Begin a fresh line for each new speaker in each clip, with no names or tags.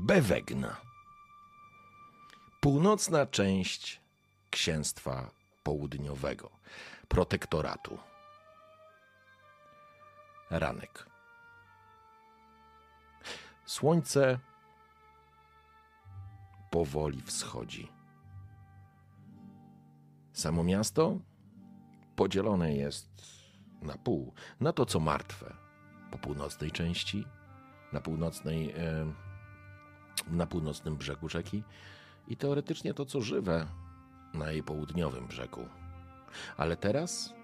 Bewegna. Północna część Księstwa Południowego, protektoratu. Ranek. Słońce powoli wschodzi. Samo miasto podzielone jest na pół, na to co martwe po północnej części, na północnym brzegu rzeki i teoretycznie to co żywe na jej południowym brzegu. Ale teraz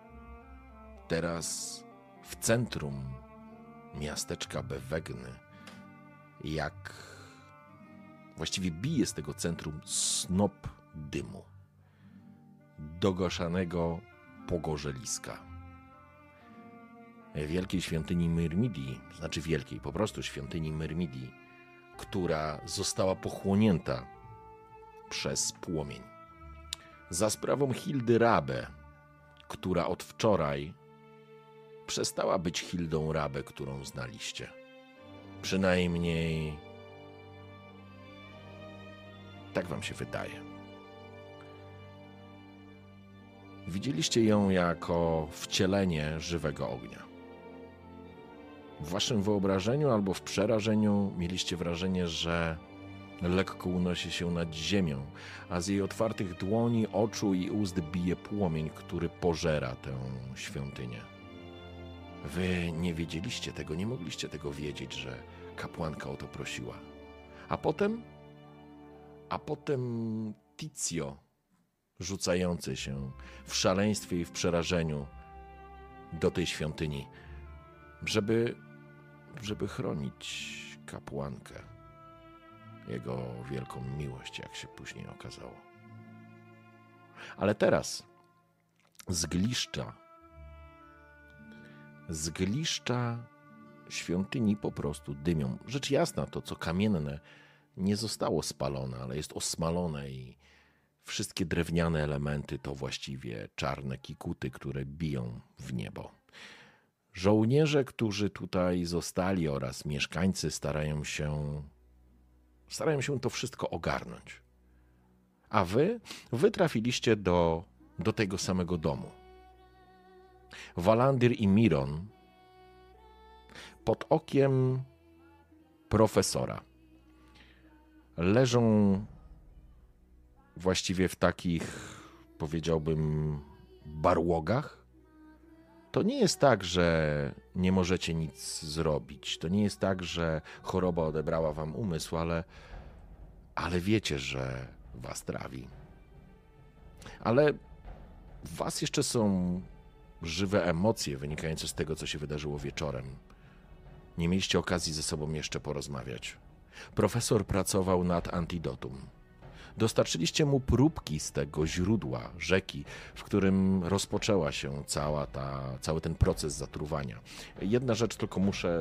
w centrum miasteczka Bewegny, jak właściwie bije z tego centrum snop dymu, dogaszanego pogorzeliska. Wielkiej świątyni Myrmidii, znaczy wielkiej, po prostu świątyni Myrmidii, która została pochłonięta przez płomień. Za sprawą Hildy Rabe, która od wczoraj przestała być Hildą Rabe, którą znaliście. Przynajmniej tak wam się wydaje. Widzieliście ją jako wcielenie żywego ognia. W waszym wyobrażeniu albo w przerażeniu mieliście wrażenie, że lekko unosi się nad ziemią, a z jej otwartych dłoni, oczu i ust bije płomień, który pożera tę świątynię. Wy nie wiedzieliście tego, nie mogliście tego wiedzieć, że kapłanka o to prosiła. A potem Tizio, rzucający się w szaleństwie i w przerażeniu do tej świątyni, żeby chronić kapłankę, jego wielką miłość, jak się później okazało. Ale teraz z gliszcza świątyni po prostu dymią. Rzecz jasna, to co kamienne nie zostało spalone, ale jest osmalone i wszystkie drewniane elementy to właściwie czarne kikuty, które biją w niebo. Żołnierze, którzy tutaj zostali oraz mieszkańcy starają się to wszystko ogarnąć. A wy trafiliście do tego samego domu. Walandir i Miron pod okiem profesora leżą właściwie w takich, powiedziałbym, barłogach. To nie jest tak, że nie możecie nic zrobić. To nie jest tak, że choroba odebrała wam umysł, ale wiecie, że was trawi. Ale w was jeszcze są żywe emocje wynikające z tego, co się wydarzyło wieczorem. Nie mieliście okazji ze sobą jeszcze porozmawiać. Profesor pracował nad antidotum. Dostarczyliście mu próbki z tego źródła, rzeki, w którym rozpoczęła się cały ten proces zatruwania. Jedna rzecz tylko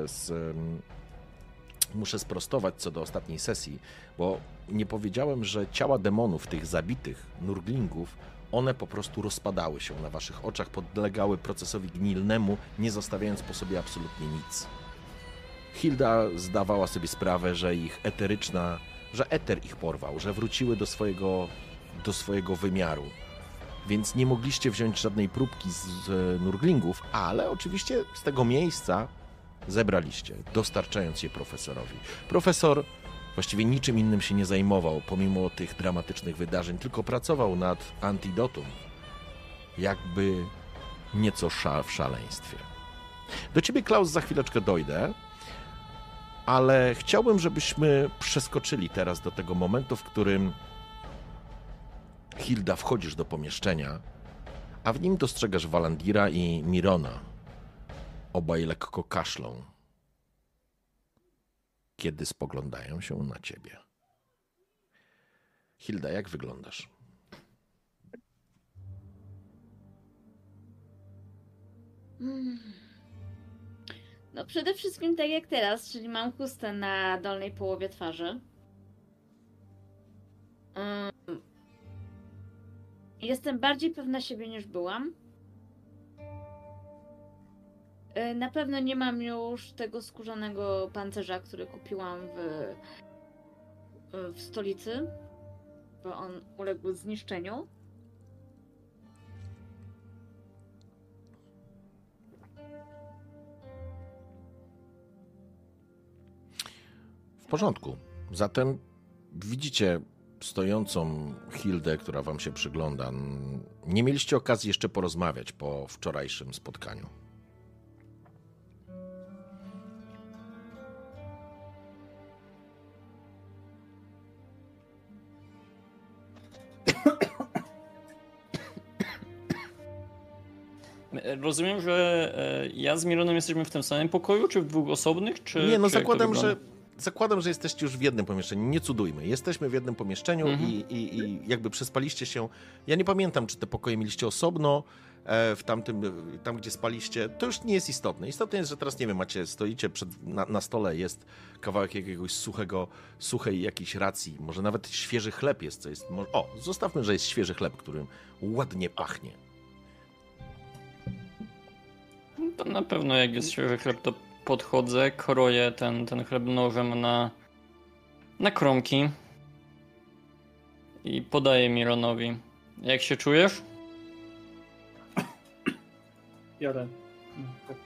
muszę sprostować co do ostatniej sesji, bo nie powiedziałem, że ciała demonów, tych zabitych nurglingów, one po prostu rozpadały się na waszych oczach, podlegały procesowi gnilnemu, nie zostawiając po sobie absolutnie nic. Hilda zdawała sobie sprawę, że że eter ich porwał, że wróciły do swojego wymiaru. Więc nie mogliście wziąć żadnej próbki z nurglingów, ale oczywiście z tego miejsca zebraliście, dostarczając je profesorowi. Profesor właściwie niczym innym się nie zajmował, pomimo tych dramatycznych wydarzeń, tylko pracował nad antidotum, jakby nieco w szaleństwie. Do ciebie, Klaus, za chwileczkę dojdę, ale chciałbym, żebyśmy przeskoczyli teraz do tego momentu, w którym Hilda, wchodzisz do pomieszczenia, a w nim dostrzegasz Walandira i Mirona. Obaj lekko kaszlą, kiedy spoglądają się na ciebie. Hilda, jak wyglądasz?
No przede wszystkim tak jak teraz, czyli mam chustę na dolnej połowie twarzy. Jestem bardziej pewna siebie niż byłam. Na pewno nie mam już tego skórzanego pancerza, który kupiłam w w stolicy, bo on uległ zniszczeniu.
W porządku. Zatem widzicie stojącą Hildę, która wam się przygląda. Nie mieliście okazji jeszcze porozmawiać po wczorajszym spotkaniu.
Rozumiem, że ja z Mironem jesteśmy w tym samym pokoju, czy w dwóch osobnych, czy...
Nie, no
czy jak to wygląda?
zakładam, że jesteście już w jednym pomieszczeniu. Nie cudujmy. Jesteśmy w jednym pomieszczeniu i jakby przespaliście się. Ja nie pamiętam, czy te pokoje mieliście osobno tam gdzie spaliście. To już nie jest istotne. Istotne jest, że teraz, nie wiem, stoicie na stole, jest kawałek jakiegoś suchej jakiejś racji. Może nawet świeży chleb jest, co jest... zostawmy, że jest świeży chleb, którym ładnie pachnie.
To na pewno jak jest świeży chleb, to podchodzę, kroję ten chleb nożem na kromki i podaję Mironowi. Jak się czujesz?
Biorę. Tak.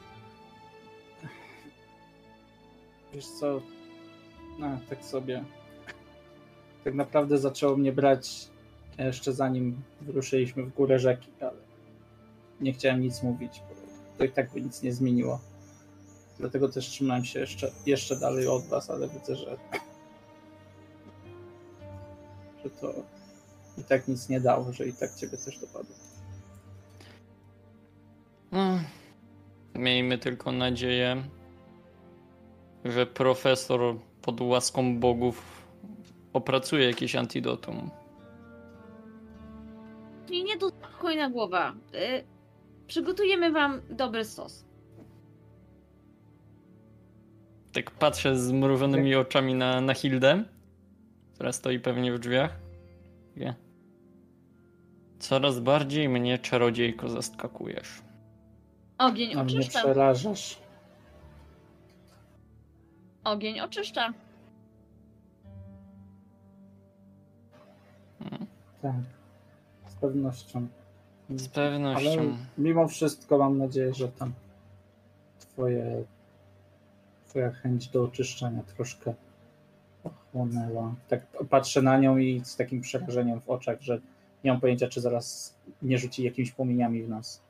Wiesz co? Tak sobie. Tak naprawdę zaczęło mnie brać jeszcze zanim wyruszyliśmy w górę rzeki, ale nie chciałem nic mówić, bo to i tak by nic nie zmieniło. Dlatego też trzymałem się jeszcze dalej od was, ale widzę, że to i tak nic nie dało, że i tak ciebie też dopadło.
No, miejmy tylko nadzieję, że profesor pod łaską bogów opracuje jakieś antidotum.
I nie to spokojna głowa. Przygotujemy wam dobry sos.
Tak patrzę z mrużonymi oczami na Hildę, która stoi pewnie w drzwiach. Wie. Coraz bardziej mnie, czarodziejko, zaskakujesz.
Ogień
A mnie
oczyszcza.
przerażasz.
Ogień oczyszcza.
Tak. Z pewnością.
Z pewnością.
Ale mimo wszystko mam nadzieję, że tam twoja chęć do oczyszczania troszkę ochłonęła. Tak patrzę na nią i z takim przerażeniem w oczach, że nie mam pojęcia, czy zaraz nie rzuci jakimiś płomieniami w nas.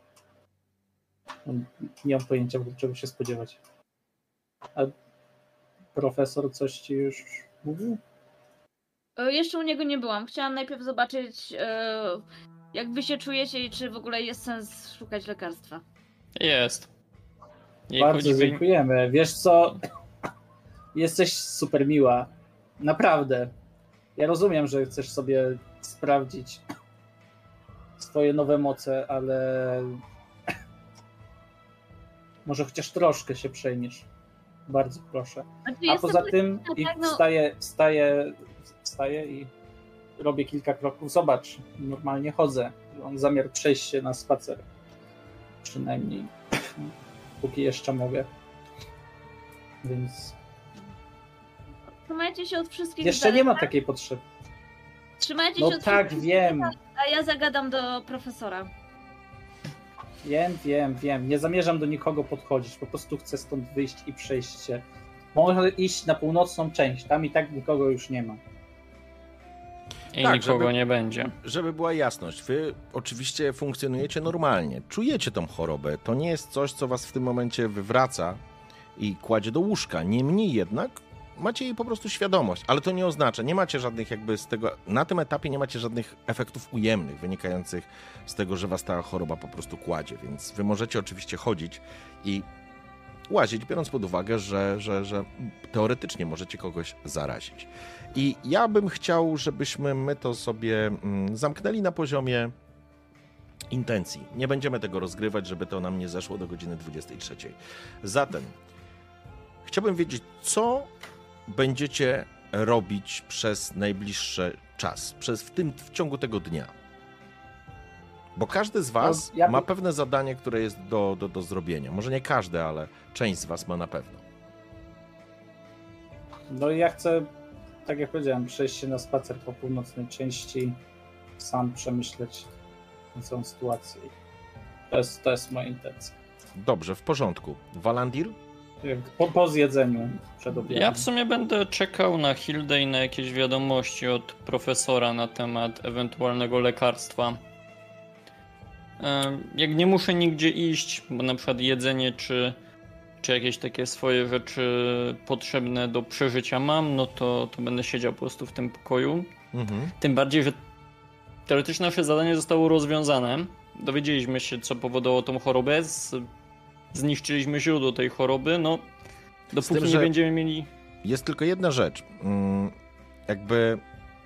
Nie mam pojęcia, czego się spodziewać. A profesor coś ci już mówił?
Jeszcze u niego nie byłam. Chciałam najpierw zobaczyć, jak wy się czujecie i czy w ogóle jest sens szukać lekarstwa.
Jest. Jej
Bardzo
choćby-
dziękujemy. Wiesz co? Jesteś super miła. Naprawdę. Ja rozumiem, że chcesz sobie sprawdzić swoje nowe moce, ale może chociaż troszkę się przejmiesz. Bardzo proszę.
Znaczy,
A
jestem
poza tym
tak, no.
wstaję i robię kilka kroków. Zobacz, normalnie chodzę. Mam zamiar przejść się na spacer. Przynajmniej póki jeszcze mogę. Więc
Trzymajcie się od wszystkich.
jeszcze nie ma takiej potrzeby.
Trzymajcie
No
się od
tak,
wszystkich.
wiem.
A ja zagadam do profesora.
Wiem. Nie zamierzam do nikogo podchodzić. Po prostu chcę stąd wyjść i przejść się. Może iść na północną część. Tam i tak nikogo już nie ma.
I
Tak,
nikogo nie będzie.
Żeby była jasność, wy oczywiście funkcjonujecie normalnie, czujecie tą chorobę, to nie jest coś, co was w tym momencie wywraca i kładzie do łóżka. Niemniej jednak macie jej po prostu świadomość, ale to nie oznacza, nie macie żadnych jakby z tego, na tym etapie nie macie żadnych efektów ujemnych wynikających z tego, że was ta choroba po prostu kładzie, więc wy możecie oczywiście chodzić i łazić, biorąc pod uwagę, że teoretycznie możecie kogoś zarazić. I ja bym chciał, żebyśmy my to sobie zamknęli na poziomie intencji. Nie będziemy tego rozgrywać, żeby to nam nie zeszło do godziny 23. Zatem chciałbym wiedzieć, co będziecie robić przez najbliższy czas, w ciągu tego dnia. Bo każdy z was ma pewne zadanie, które jest do zrobienia. Może nie każdy, ale część z was ma na pewno.
No i ja chcę tak jak powiedziałem, przejść się na spacer po północnej części, sam przemyśleć tę całą sytuację. To jest moja intencja.
Dobrze, w porządku. Walandir?
Po zjedzeniu przed obiadem.
Ja w sumie będę czekał na Hildę i na jakieś wiadomości od profesora na temat ewentualnego lekarstwa. Jak nie muszę nigdzie iść, bo na przykład jedzenie czy jakieś takie swoje rzeczy potrzebne do przeżycia mam, no to będę siedział po prostu w tym pokoju.
Mhm.
Tym bardziej, że teoretycznie nasze zadanie zostało rozwiązane. Dowiedzieliśmy się, co powodowało tą chorobę. Zniszczyliśmy źródło tej choroby. No, dopóki
tym,
nie
że
będziemy mieli...
Jest tylko jedna rzecz. Jakby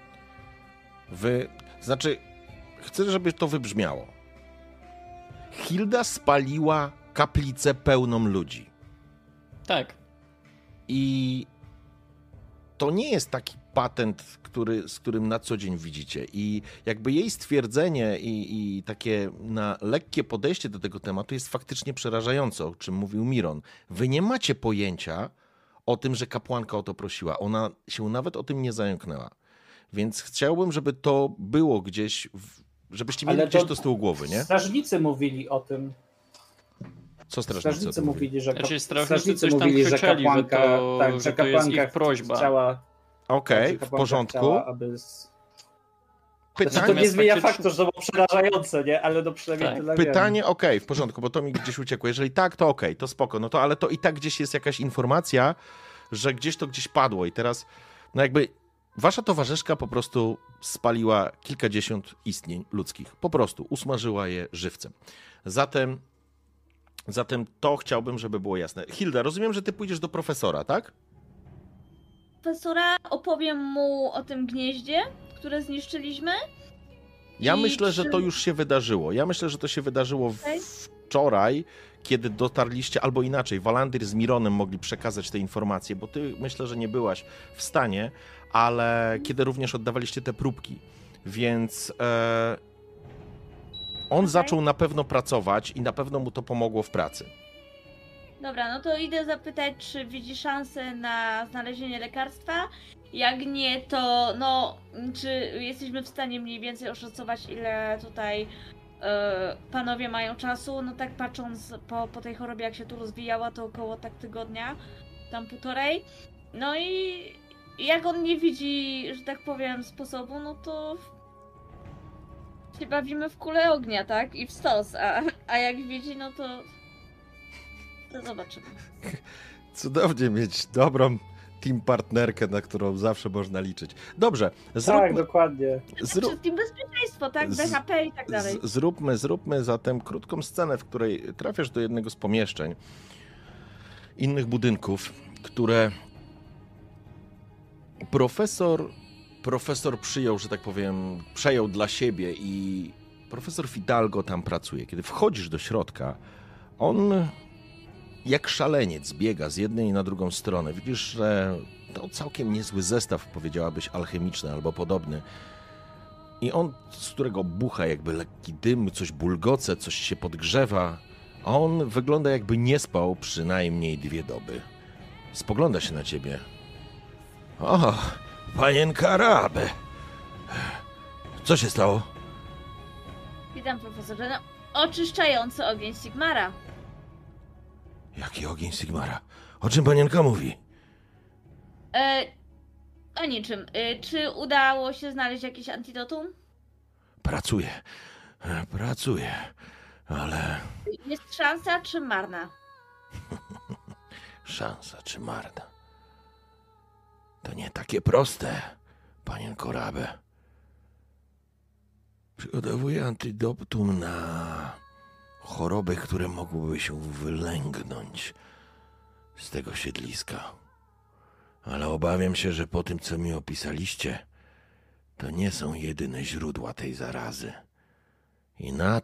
znaczy, chcę, żeby to wybrzmiało. Hilda spaliła kaplicę pełną ludzi.
Tak.
I to nie jest taki patent, z którym na co dzień widzicie. I jakby jej stwierdzenie i takie na lekkie podejście do tego tematu jest faktycznie przerażające, o czym mówił Miron. Wy nie macie pojęcia o tym, że kapłanka o to prosiła. Ona się nawet o tym nie zająknęła. Więc chciałbym, żeby to było gdzieś, żebyście mieli gdzieś to z tyłu głowy, nie?
Strażnicy mówili o tym.
Co strażnicy
mówili, że
Znaczy,
strażnicy
coś tam
mówili, że
krzyczeli,
kapłanka,
że to jest ich prośba.
Chciała,
Okej, w porządku.
Chciała, aby...
Pytanie,
to nie zmienia
faktycznie-
faktu, że to było przerażające, nie? Ale no przynajmniej
Tak.
tyle wiem.
Pytanie, okej, w porządku, bo to mi gdzieś uciekło. Jeżeli tak, to okej, to spoko. No to, ale to i tak gdzieś jest jakaś informacja, że gdzieś to padło i teraz, no jakby wasza towarzyszka po prostu spaliła kilkadziesiąt istnień ludzkich. Po prostu usmażyła je żywcem. Zatem to chciałbym, żeby było jasne. Hilda, rozumiem, że ty pójdziesz do profesora, tak?
Profesora, opowiem mu o tym gnieździe, które zniszczyliśmy.
Ja
I
myślę, że
czy-
to już się wydarzyło. Ja myślę, że to się wydarzyło
Okej.
wczoraj, kiedy dotarliście, albo inaczej, Walandir z Mironem mogli przekazać te informacje, bo ty myślę, że nie byłaś w stanie, ale kiedy również oddawaliście te próbki. Więc on
Okej.
zaczął na pewno pracować i na pewno mu to pomogło w pracy.
Dobra, no to idę zapytać, czy widzi szansę na znalezienie lekarstwa. Jak nie, to no, czy jesteśmy w stanie mniej więcej oszacować, ile tutaj panowie mają czasu? No tak patrząc po tej chorobie, jak się tu rozwijała, to około tak tygodnia, tam półtorej. No i jak on nie widzi, że tak powiem, sposobu, no to się bawimy w kulę ognia, tak? I w stos, a jak widzi, no to zobaczymy.
Cudownie mieć dobrą team partnerkę, na którą zawsze można liczyć. Dobrze,
Tak, dokładnie.
Wszystkim bezpieczeństwo, tak? BHP i tak dalej.
Zróbmy zatem krótką scenę, w której trafiasz do jednego z pomieszczeń, innych budynków, które profesor przyjął, że tak powiem, przejął dla siebie i profesor Fidalgo tam pracuje. Kiedy wchodzisz do środka, on jak szaleniec biega z jednej na drugą stronę. Widzisz, że to całkiem niezły zestaw, powiedziałabyś, alchemiczny albo podobny. I on, z którego bucha jakby lekki dym, coś bulgoce, coś się podgrzewa, a on wygląda jakby nie spał przynajmniej 2 doby. Spogląda się na ciebie. O, panienka Rabe. Co się stało?
Witam, profesorze. No, oczyszczający ogień Sigmara.
Jaki ogień Sigmara? O czym panienka mówi?
O niczym. Czy udało się znaleźć jakieś antidotum?
Pracuję, ale
Jest szansa, czy marna?
szansa czy marna? To nie takie proste, panienko Rabe. Przygotowuję antidotum na choroby, które mogłyby się wylęgnąć z tego siedliska. Ale obawiam się, że po tym, co mi opisaliście, to nie są jedyne źródła tej zarazy. I na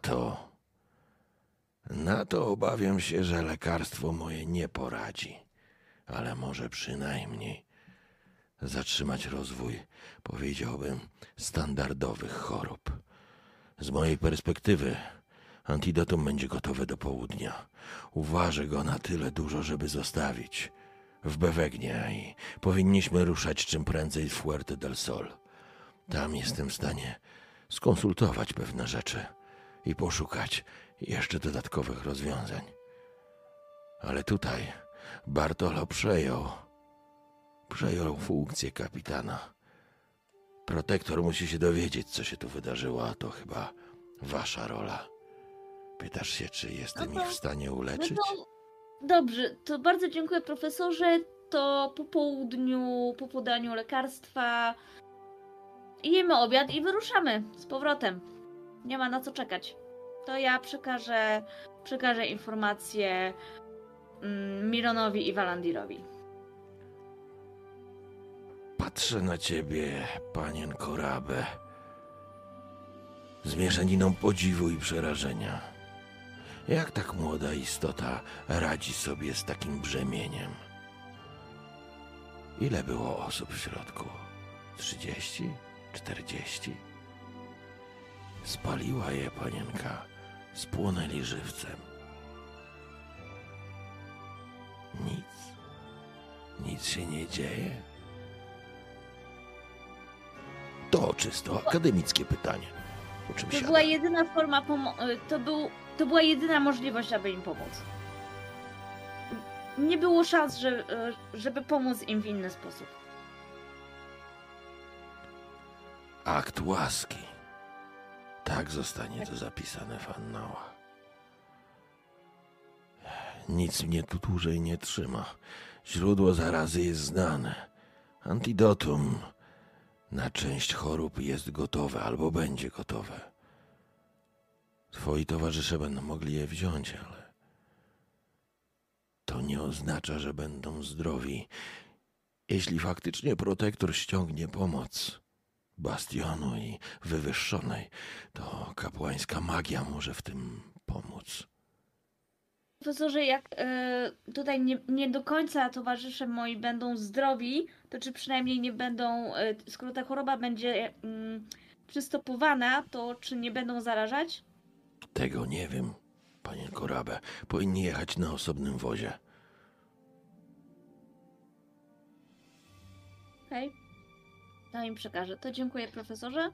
to obawiam się, że lekarstwo moje nie poradzi, ale może przynajmniej zatrzymać rozwój, powiedziałbym, standardowych chorób. Z mojej perspektywy antidotum będzie gotowe do południa. Uważę go na tyle dużo, żeby zostawić, w Bewegnie i powinniśmy ruszać czym prędzej w Fuerte del Sol. Tam jestem w stanie skonsultować pewne rzeczy i poszukać jeszcze dodatkowych rozwiązań. Ale tutaj Bartolo przejął funkcję kapitana. Protektor musi się dowiedzieć, co się tu wydarzyło, a to chyba wasza rola. Pytasz się, czy jestem ich w stanie uleczyć?
Dobrze, to bardzo dziękuję profesorze. To po południu, po podaniu lekarstwa jemy obiad i wyruszamy z powrotem. Nie ma na co czekać. To ja przekażę informacje Mironowi i Walandirowi.
Patrzę na ciebie, panienko Rabe, z mieszaniną podziwu i przerażenia. Jak tak młoda istota radzi sobie z takim brzemieniem? Ile było osób w środku? 30? 40? Spaliła je panienka, spłonęli żywcem. Nic się nie dzieje? To czysto akademickie pytanie. Po czym
To
siada?
była jedyna forma to była jedyna możliwość, aby im pomóc. Nie było szans, żeby pomóc im w inny sposób.
Akt łaski. Tak zostanie to zapisane w annałach. Nic mnie tu dłużej nie trzyma. Źródło zarazy jest znane. Antidotum na część chorób jest gotowe albo będzie gotowe. Twoi towarzysze będą mogli je wziąć, ale to nie oznacza, że będą zdrowi. Jeśli faktycznie protektor ściągnie pomoc Bastionu i Wywyższonej, to kapłańska magia może w tym pomóc.
Profesorze, jak tutaj nie do końca towarzysze moi będą zdrowi, to czy przynajmniej nie będą, skoro ta choroba będzie przystopowana, to czy nie będą zarażać?
Tego nie wiem, panienko Rabe. Powinni jechać na osobnym wozie.
Okej. To im przekażę. To dziękuję profesorze.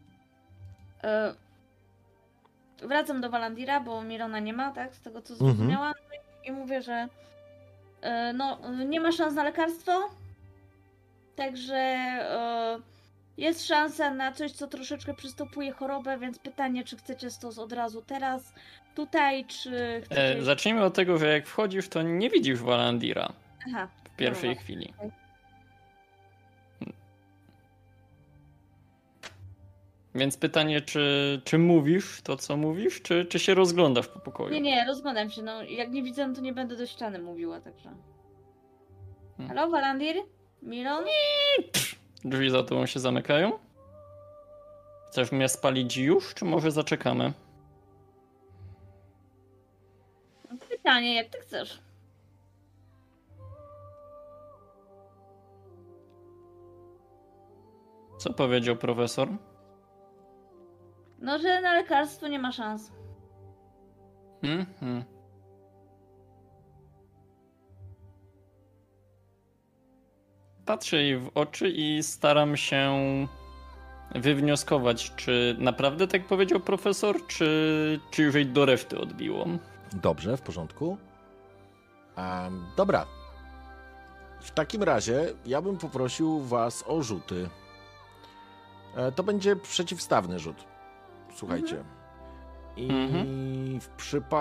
Wracam do Walandira, bo Mirona nie ma, tak? Z tego co zrozumiałam. I mówię, że nie ma szans na lekarstwo. Także jest szansa na coś, co troszeczkę przystopuje chorobę, więc pytanie, czy chcecie stos od razu teraz, tutaj, czy chcecie...
Zacznijmy od tego, że jak wchodzisz, to nie widzisz Walandira
Aha,
w pierwszej
dobra.
chwili. Więc pytanie, czy mówisz to, co mówisz, czy się rozglądasz po pokoju?
Nie, rozglądam się. No, jak nie widzę, no to nie będę do ściany mówiła, także... Halo, Walandir? Miron?
Drzwi za tobą się zamykają? Chcesz mnie spalić już, czy może zaczekamy?
Pytanie, jak ty chcesz.
Co powiedział profesor?
No, że na lekarstwo nie ma szans.
Patrzę jej w oczy i staram się wywnioskować, czy naprawdę tak powiedział profesor, czy już jej do reszty odbiło.
Dobrze, w porządku. Dobra. W takim razie ja bym poprosił was o rzuty. To będzie przeciwstawny rzut. Słuchajcie. I w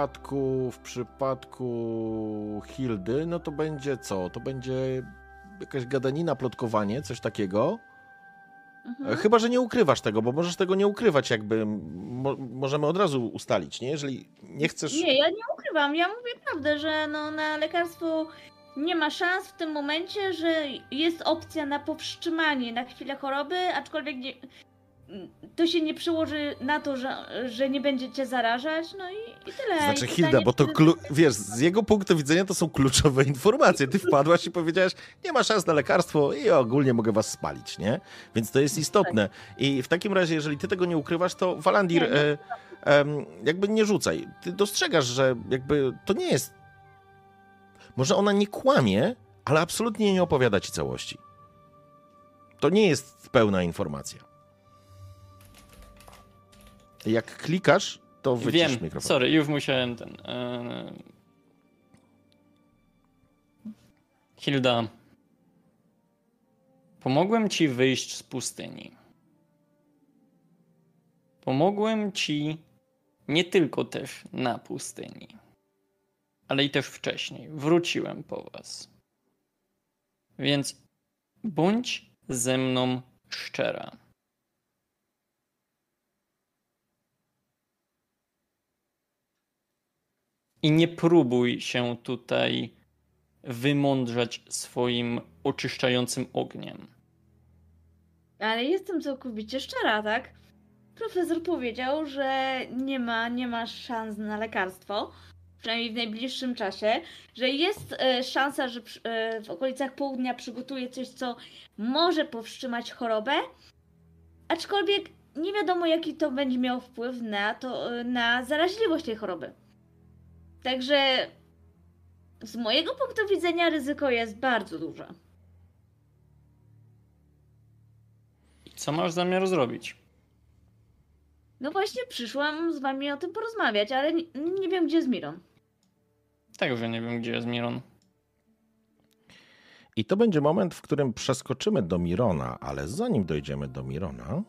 przypadku Hildy, no to będzie co? To będzie jakaś gadanina, plotkowanie, coś takiego. Chyba że nie ukrywasz tego, bo możesz tego nie ukrywać, jakby możemy od razu ustalić, nie? Jeżeli nie chcesz...
Nie, ja nie ukrywam, ja mówię prawdę, że no, na lekarstwo nie ma szans w tym momencie, że jest opcja na powstrzymanie na chwilę choroby, aczkolwiek to się nie przełoży na to, że nie będzie cię zarażać, no i tyle.
Znaczy
I
Hilda,
pytanie,
bo to
czy-
wiesz, z jego punktu widzenia to są kluczowe informacje. Ty wpadłaś i powiedziałaś, nie ma szans na lekarstwo i ogólnie mogę was spalić, nie? Więc to jest istotne. I w takim razie, jeżeli ty tego nie ukrywasz, to Walandir, jakby nie rzucaj. Ty dostrzegasz, że jakby to nie jest... Może ona nie kłamie, ale absolutnie nie opowiada ci całości. To nie jest pełna informacja. Jak klikasz, to wycisz mikrofon.
Sorry, już musiałem Hilda, pomogłem ci wyjść z pustyni. Pomogłem ci nie tylko też na pustyni, ale i też wcześniej. Wróciłem po was. Więc bądź ze mną szczera. I nie próbuj się tutaj wymądrzać swoim oczyszczającym ogniem.
Ale jestem całkowicie szczera, tak? Profesor powiedział, że nie ma szans na lekarstwo, przynajmniej w najbliższym czasie, że jest szansa, że w okolicach południa przygotuje coś, co może powstrzymać chorobę, aczkolwiek nie wiadomo, jaki to będzie miało wpływ na zaraźliwość tej choroby. Także z mojego punktu widzenia ryzyko jest bardzo duże.
I co masz zamiar zrobić?
No właśnie przyszłam z wami o tym porozmawiać, ale nie wiem, gdzie jest Miron.
Także nie wiem, gdzie jest Miron.
I to będzie moment, w którym przeskoczymy do Mirona, ale zanim dojdziemy do Mirona,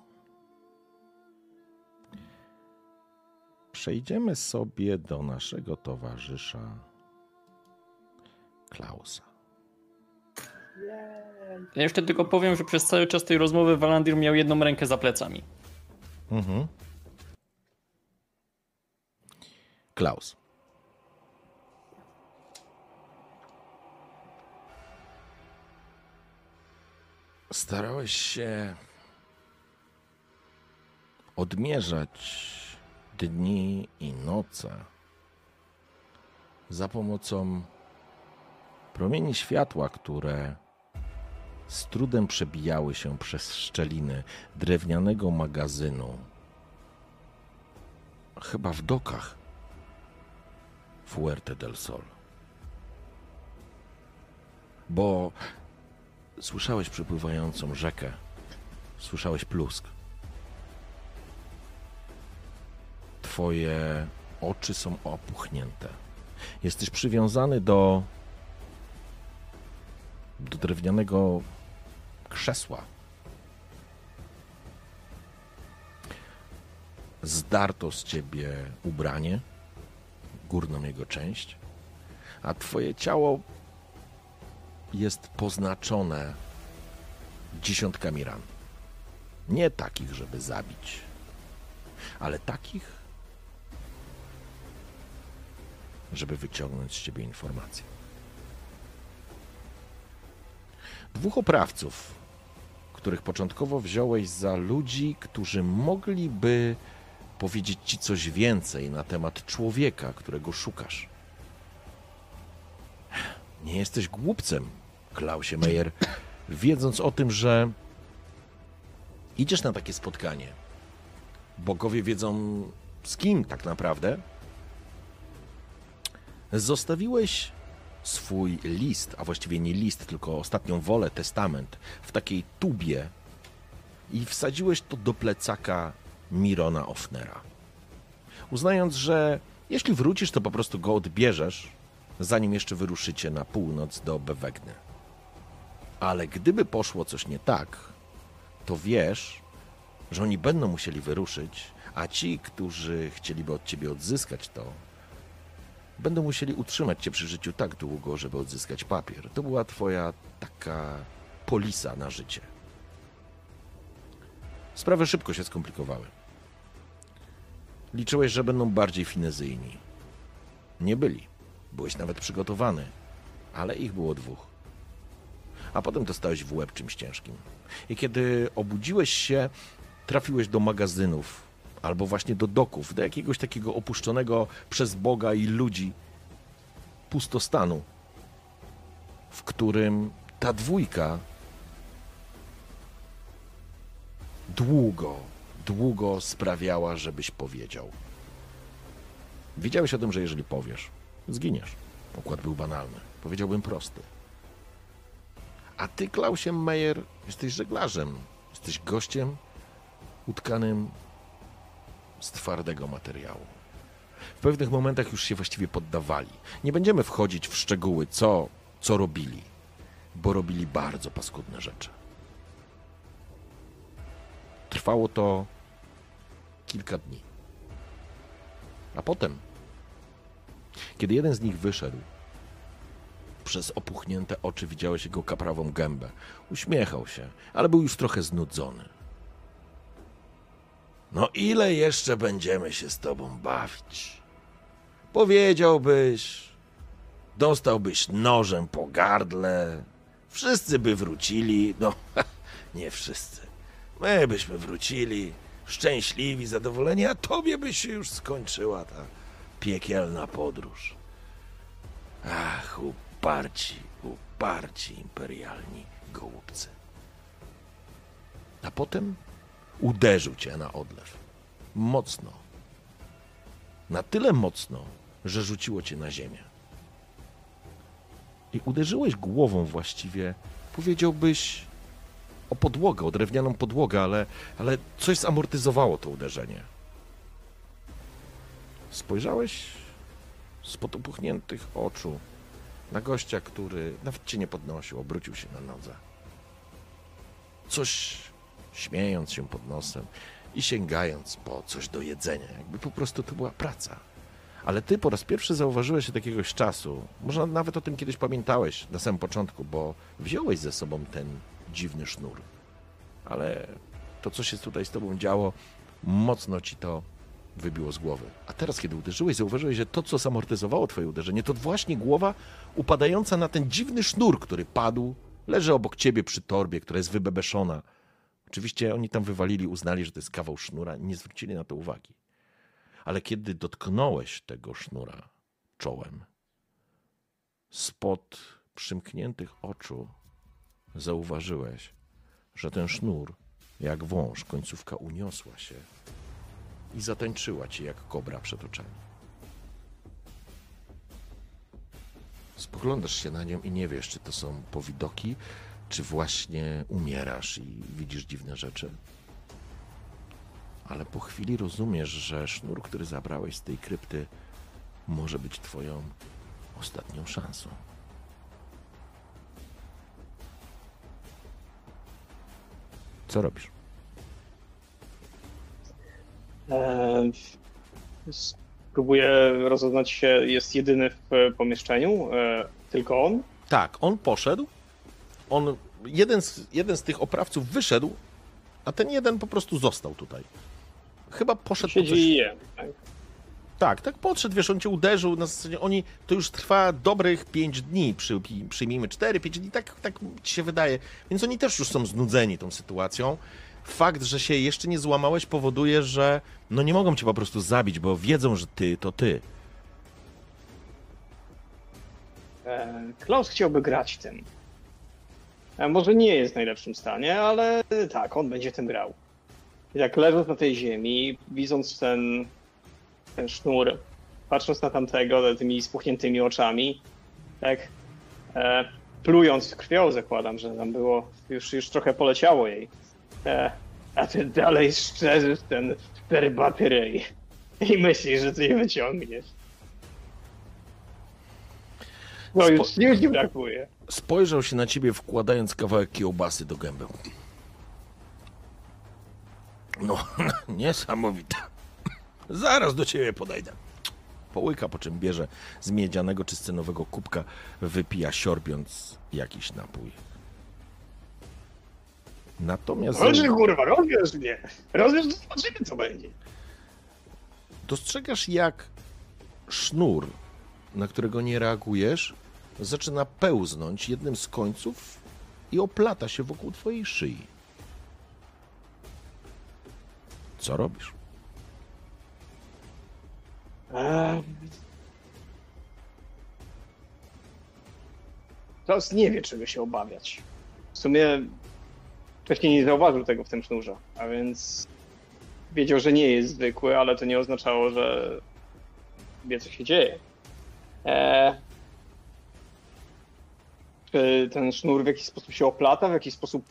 przejdziemy sobie do naszego towarzysza Klausa.
Ja jeszcze tylko powiem, że przez cały czas tej rozmowy Walandir miał jedną rękę za plecami.
Mhm. Klaus. Starałeś się odmierzać dni i noce za pomocą promieni światła, które z trudem przebijały się przez szczeliny drewnianego magazynu. Chyba w dokach Fuerte del Sol. Bo słyszałeś przepływającą rzekę, słyszałeś plusk. Twoje oczy są opuchnięte. Jesteś przywiązany do drewnianego krzesła. Zdarto z ciebie ubranie, górną jego część, a twoje ciało jest poznaczone dziesiątkami ran. Nie takich, żeby zabić, ale takich, żeby wyciągnąć z ciebie informacje. Dwóch oprawców, których początkowo wziąłeś za ludzi, którzy mogliby powiedzieć ci coś więcej na temat człowieka, którego szukasz. Nie jesteś głupcem, Klausie Meyer, wiedząc o tym, że idziesz na takie spotkanie. Bogowie wiedzą, z kim tak naprawdę. Zostawiłeś swój list, a właściwie nie list, tylko ostatnią wolę, testament, w takiej tubie i wsadziłeś to do plecaka Mirona Offnera. Uznając, że jeśli wrócisz, to po prostu go odbierzesz, zanim jeszcze wyruszycie na północ do Bewegny. Ale gdyby poszło coś nie tak, to wiesz, że oni będą musieli wyruszyć, a ci, którzy chcieliby od ciebie odzyskać to, będą musieli utrzymać cię przy życiu tak długo, żeby odzyskać papier. To była twoja taka polisa na życie. Sprawy szybko się skomplikowały. Liczyłeś, że będą bardziej finezyjni. Nie byli. Byłeś nawet przygotowany, ale ich było dwóch. A potem dostałeś w łeb czymś ciężkim. I kiedy obudziłeś się, trafiłeś do magazynów, albo właśnie do doków, do jakiegoś takiego opuszczonego przez Boga i ludzi pustostanu, w którym ta dwójka długo sprawiała, żebyś powiedział. Wiedziałeś o tym, że jeżeli powiesz, zginiesz. Układ był banalny. Powiedziałbym prosty. A ty, Klausie Meyer, jesteś żeglarzem. Jesteś gościem utkanym z twardego materiału. W pewnych momentach już się właściwie poddawali. Nie będziemy wchodzić w szczegóły, co robili, bo robili bardzo paskudne rzeczy. Trwało to kilka dni. A potem, kiedy jeden z nich wyszedł, przez opuchnięte oczy widziałeś jego kaprawą gębę. Uśmiechał się, ale był już trochę znudzony. No ile jeszcze będziemy się z tobą bawić? Powiedziałbyś, dostałbyś nożem po gardle, wszyscy by wrócili, no nie wszyscy. My byśmy wrócili, szczęśliwi, zadowoleni, a tobie by się już skończyła ta piekielna podróż. Ach, uparci imperialni gołubcy. A potem uderzył cię na odlew. Mocno. Na tyle mocno, że rzuciło cię na ziemię. I uderzyłeś głową właściwie, powiedziałbyś, o podłogę, o drewnianą podłogę, ale coś zamortyzowało to uderzenie. Spojrzałeś spod opuchniętych oczu na gościa, który nawet cię nie podnosił, obrócił się na nodze. Coś śmiejąc się pod nosem i sięgając po coś do jedzenia, jakby po prostu to była praca. Ale ty po raz pierwszy zauważyłeś od jakiegoś czasu, może nawet o tym kiedyś pamiętałeś na samym początku, bo wziąłeś ze sobą ten dziwny sznur. Ale to, co się tutaj z tobą działo, mocno ci to wybiło z głowy. A teraz, kiedy uderzyłeś, zauważyłeś, że to, co zamortyzowało twoje uderzenie, to właśnie głowa upadająca na ten dziwny sznur, który padł, leży obok ciebie przy torbie, która jest wybebeszona. Oczywiście oni tam wywalili, uznali, że to jest kawał sznura i nie zwrócili na to uwagi. Ale kiedy dotknąłeś tego sznura czołem, spod przymkniętych oczu zauważyłeś, że ten sznur, jak wąż, końcówka uniosła się i zatańczyła ci jak kobra przed oczami. Spoglądasz się na nią i nie wiesz, czy to są powidoki, czy właśnie umierasz i widzisz dziwne rzeczy. Ale po chwili rozumiesz, że sznur, który zabrałeś z tej krypty, może być twoją ostatnią szansą. Co robisz?
Spróbuję rozeznać się, jest jedyny w pomieszczeniu, tylko on?
Tak, on poszedł, jeden z tych oprawców wyszedł, a ten jeden po prostu został tutaj. Chyba poszedł
Siedzi
po coś...
i je.
Tak, podszedł, wiesz, on cię uderzył, na zasadzie to już trwa dobrych 5 dni, przyjmijmy 4-5 dni, tak ci się wydaje, więc oni też już są znudzeni tą sytuacją. Fakt, że się jeszcze nie złamałeś, powoduje, że no nie mogą cię po prostu zabić, bo wiedzą, że ty to ty.
Klaus chciałby grać tym. Może nie jest w najlepszym stanie, ale tak, on będzie tym grał. I tak leżąc na tej ziemi, widząc ten sznur, patrząc na tamtego tymi spuchniętymi oczami, tak, plując krwią, zakładam, że tam było, już trochę poleciało jej. A ty dalej szczerzysz ten sterbaty ryj i myślisz, że ty je wyciągniesz. No już nie brakuje.
Spojrzał się na ciebie, wkładając kawałek kiełbasy do gęby. No, niesamowite. Zaraz do ciebie podejdę. Połyka, po czym bierze z miedzianego czy scenowego kubka, wypija, siorbiąc jakiś napój. Natomiast...
Chodź, kurwa, rozwiąż mnie! Rozwiąż, to zobaczymy, co będzie.
Dostrzegasz, jak sznur, na którego nie reagujesz, zaczyna pełznąć jednym z końców i oplata się wokół twojej szyi. Co robisz?
Klaus nie wie, czego się obawiać. W sumie wcześniej nie zauważył tego w tym sznurze, a więc wiedział, że nie jest zwykły, ale to nie oznaczało, że wie, co się dzieje. Czy ten sznur w jakiś sposób się oplata, w jakiś sposób...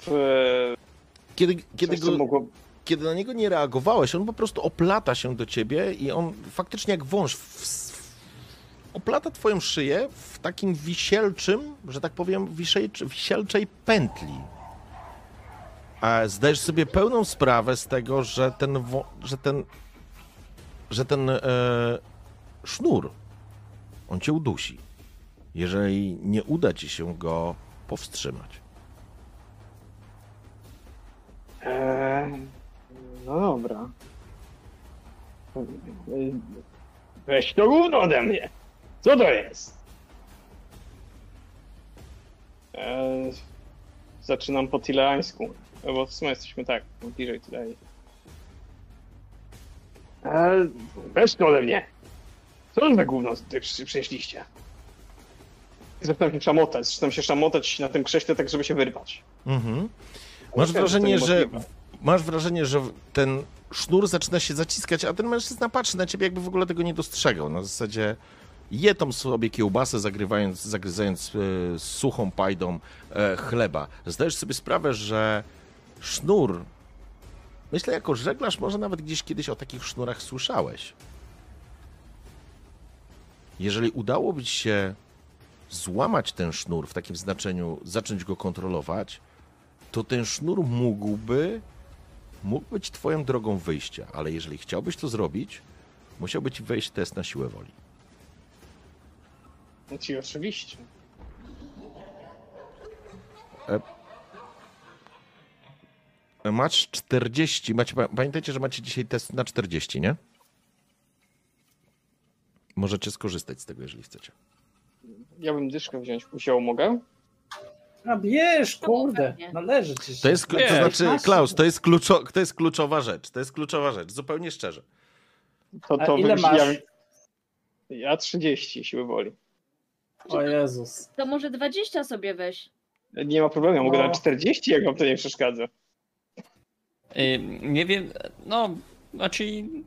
Kiedy na niego nie reagowałeś, on po prostu oplata się do ciebie i on faktycznie jak wąż oplata twoją szyję w takim wisielczym, że tak powiem, wisielczej pętli. A zdajesz sobie pełną sprawę z tego, że ten sznur, on cię udusi, jeżeli nie uda ci się go powstrzymać.
No dobra. Weź to gówno ode mnie. Co to jest? Zaczynam po tileańsku. Bo w sumie jesteśmy tak, bliżej Tilei. Weź to ode mnie. Co za gówno przynieśliście? Zaczynam się szamotać na tym krześle tak, żeby się wyrwać.
Mhm. Masz wrażenie, że ten sznur zaczyna się zaciskać, a ten mężczyzna patrzy na ciebie, jakby w ogóle tego nie dostrzegał. Na zasadzie je tą sobie kiełbasę, zagryzając suchą pajdą chleba. Zdajesz sobie sprawę, że sznur, myślę, jako żeglarz, może nawet gdzieś kiedyś o takich sznurach słyszałeś. Jeżeli udałoby ci się złamać ten sznur w takim znaczeniu, zacząć go kontrolować, to ten sznur mógł być twoją drogą wyjścia, ale jeżeli chciałbyś to zrobić, musiałby ci wejść test na siłę woli.
No ci oczywiście.
Masz 40, pamiętajcie, że macie dzisiaj test na 40, nie? Możecie skorzystać z tego, jeżeli chcecie.
Ja bym dyszkę wziąć musiał, mogę?
A bierz, kurde, należy ci się.
To znaczy, Klaus, to jest kluczowa rzecz. To jest kluczowa rzecz, zupełnie szczerze.
To
ile masz?
Ja 30 siły woli.
O Jezus.
To może 20 sobie weź.
Nie ma problemu, ja mogę
No.
dać 40, jak wam to nie przeszkadza.
Nie wiem, no, znaczy...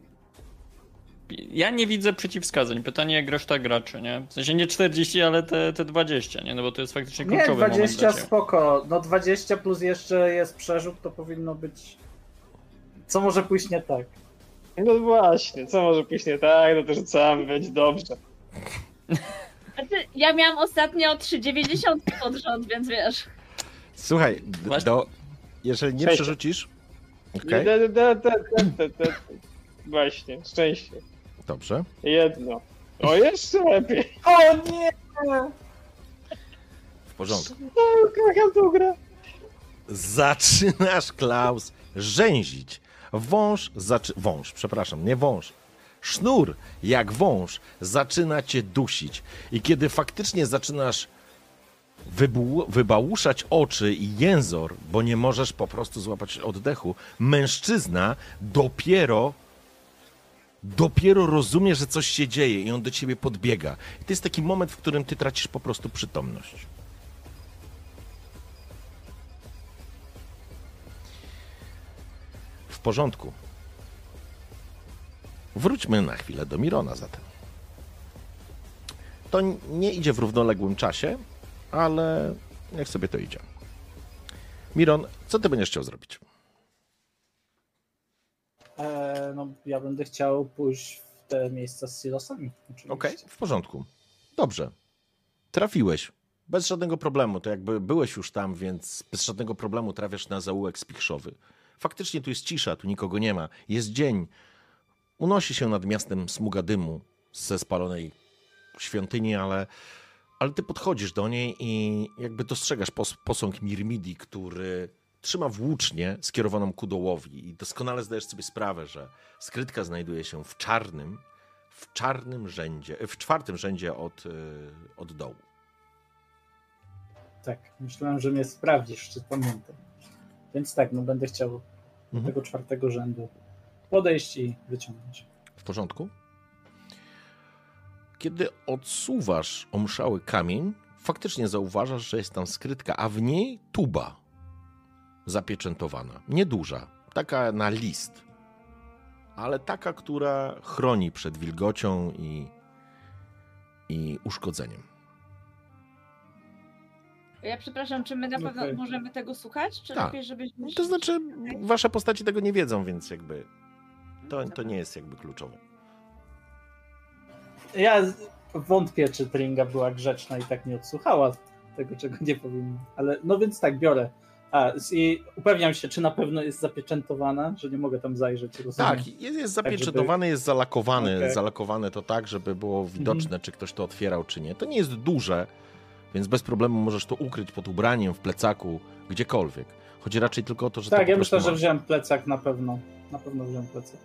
Ja nie widzę przeciwwskazań. Pytanie, jak reszta graczy, nie? W sensie nie 40, ale te 20, nie? No bo to jest faktycznie
Nie,
kluczowy
20
moment.
spoko. No 20 plus jeszcze jest przerzut, to powinno być... Co może pójść nie tak?
No właśnie, co może pójść nie tak, no to rzucamy, będzie dobrze.
Znaczy, ja miałam ostatnio 3,90 pod rząd, więc wiesz.
Słuchaj, jeżeli nie
6.
przerzucisz... Okay.
Właśnie, szczęście.
Dobrze.
Jedno. O, jeszcze lepiej.
O nie!
W porządku.
Kocham tą grę.
Zaczynasz, Klaus, rzęzić. Sznur, jak wąż, zaczyna cię dusić. I kiedy faktycznie zaczynasz wybałuszać oczy i jęzor, bo nie możesz po prostu złapać oddechu, mężczyzna dopiero rozumie, że coś się dzieje i on do ciebie podbiega. I to jest taki moment, w którym ty tracisz po prostu przytomność. W porządku. Wróćmy na chwilę do Mirona zatem. To nie idzie w równoległym czasie, ale jak sobie to idzie. Miron, co ty będziesz chciał zrobić?
No, ja będę chciał pójść w te miejsca z silosami.
Okej, w porządku. Dobrze. Trafiłeś. Bez żadnego problemu. To jakby byłeś już tam, więc bez żadnego problemu trafiasz na zaułek spichrzowy. Faktycznie tu jest cisza, tu nikogo nie ma. Jest dzień. Unosi się nad miastem smuga dymu ze spalonej świątyni, ale ty podchodzisz do niej i jakby dostrzegasz posąg Mirmidi, który trzyma włócznię skierowaną ku dołowi i doskonale zdajesz sobie sprawę, że skrytka znajduje się w czwartym rzędzie od dołu.
Tak, myślałem, że mnie sprawdzisz, czy pamiętam. Więc tak, no będę chciał do tego 4. rzędu podejść i wyciągnąć.
W porządku? Kiedy odsuwasz omszały kamień, faktycznie zauważasz, że jest tam skrytka, a w niej tuba zapieczętowana. Nieduża, taka na list, ale taka, która chroni przed wilgocią i uszkodzeniem.
Ja przepraszam, czy my na pewno
Okej.
możemy tego słuchać? Czy
Tak.
lepiej, żebyśmy...
To znaczy, wasze postaci tego nie wiedzą, więc jakby to nie jest jakby kluczowe.
Ja wątpię, czy Tringa była grzeczna i tak nie odsłuchała tego, czego nie powinna. Ale no więc tak, biorę. I upewniam się, czy na pewno jest zapieczętowana, że nie mogę tam zajrzeć. Rozumiem.
Tak, jest zapieczętowany, jest zalakowany.
Okej.
Zalakowane to tak, żeby było widoczne, czy ktoś to otwierał, czy nie. To nie jest duże, więc bez problemu możesz to ukryć pod ubraniem, w plecaku, gdziekolwiek. Chodzi raczej tylko o to, że to
Tak,
po
ja
prostu
myślę, że
masz.
wziąłem plecak na pewno. Na pewno wziąłem plecak.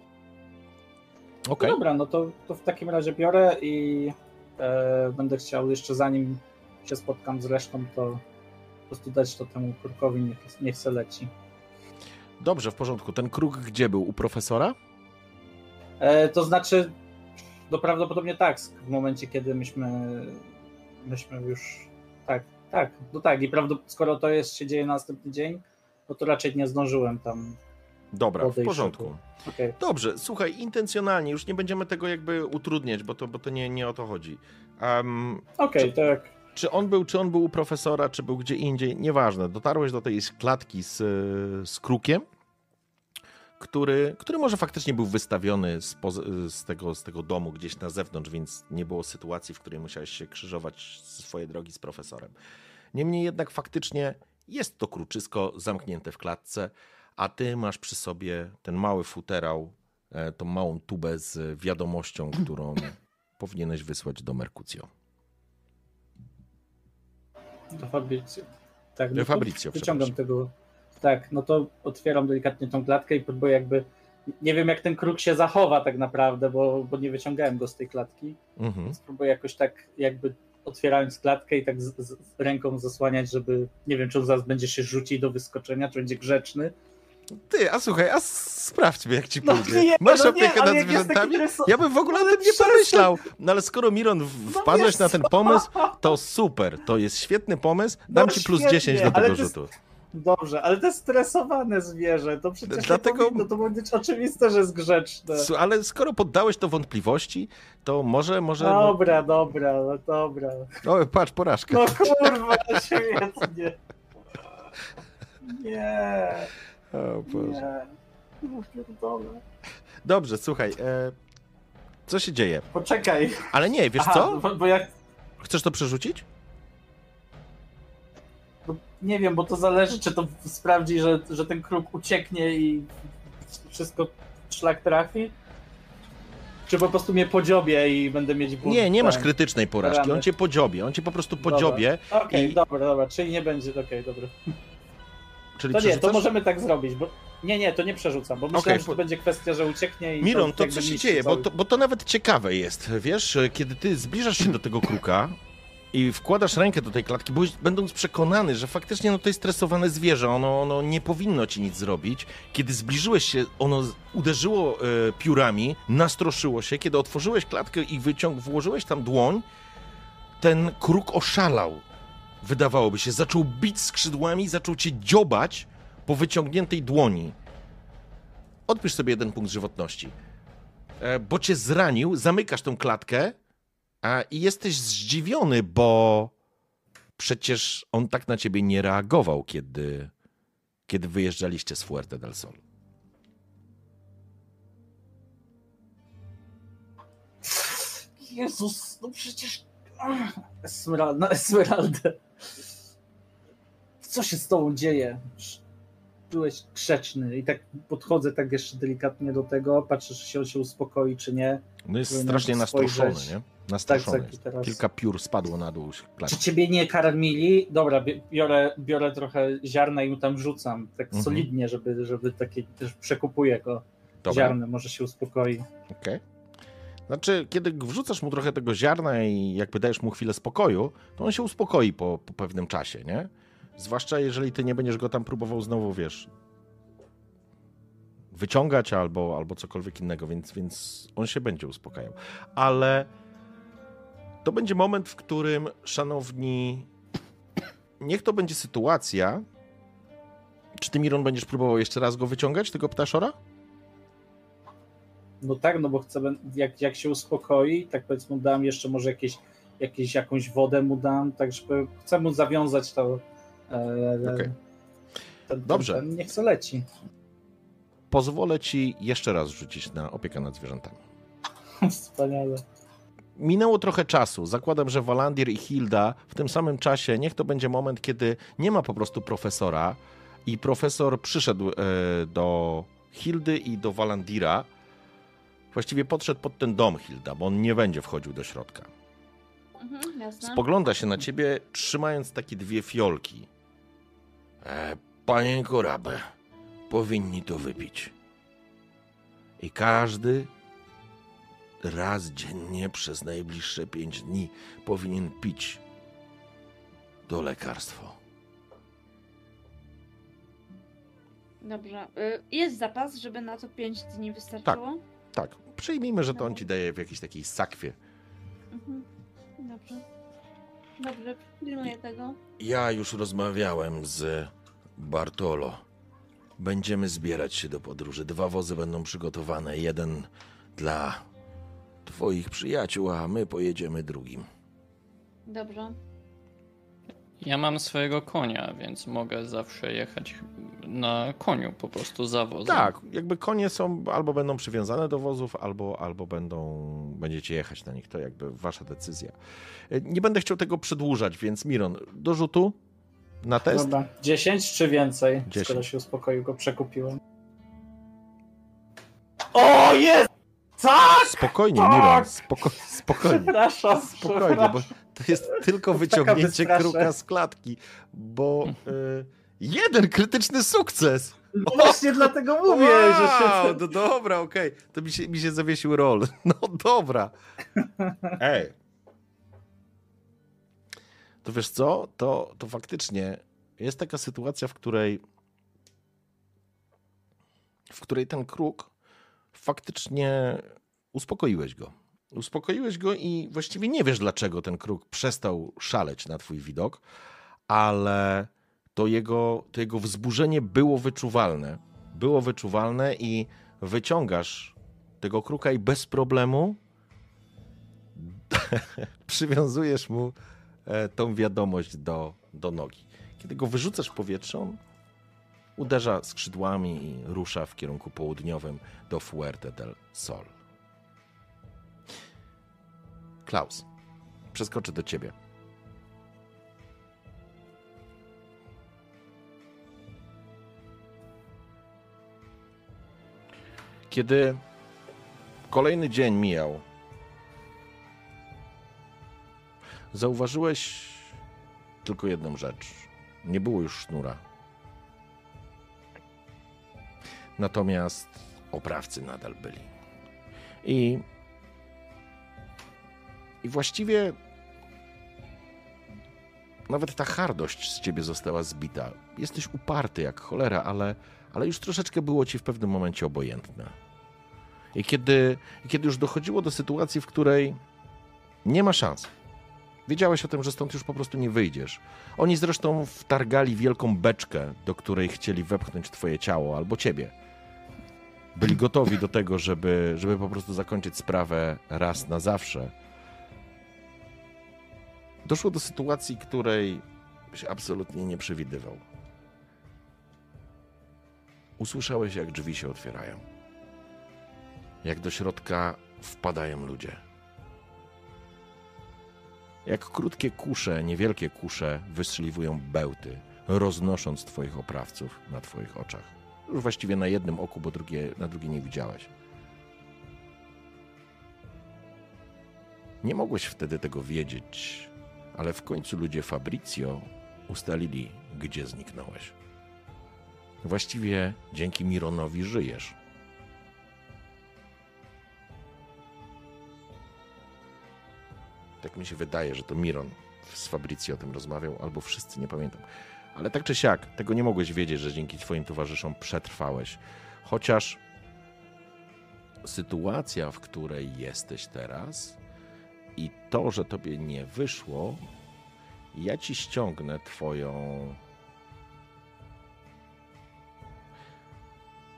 Okej.
No dobra, no to w takim razie biorę i będę chciał jeszcze zanim się spotkam z resztą, to po prostu dać to temu krukowi, niech se leci.
Dobrze, w porządku. Ten kruk gdzie był? U profesora?
To znaczy, no prawdopodobnie tak, w momencie, kiedy myśmy już, tak, i skoro to się dzieje na następny dzień, no to raczej nie zdążyłem tam
Dobra, w
podejść.
porządku.
Okej.
Dobrze, słuchaj, intencjonalnie, już nie będziemy tego jakby utrudniać, bo to nie o to chodzi.
Okej, tak.
Czy on był u profesora, czy był gdzie indziej, nieważne. Dotarłeś do tej klatki z krukiem, który może faktycznie był wystawiony z tego domu gdzieś na zewnątrz, więc nie było sytuacji, w której musiałeś się krzyżować ze swojej drogi z profesorem. Niemniej jednak faktycznie jest to kruczysko zamknięte w klatce, a ty masz przy sobie ten mały futerał, tą małą tubę z wiadomością, którą powinieneś wysłać do Mercutio.
Do Fabrizio. Tak,
Do
to
Fabrizio,
wyciągam
przepraszam.
tego. Tak, no to otwieram delikatnie tą klatkę i próbuję jakby. Nie wiem, jak ten kruk się zachowa tak naprawdę, bo nie wyciągałem go z tej klatki.
Mhm.
Więc próbuję jakoś tak jakby otwierając klatkę i tak z ręką zasłaniać, żeby. Nie wiem, czy on zaraz będzie się rzucić do wyskoczenia, czy będzie grzeczny.
Ty, a słuchaj, sprawdźmy, jak ci
No
pójdzie.
nie,
Masz
no nie,
opiekę
ale
nad
jak jest taki
zwierzętami?
treso-
Ja bym w ogóle o
Ale
tym nie
przestań.
pomyślał. No ale skoro Miron wpadłeś
wiesz
na ten
co?
pomysł, to super. To jest świetny pomysł. Dam
No
ci plus
świetnie,
10 do
ale
tego
to jest-
rzutu.
Dobrze, ale to jest stresowane zwierzę, to przecież
Dlatego-
nie powinno, to powinno być oczywiste, że jest grzeczne.
Ale skoro poddałeś to wątpliwości, to może...
Dobra.
O, patrz, porażka.
No kurwa, świetnie. Nie,
O, Boże.
nie. No pierdolę.
Dobrze, słuchaj, co się dzieje?
Poczekaj.
Ale nie, wiesz
Aha,
co?
Bo ja
Chcesz to przerzucić?
nie wiem, bo to zależy, czy to sprawdzi, że ten kruk ucieknie i wszystko szlak trafi, czy po prostu mnie podziobie i będę mieć ból.
Nie masz
Tak.
krytycznej porażki.
Rany.
On cię podziobie. On cię po prostu
Dobra.
podziobie.
Okej,
I-
dobra, czyli nie będzie, dobra.
Czyli
To nie, to
przerzucasz?
możemy tak zrobić, bo nie, to nie przerzucam, bo myślałem,
Okej,
że to będzie kwestia, że ucieknie i
Miron, to
jakby
co się
niszczy
dzieje?
cały-
Bo to nawet ciekawe jest, wiesz, kiedy ty zbliżasz się do tego kruka i wkładasz rękę do tej klatki, będąc przekonany, że faktycznie to jest stresowane zwierzę, ono nie powinno ci nic zrobić. Kiedy zbliżyłeś się, ono uderzyło piórami, nastroszyło się. Kiedy otworzyłeś klatkę i włożyłeś tam dłoń, ten kruk oszalał. Wydawałoby się, zaczął bić skrzydłami, zaczął cię dziobać po wyciągniętej dłoni. Odpisz sobie 1 punkt żywotności. Bo cię zranił, zamykasz tą klatkę i jesteś zdziwiony, bo przecież on tak na ciebie nie reagował, kiedy wyjeżdżaliście z Fuerte del Sol.
Jezus, no przecież... Esmeralda. Co się z tobą dzieje? Byłeś grzeczny i tak podchodzę tak jeszcze delikatnie do tego, patrzę, czy on się uspokoi, czy nie.
No jest
Powinien
strasznie nastruszony,
spojrzeć.
nie? Nastruszony
Tak,
jest.
teraz.
Kilka piór spadło na dół
Czy
klatki.
ciebie nie karmili? Dobra, biorę trochę ziarna i mu tam wrzucam, tak solidnie, żeby takie, też przekupuję go
Dobra,
ziarnem, może się uspokoi.
okej. Znaczy, kiedy wrzucasz mu trochę tego ziarna i jakby dajesz mu chwilę spokoju, to on się uspokoi po pewnym czasie, nie? Zwłaszcza jeżeli ty nie będziesz go tam próbował znowu, wiesz, wyciągać albo cokolwiek innego, więc on się będzie uspokajał. Ale to będzie moment, w którym, szanowni, niech to będzie sytuacja. Czy ty, Miron, będziesz próbował jeszcze raz go wyciągać, tego ptaszora?
No tak, no bo chcę, jak się uspokoi, tak powiedzmy, dam jeszcze może jakieś jakąś wodę mu dam, tak żeby chcę mu zawiązać to.
Okej. Dobrze.
Niech co leci.
Pozwolę ci jeszcze raz rzucić na opiekę nad zwierzętami.
Wspaniale.
Minęło trochę czasu. Zakładam, że Walandir i Hilda w tym samym czasie, niech to będzie moment, kiedy nie ma po prostu profesora i profesor przyszedł do Hildy i do Walandira. Właściwie podszedł pod ten dom Hilda, bo on nie będzie wchodził do środka.
Jasne.
Spogląda się na ciebie, trzymając takie dwie fiolki. Panienko Rabę, powinni to wypić. I każdy raz dziennie przez najbliższe 5 dni powinien pić to lekarstwo.
Dobrze. Jest zapas, żeby na to 5 dni wystarczyło?
Tak, przyjmijmy, że to on ci daje w jakiejś takiej sakwie.
Mhm. Dobrze. Dobrze, pilnuję tego.
Ja już rozmawiałem z Bartolo. Będziemy zbierać się do podróży. 2 wozy będą przygotowane. Jeden dla twoich przyjaciół, a my pojedziemy drugim.
Dobrze.
Ja mam swojego konia, więc mogę zawsze jechać na koniu po prostu za wozem.
Tak, jakby konie są albo będą przywiązane do wozów, albo będziecie jechać na nich. To jakby wasza decyzja. Nie będę chciał tego przedłużać, więc Miron, do rzutu na test.
Dobra, 10 czy więcej?
10.
Skoro się uspokoił, go przekupiłem. O, jest! Tak!
Spokojnie, Miron, spokojnie.
Przepraszam,
Spokojnie, bo to jest tylko wyciągnięcie
wystraszę.
kruka z klatki, bo jeden krytyczny sukces.
No właśnie dlatego mówię, że się...
No dobra, okej. To mi się zawiesił rol. No dobra. Ej. To wiesz co? To faktycznie jest taka sytuacja, w której ten kruk faktycznie uspokoiłeś go. Uspokoiłeś go i właściwie nie wiesz, dlaczego ten kruk przestał szaleć na twój widok, ale to jego wzburzenie było wyczuwalne. Było wyczuwalne i wyciągasz tego kruka i bez problemu przywiązujesz mu tą wiadomość do nogi. Kiedy go wyrzucasz w powietrze, on uderza skrzydłami i rusza w kierunku południowym do Fuerte del Sol. Klaus, przeskoczę do ciebie. Kiedy kolejny dzień mijał, zauważyłeś tylko jedną rzecz. Nie było już sznura. Natomiast oprawcy nadal byli. I właściwie nawet ta hardość z ciebie została zbita. Jesteś uparty jak cholera, ale już troszeczkę było ci w pewnym momencie obojętne. I kiedy już dochodziło do sytuacji, w której nie ma szans, wiedziałeś o tym, że stąd już po prostu nie wyjdziesz. Oni zresztą wtargali wielką beczkę, do której chcieli wepchnąć twoje ciało albo ciebie. Byli gotowi do tego, żeby po prostu zakończyć sprawę raz na zawsze. Doszło do sytuacji, której byś absolutnie nie przewidywał. Usłyszałeś, jak drzwi się otwierają. Jak do środka wpadają ludzie. Jak krótkie kusze, niewielkie kusze wystrzeliwują bełty, roznosząc twoich oprawców na twoich oczach. Już właściwie na jednym oku, bo na drugie nie widziałeś. Nie mogłeś wtedy tego wiedzieć, ale w końcu ludzie Fabrizio ustalili, gdzie zniknąłeś. Właściwie dzięki Mironowi żyjesz. Tak mi się wydaje, że to Miron z Fabrizio o tym rozmawiał, albo wszyscy, nie pamiętam. Ale tak czy siak, tego nie mogłeś wiedzieć, że dzięki twoim towarzyszom przetrwałeś. Chociaż sytuacja, w której jesteś teraz i to, że tobie nie wyszło, ja ci ściągnę twoją...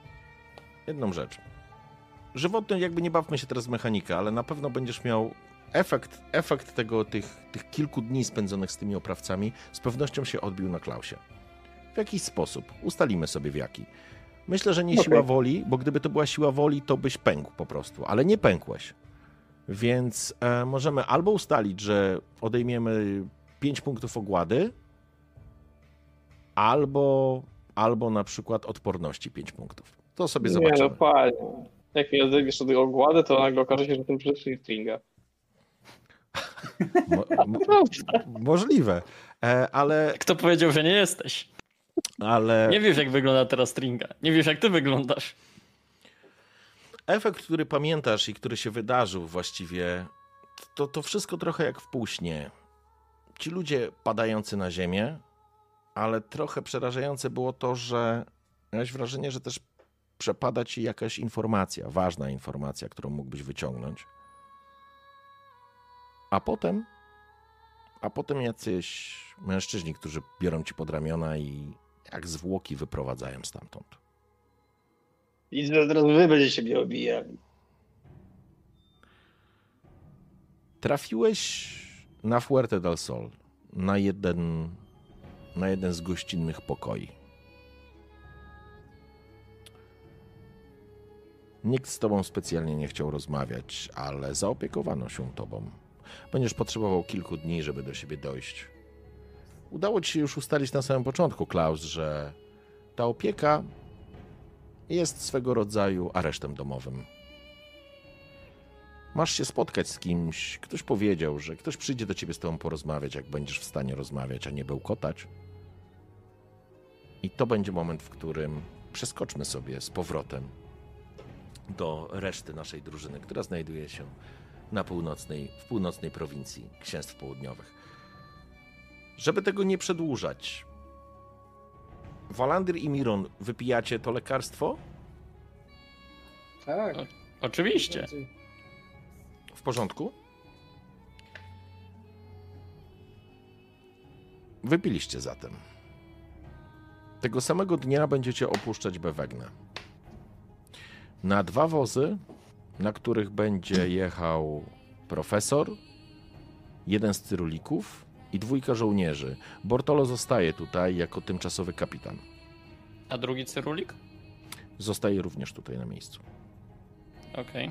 jedną rzecz. Żywotnie jakby nie bawmy się teraz w mechanikę, ale na pewno będziesz miał efekt tych kilku dni spędzonych z tymi oprawcami z pewnością się odbił na Klausie. W jakiś sposób. Ustalimy sobie w jaki. Myślę, że nie siła woli, bo gdyby to była siła woli, to byś pękł po prostu, ale nie pękłeś. Więc możemy albo ustalić, że odejmiemy 5 punktów ogłady, albo na przykład odporności 5 punktów. To sobie zobaczymy.
Nie, no fajnie. Jak mi odejmiesz od ogłady, to nagle okaże się, że tym przyszli stringa.
Możliwe, ale...
Kto powiedział, że nie jesteś?
Ale...
Nie wiesz, jak wygląda teraz stringa. Nie wiesz, jak ty wyglądasz.
Efekt, który pamiętasz i który się wydarzył właściwie, to wszystko trochę jak w półśnie. Ci ludzie padający na ziemię, ale trochę przerażające było to, że miałeś wrażenie, że też przepada ci jakaś informacja, ważna informacja, którą mógłbyś wyciągnąć. A potem jacyś mężczyźni, którzy biorą ci pod ramiona i jak zwłoki wyprowadzają stamtąd.
I teraz wy będziecie mnie obijali.
Trafiłeś na Fuerte del Sol, na jeden z gościnnych pokoi. Nikt z tobą specjalnie nie chciał rozmawiać, ale zaopiekowano się tobą. Będziesz potrzebował kilku dni, żeby do siebie dojść. Udało ci się już ustalić na samym początku, Klaus, że ta opieka jest swego rodzaju aresztem domowym. Masz się spotkać z kimś, ktoś powiedział, że ktoś przyjdzie do ciebie z tobą porozmawiać, jak będziesz w stanie rozmawiać, a nie bełkotać. I to będzie moment, w którym przeskoczmy sobie z powrotem do reszty naszej drużyny, która znajduje się w północnej prowincji Księstw Południowych. Żeby tego nie przedłużać, Walandir i Miron, wypijacie to lekarstwo?
Tak.
Oczywiście.
W porządku? Wypiliście zatem. Tego samego dnia będziecie opuszczać Bewegnę. Na 2 wozy, na których będzie jechał profesor, 1 z cyrulików i 2 żołnierzy. Bortolo zostaje tutaj jako tymczasowy kapitan.
A drugi cyrulik?
Zostaje również tutaj na miejscu.
Okej.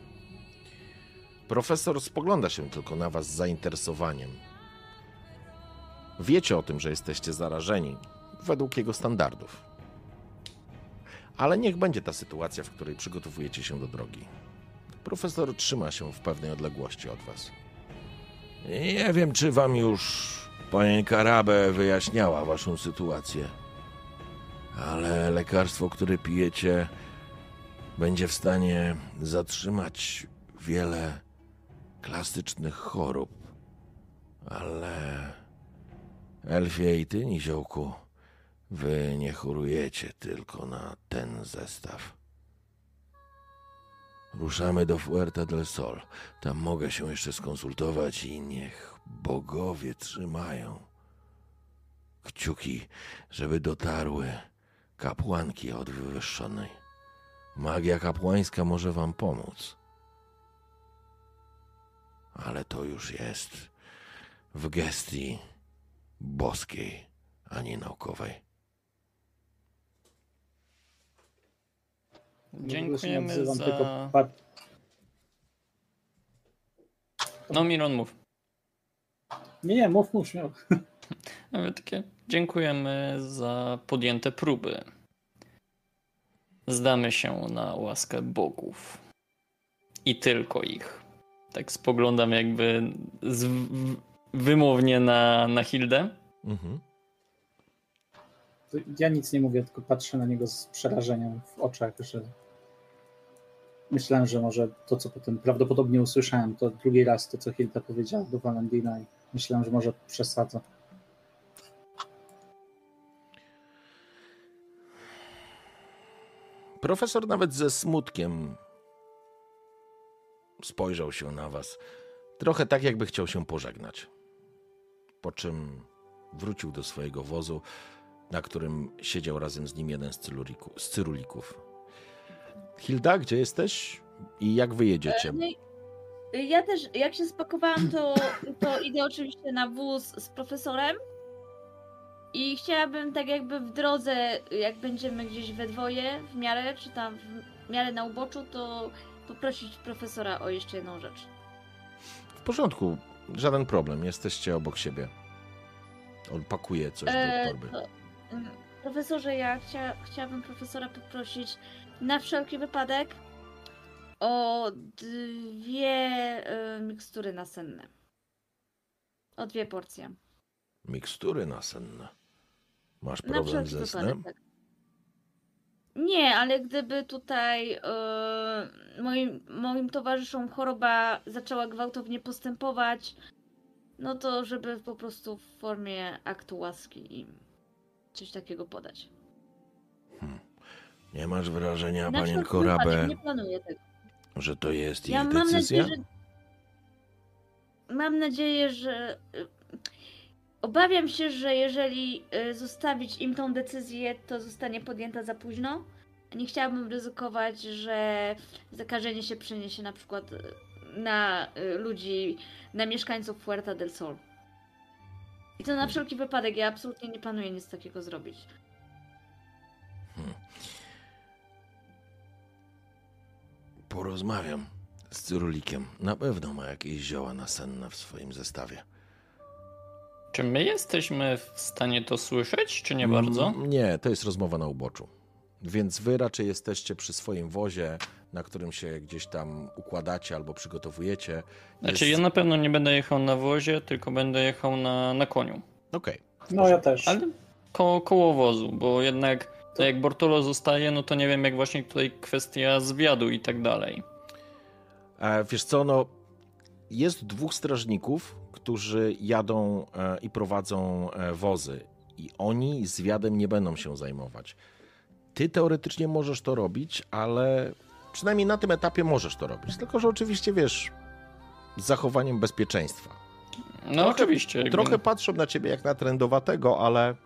Profesor spogląda się tylko na was z zainteresowaniem. Wiecie o tym, że jesteście zarażeni według jego standardów. Ale niech będzie ta sytuacja, w której przygotowujecie się do drogi. Profesor trzyma się w pewnej odległości od was. Nie wiem, czy wam już pani Karabe wyjaśniała waszą sytuację, ale lekarstwo, które pijecie, będzie w stanie zatrzymać wiele klasycznych chorób. Ale Elfie i ty, Niziołku, wy nie chorujecie tylko na ten zestaw. Ruszamy do Fuerte del Sol. Tam mogę się jeszcze skonsultować i niech bogowie trzymają kciuki, żeby dotarły kapłanki od wywyższonej. Magia kapłańska może wam pomóc. Ale to już jest w gestii boskiej, a nie naukowej.
Dziękujemy za... No, Miron, mów.
Nie, mów, śmiało.
Mamy takie... Dziękujemy za podjęte próby. Zdamy się na łaskę bogów. I tylko ich. Tak spoglądam jakby wymownie na Hildę.
Mhm.
Ja nic nie mówię, tylko patrzę na niego z przerażeniem w oczach, że myślałem, że może to, co potem prawdopodobnie usłyszałem, to drugi raz to, co Hilda powiedziała do Valentina i myślałem, że może przesadza.
Profesor nawet ze smutkiem spojrzał się na was. Trochę tak, jakby chciał się pożegnać. Po wrócił do swojego wozu, na którym siedział razem z nim jeden z cyrulików. Hilda, gdzie jesteś i jak wyjedziecie?
Ja też, jak się spakowałam, to idę oczywiście na wóz z profesorem i chciałabym tak jakby w drodze, jak będziemy gdzieś we dwoje w miarę, czy tam w miarę na uboczu, to poprosić profesora o jeszcze jedną rzecz.
W porządku, żaden problem, jesteście obok siebie. On pakuje coś do torby.
Profesorze, ja chciałabym profesora poprosić na wszelki wypadek o 2 mikstury nasenne. O 2 porcje.
Mikstury nasenne. Masz
Na
problem
wszelki
ze
wypadek,
snem?
tak. Nie, ale gdyby tutaj moim towarzyszom choroba zaczęła gwałtownie postępować, no to żeby po prostu w formie aktu łaski im coś takiego podać.
Nie masz wrażenia,
Na wszelki
panienko
wypadek,
Rabę,
nie planuję tego.
że to jest
Ja
ich
mam
decyzja?
nadzieję, mam nadzieję, że obawiam się, że jeżeli zostawić im tą decyzję, to zostanie podjęta za późno. Nie chciałabym ryzykować, że zakażenie się przeniesie na przykład na ludzi, na mieszkańców Puerta del Sol. I to na wszelki wypadek, ja absolutnie nie planuję nic takiego zrobić.
Porozmawiam z Cyrulikiem. Na pewno ma jakieś zioła nasenne w swoim zestawie.
Czy my jesteśmy w stanie to słyszeć, czy nie bardzo?
Nie, to jest rozmowa na uboczu. Więc wy raczej jesteście przy swoim wozie, na którym się gdzieś tam układacie albo przygotowujecie.
Znaczy ja na pewno nie będę jechał na wozie, tylko będę jechał na koniu.
Okej.
No ja też.
Ale koło wozu, bo jednak jak Bortolo zostaje, no to nie wiem jak właśnie tutaj kwestia zwiadu i tak dalej.
Wiesz co, no jest 2 strażników, którzy jadą i prowadzą wozy i oni zwiadem nie będą się zajmować. Ty teoretycznie możesz to robić, ale przynajmniej na tym etapie możesz to robić. Tylko że oczywiście, wiesz, z zachowaniem bezpieczeństwa.
No oczywiście.
Trochę patrzą na ciebie jak na trendowatego,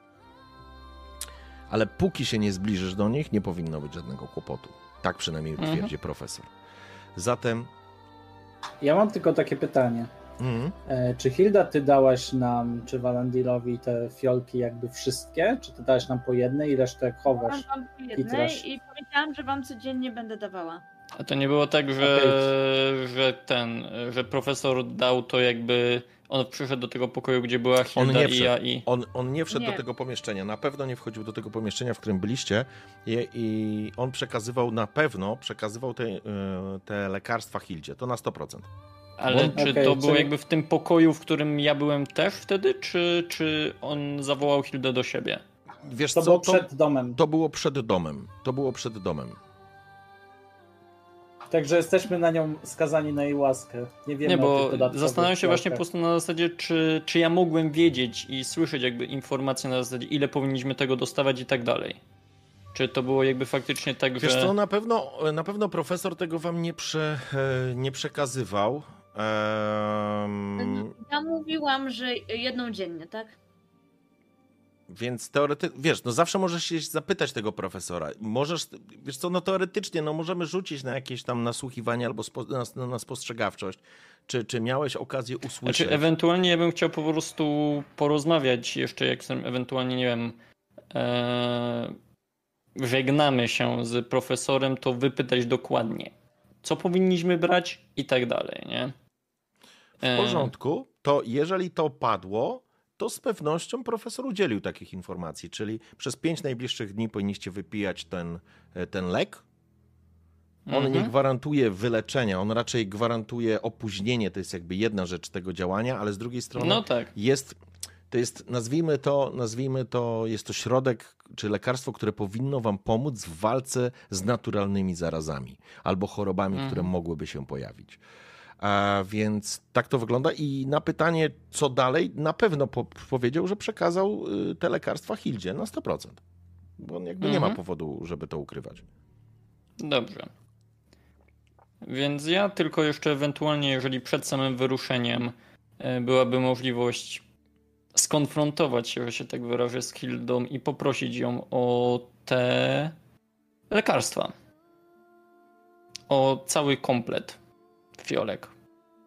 ale póki się nie zbliżysz do nich, nie powinno być żadnego kłopotu. Tak przynajmniej twierdzi profesor. Zatem...
Ja mam tylko takie pytanie. Czy Hilda, ty dałaś nam, czy Walandirowi te fiolki jakby wszystkie? Czy ty dałaś nam po jednej i resztę chowasz?
Dałam wam po jednej
trasz?
i powiedziałam, że wam codziennie będę dawała.
A to nie było tak, że profesor dał to jakby... On przyszedł do tego pokoju, gdzie była Hilda i ja i...
On nie wszedł
Nie.
do tego pomieszczenia. Na pewno nie wchodził do tego pomieszczenia, w którym byliście i on przekazywał te lekarstwa Hildzie. To na 100%.
Ale czy
Okej,
to było
czyli-
jakby w tym pokoju, w którym ja byłem też wtedy, czy on zawołał Hildę do siebie?
Wiesz
To
co,
było przed domem.
to było przed domem. To było przed domem.
Także jesteśmy na nią skazani na jej łaskę. Nie wiemy
Nie,
o
bo
tych dodatkowych
zastanawiam się właśnie po
fiolkach.
prostu na zasadzie, czy ja mogłem wiedzieć i słyszeć jakby informacje na zasadzie, ile powinniśmy tego dostawać i tak dalej. Czy to było jakby faktycznie tak,
Wiesz
że...
co, na pewno profesor tego wam nie przekazywał.
Ja mówiłam, że jedną dziennie, tak?
Więc teoretycznie, wiesz, no zawsze możesz się zapytać tego profesora. Możesz, wiesz co, no teoretycznie, no możemy rzucić na jakieś tam nasłuchiwanie albo na spostrzegawczość. Czy miałeś okazję usłyszeć?
Znaczy, ewentualnie ja bym chciał po prostu porozmawiać jeszcze, jak jestem ewentualnie, nie wiem, żegnamy się z profesorem, to wypytać dokładnie, co powinniśmy brać i tak dalej, nie?
W porządku, to jeżeli to padło, to z pewnością profesor udzielił takich informacji, czyli przez 5 najbliższych dni powinniście wypijać ten lek. On nie gwarantuje wyleczenia, on raczej gwarantuje opóźnienie, to jest jakby jedna rzecz tego działania, ale z drugiej strony
No tak.
to jest, nazwijmy to, jest to środek czy lekarstwo, które powinno wam pomóc w walce z naturalnymi zarazami albo chorobami, które mogłyby się pojawić. A więc tak to wygląda i na pytanie, co dalej, na pewno powiedział, że przekazał te lekarstwa Hildzie na 100%. Bo on jakby nie ma powodu, żeby to ukrywać.
Dobrze. Więc ja tylko jeszcze ewentualnie, jeżeli przed samym wyruszeniem byłaby możliwość skonfrontować się, że się tak wyrażę, z Hildą i poprosić ją o te lekarstwa. O cały komplet fiolek.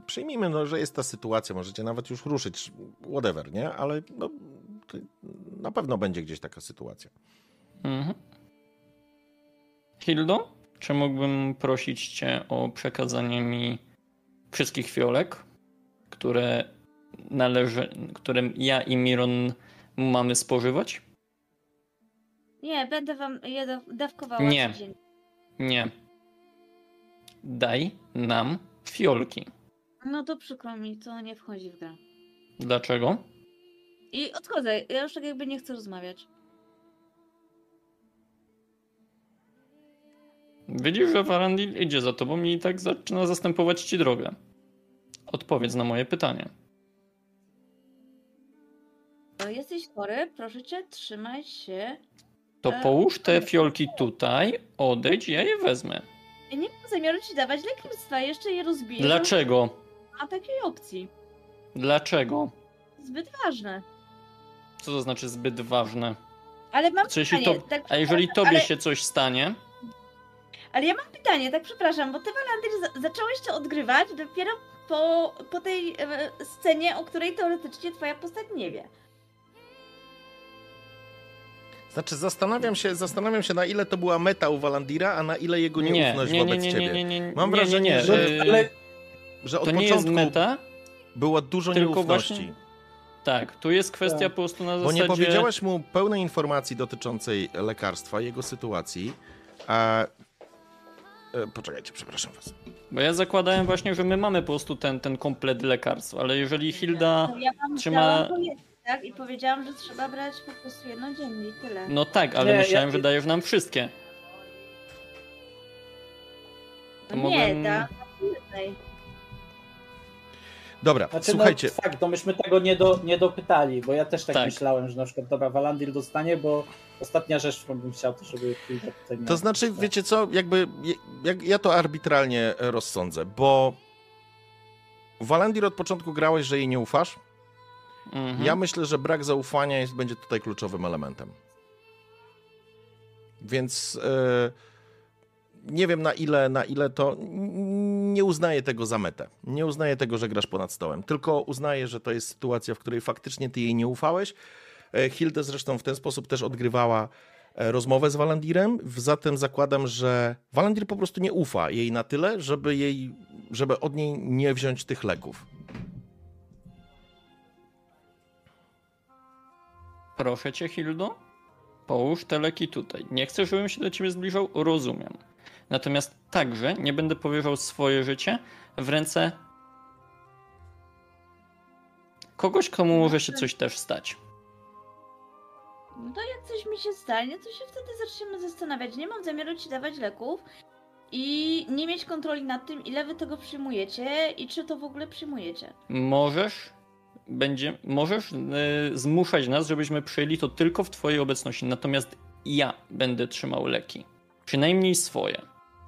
przyjmijmy, no, że jest ta sytuacja, możecie nawet już ruszyć, whatever, nie? Ale no, na pewno będzie gdzieś taka sytuacja.
Mhm. Hildo, czy mógłbym prosić cię o przekazanie mi wszystkich fiolek, które którym ja i Miron mamy spożywać?
Nie, będę wam je dawkowała
Nie.
codziennie.
Nie. Daj nam fiolki.
No to przykro mi, to nie wchodzi w grę.
Dlaczego?
I odchodzę, ja już tak jakby nie chcę rozmawiać.
Widzisz, że Varandil idzie za tobą i tak zaczyna zastępować ci drogę. Odpowiedz na moje pytanie.
Jesteś chory, proszę cię, trzymaj się.
To połóż te fiolki tutaj, odejdź, ja je wezmę.
Ja nie mam zamiaru ci dawać lekarstwa, jeszcze je rozbiję.
Dlaczego?
Nie ma takiej opcji.
Dlaczego?
Zbyt ważne.
Co to znaczy zbyt ważne?
Ale mam
Co jeśli
pytanie,
to,
tak
a jeżeli
przepraszam,
tobie
ale,
się coś stanie,
ale ja mam pytanie, tak przepraszam, bo ty, Walandir, zacząłeś to odgrywać dopiero po tej scenie, o której teoretycznie twoja postać nie wie.
Znaczy, zastanawiam się, na ile to była meta u Walandira, a na ile jego nieufność wobec ciebie. Mam wrażenie, że od
to nie
początku
jest meta,
było dużo
tylko
nieufności.
właśnie- tak, tu jest kwestia
Tak.
po prostu na
Bo
zasadzie...
nie powiedziałaś mu pełnej informacji dotyczącej lekarstwa, jego sytuacji, a... Poczekajcie, przepraszam was.
Bo ja zakładałem właśnie, że my mamy po prostu ten komplet lekarstw, ale jeżeli Hilda
No, ja wam
trzyma...
dałam to jedno, tak? I powiedziałam, że trzeba brać po prostu jedno dziennie i tyle.
No tak, ale
Nie,
myślałem,
ja-
że dajesz nam wszystkie. To
No
mogłem-
nie, da. Jednej.
Dobra,
Znaczy,
słuchajcie,
no fakt, to myśmy tego nie dopytali, bo ja też tak,
Tak.
myślałem, że na przykład dobra, Walandir dostanie, bo ostatnia rzecz, którą bym chciał, to żeby Hilda tutaj miała.
to znaczy, wiecie co, jakby ja to arbitralnie rozsądzę, bo Walandir od początku grałeś, że jej nie ufasz.
Mhm.
Ja myślę, że brak zaufania będzie tutaj kluczowym elementem. Więc nie wiem na ile to... Nie uznaję tego za metę. Nie uznaję tego, że grasz ponad stołem. Tylko uznaję, że to jest sytuacja, w której faktycznie ty jej nie ufałeś. Hilde zresztą w ten sposób też odgrywała rozmowę z Walandirem. Zatem zakładam, że Walandir po prostu nie ufa jej na tyle, żeby od niej nie wziąć tych leków.
Proszę cię, Hildo, połóż te leki tutaj. Nie chcę, żebym się do ciebie zbliżał, rozumiem. Natomiast także nie będę powierzał swoje życie w ręce kogoś, komu może się coś też stać.
No to jak coś mi się stanie, to się wtedy zaczniemy zastanawiać. Nie mam zamiaru ci dawać leków i nie mieć kontroli nad tym, ile wy tego przyjmujecie i czy to w ogóle przyjmujecie.
Możesz zmuszać nas, żebyśmy przyjęli to tylko w twojej obecności. Natomiast ja będę trzymał leki. Przynajmniej swoje.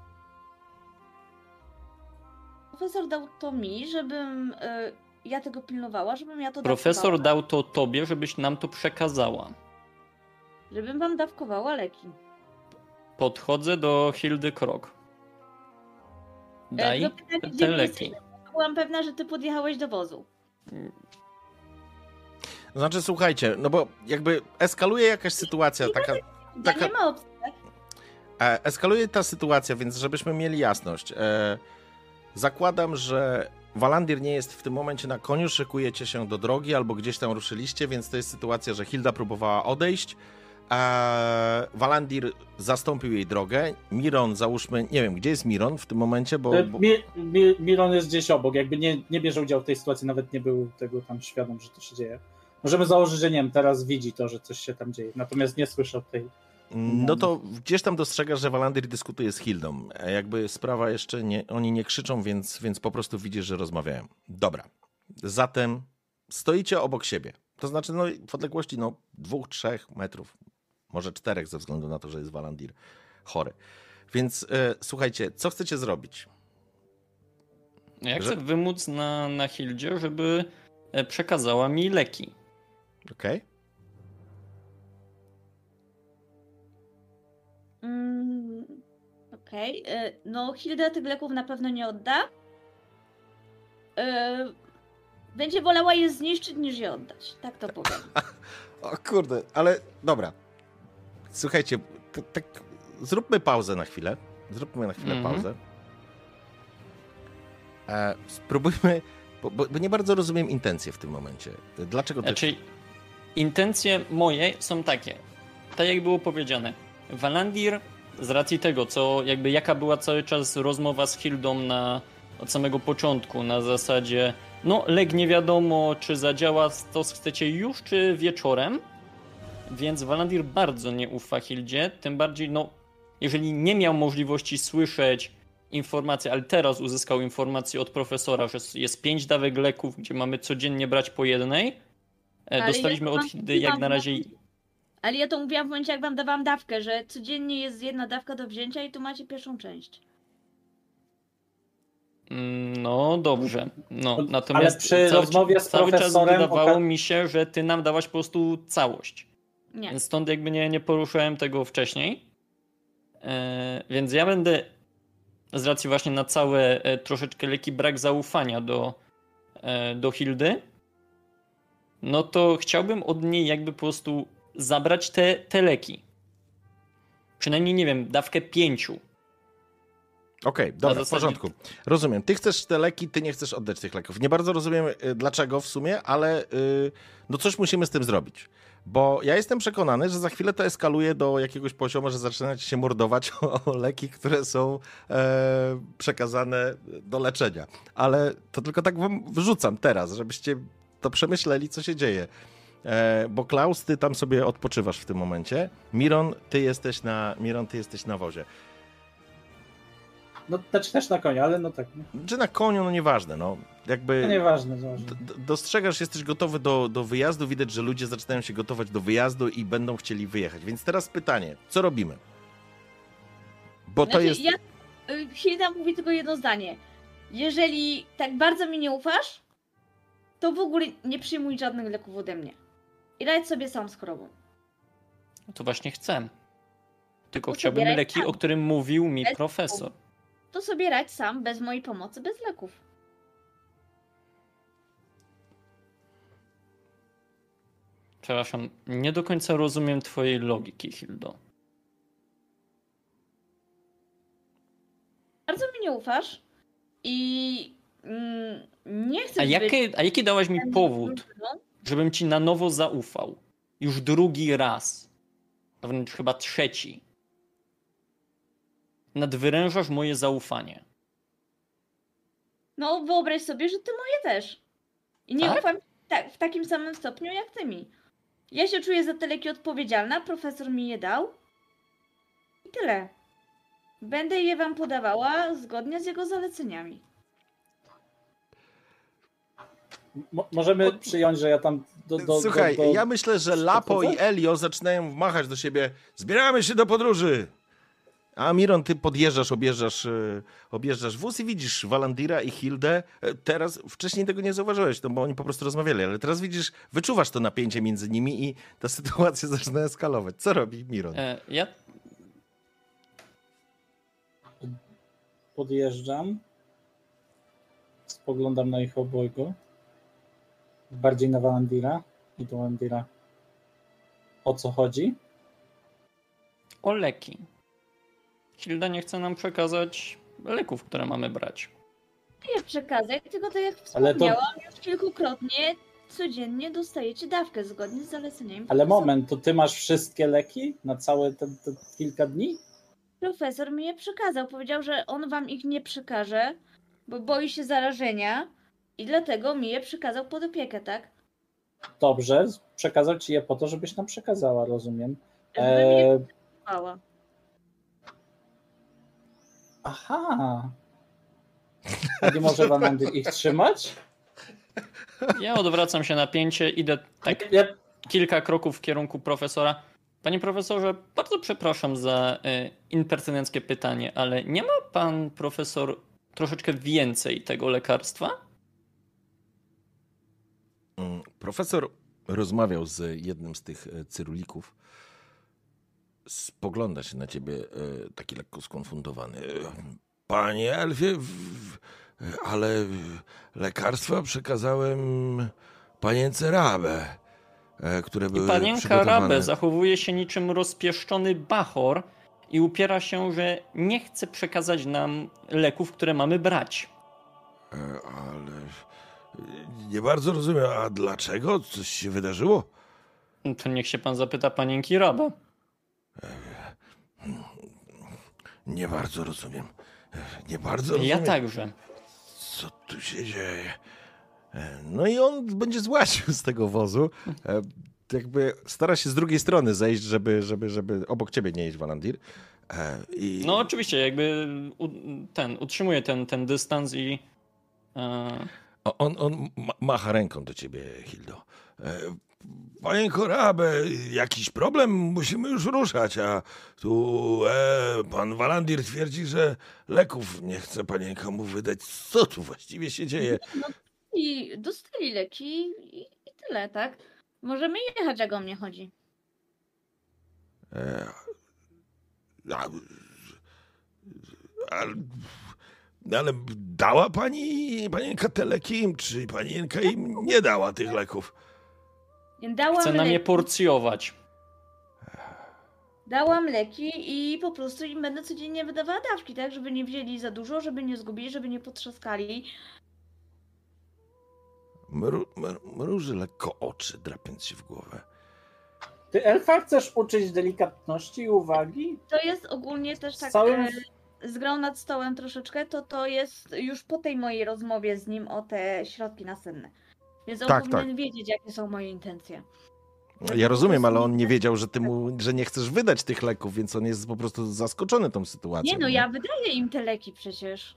Profesor dał to mi, żebym ja tego pilnowała, żebym ja to
Profesor
dawkowała,
dał to tobie, żebyś nam to przekazała.
żebym wam dawkowała leki.
Podchodzę do Hildy Krok. Daj
No pytanie, gdzie
te
wy
leki.
jesteście? Byłam pewna, że ty podjechałeś do wozu.
Znaczy, słuchajcie, no bo jakby eskaluje jakaś sytuacja taka...
Nie ma opcji, tak?
Eskaluje ta sytuacja, więc żebyśmy mieli jasność. Zakładam, że Walandir nie jest w tym momencie na koniu, szykujecie się do drogi albo gdzieś tam ruszyliście, więc to jest sytuacja, że Hilda próbowała odejść, Walandir zastąpił jej drogę. Miron, załóżmy, nie wiem, gdzie jest Miron w tym momencie, bo...
Miron jest gdzieś obok, jakby nie bierze udziału w tej sytuacji, nawet nie był tego tam świadom, że to się dzieje. Możemy założyć, że nie wiem, teraz widzi to, że coś się tam dzieje, natomiast nie słyszał tej...
No to gdzieś tam dostrzegasz, że Walandir dyskutuje z Hildą. Jakby sprawa jeszcze oni nie krzyczą, więc po prostu widzisz, że rozmawiają. Dobra. Zatem stoicie obok siebie. To znaczy w odległości 2-3 metrów, może 4 ze względu na to, że jest Walandir chory. Więc słuchajcie, co chcecie zrobić?
Ja chcę wymóc na Hildzie, żeby przekazała mi leki.
Okej.
Okej. No Hilda tych leków na pewno nie odda. będzie wolała je zniszczyć niż je oddać. Tak to powiem.
O kurde, ale dobra. Słuchajcie, tak zróbmy pauzę na chwilę. Zróbmy na chwilę pauzę. Spróbujmy, bo nie bardzo rozumiem intencje w tym momencie. Dlaczego ty...
Znaczy, intencje moje są takie. Tak jak było powiedziane. Valandir z racji tego, co jakby jaka była cały czas rozmowa z Hildą od samego początku, na zasadzie no leg nie wiadomo, czy zadziała, to chcecie już, czy wieczorem. Więc Valandir bardzo nie ufa Hildzie, tym bardziej no jeżeli nie miał możliwości słyszeć informacji, ale teraz uzyskał informację od profesora, że jest 5 dawek leków, gdzie mamy codziennie brać po jednej. Dostaliśmy od Hildy jak na razie...
Ale ja to mówiłam w momencie, jak wam dawałam dawkę, że codziennie jest jedna dawka do wzięcia i tu macie pierwszą część.
No dobrze. No, natomiast
ale przy rozmowie z
cały czas
profesorem
wydawało mi się, że ty nam dałaś po prostu całość.
Nie.
Więc stąd jakby nie poruszyłem tego wcześniej. Więc ja będę z racji właśnie na całe troszeczkę lekki brak zaufania do Hildy, no to chciałbym od niej jakby po prostu zabrać te leki. Przynajmniej, nie wiem, dawkę 5.
Okej, dobra,
zasadzie...
w porządku. Rozumiem. Ty chcesz te leki, ty nie chcesz oddać tych leków. Nie bardzo rozumiem dlaczego w sumie, ale no coś musimy z tym zrobić. Bo ja jestem przekonany, że za chwilę to eskaluje do jakiegoś poziomu, że zaczynacie się mordować o leki, które są przekazane do leczenia. Ale to tylko tak wam wrzucam teraz, żebyście to przemyśleli, co się dzieje. Bo Klaus, ty tam sobie odpoczywasz w tym momencie. Miron, ty jesteś na wozie.
No też na koniu, ale no tak.
Czy na koniu, no nieważne, no. Jakby
No nieważne.
dostrzegasz, jesteś gotowy do wyjazdu, widać, że ludzie zaczynają się gotować do wyjazdu i będą chcieli wyjechać. Więc teraz pytanie, co robimy? Bo to jest...
Hilda mówi tylko jedno zdanie. Jeżeli tak bardzo mi nie ufasz, to w ogóle nie przyjmuj żadnych leków ode mnie. I radź sobie sam z chorobą.
No to właśnie chcę. Tylko
To
chciałbym
sobie
leki,
radź
o którym mówił mi
Bez
profesor.
To sobie radź sam, bez mojej pomocy, bez leków.
Przepraszam, nie do końca rozumiem twojej logiki, Hildo.
Bardzo mi nie ufasz i nie chcesz
A jaki dałaś mi powód, żebym ci na nowo zaufał? Już drugi raz. A wręcz chyba trzeci. Nadwyrężasz moje zaufanie.
No wyobraź sobie, że ty moje też. I nie
Tak?
ufam w takim samym stopniu jak ty mi. Ja się czuję za te leki odpowiedzialna, profesor mi je dał. I tyle. Będę je wam podawała zgodnie z jego zaleceniami.
Możemy przyjąć, że ja tam
Słuchaj, ja myślę, że Lapo i Elio zaczynają machać do siebie. Zbieramy się do podróży! A Miron, ty podjeżdżasz, objeżdżasz wóz i widzisz Valandira i Hildę. Teraz, wcześniej tego nie zauważyłeś, no bo oni po prostu rozmawiali, ale teraz widzisz, wyczuwasz to napięcie między nimi i ta sytuacja zaczyna eskalować. Co robi Miron?
Ja
podjeżdżam, spoglądam na ich obojgu, bardziej na Valandira i do Valandira. O co chodzi?
o leki. Hilda nie chce nam przekazać leków, które mamy brać.
Nie przekazać, tylko tak jak
Ale to-
wspomniałam, już kilkukrotnie codziennie dostajecie dawkę zgodnie z zaleceniami.
Ale
profesora.
moment, to ty masz wszystkie leki na całe te kilka dni?
Profesor mi je przekazał. Powiedział, że on wam ich nie przekaże, bo boi się zarażenia i dlatego mi je przekazał pod opiekę, tak?
Dobrze, przekazał ci je po to, żebyś nam przekazała, rozumiem.
Żeby mnie przekazała.
Aha. A nie może Valandir ich trzymać?
Ja odwracam się na pięcie, idę tak
Ja,
kilka kroków w kierunku profesora. Panie profesorze, bardzo przepraszam za impertynenckie pytanie, ale nie ma pan profesor troszeczkę więcej tego lekarstwa?
Profesor rozmawiał z jednym z tych cyrulików. Spogląda się na ciebie taki lekko skonfundowany. Panie Elfie,
Ale lekarstwa przekazałem panience Rabę, które były
I panienka
przygotowane.
Rabę zachowuje się niczym rozpieszczony bachor i upiera się, że nie chce przekazać nam leków, które mamy brać.
Ale nie bardzo rozumiem, a dlaczego? Coś się wydarzyło?
To niech się pan zapyta panienki Rabę.
Nie bardzo rozumiem. Nie bardzo rozumiem.
Ja także.
Co tu się dzieje?
No i on będzie złaził z tego wozu. Jakby stara się z drugiej strony zejść, żeby obok ciebie nie iść, Walandir. I...
No oczywiście, jakby utrzymuje ten dystans i...
On macha ręką do ciebie, Hildo. Panienko Rabę, jakiś problem? Musimy już ruszać, a tu pan Walandir twierdzi, że leków nie chce panienka mu wydać. Co tu właściwie się dzieje?
No i dostali leki i tyle, tak? Możemy jechać, jak o mnie chodzi.
Ale dała panienka te leki, czy panienka im nie dała tych leków?
Dałam
Chce nam je
leki,
porcjować.
dałam leki i po prostu im będę codziennie wydawała dawki, tak? Żeby nie wzięli za dużo, żeby nie zgubili, żeby nie potrzaskali.
Mruży lekko oczy, drapiąc się w głowę.
Ty, Elfa, chcesz uczyć delikatności i uwagi?
To jest ogólnie też tak
Całym-
z grą nad stołem troszeczkę, to jest już po tej mojej rozmowie z nim o te środki nasenne. Więc on
Tak,
powinien wiedzieć, jakie są moje intencje.
Ja rozumiem, ale on nie wiedział, że nie chcesz wydać tych leków, więc on jest po prostu zaskoczony tą sytuacją.
Nie no, ja wydaję im te leki przecież.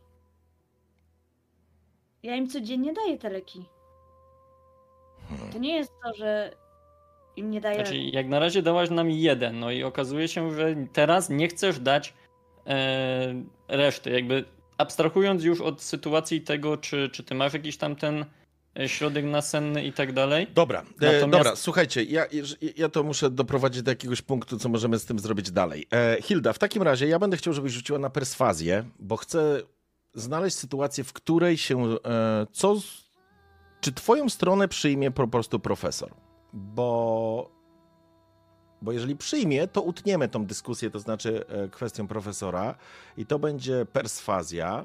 Ja im codziennie daję te leki. To nie jest to, że im nie daję
Znaczy,
leków.
jak na razie dałaś nam jeden, no i okazuje się, że teraz nie chcesz dać reszty. Jakby abstrahując już od sytuacji tego, czy ty masz jakiś tam ten środek nasenny i tak dalej.
Dobra,
Natomiast-
dobra, słuchajcie, ja to muszę doprowadzić do jakiegoś punktu, co możemy z tym zrobić dalej. Hilda, w takim razie ja będę chciał, żebyś rzuciła na perswazję, bo chcę znaleźć sytuację, w której się czy twoją stronę przyjmie po prostu profesor? Bo jeżeli przyjmie, to utniemy tą dyskusję, to znaczy kwestią profesora i to będzie perswazja.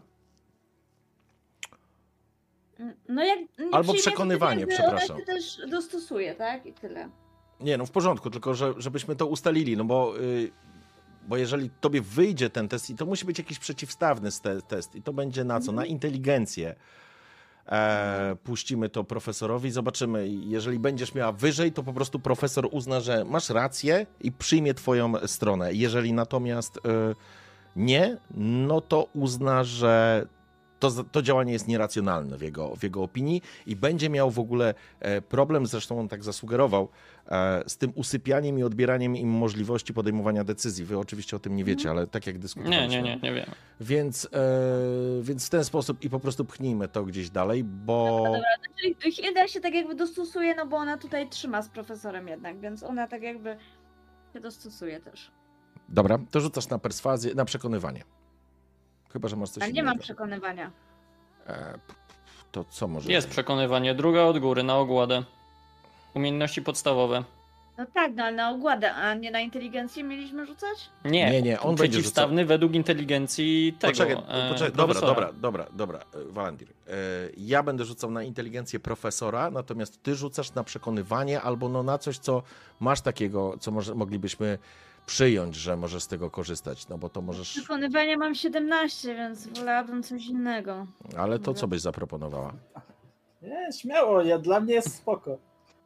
No jak nie
Albo
przyjmie, to
przekonywanie,
jakby
przepraszam.
Ona się też dostosuje, tak? I tyle.
Nie, no w porządku, tylko żebyśmy to ustalili, no bo jeżeli tobie wyjdzie ten test, i to musi być jakiś przeciwstawny test, i to będzie na co? Na inteligencję. Puścimy to profesorowi, zobaczymy. Jeżeli będziesz miała wyżej, to po prostu profesor uzna, że masz rację i przyjmie twoją stronę. Jeżeli natomiast nie, no to uzna, że to działanie jest nieracjonalne w jego opinii i będzie miał w ogóle problem, zresztą on tak zasugerował, z tym usypianiem i odbieraniem im możliwości podejmowania decyzji. Wy oczywiście o tym nie wiecie, ale tak jak dyskutowaliśmy.
Nie wiem.
Więc w ten sposób i po prostu pchnijmy to gdzieś dalej, bo...
Dobra, czyli Hilda się tak jakby dostosuje, no bo ona tutaj trzyma z profesorem jednak, więc ona tak jakby się dostosuje też.
Dobra, to rzucasz na perswazję, na przekonywanie. Chyba, że masz coś
Ale nie
innego.
mam przekonywania.
To co może...
Jest przekonywanie. Druga od góry, na ogładę. Umiejętności podstawowe.
No tak, no ale na ogładę, a nie na inteligencję mieliśmy rzucać?
Nie, on będzie
przeciwstawny według inteligencji tego
Poczekaj,
profesora.
dobra, Walandir. Ja będę rzucał na inteligencję profesora, natomiast ty rzucasz na przekonywanie albo no na coś, co masz takiego, co moglibyśmy przyjąć, że możesz z tego korzystać, no bo to możesz...
Przekonywania mam 17, więc wolałabym coś innego.
Ale to co byś zaproponowała?
Nie, śmiało, dla mnie jest spoko.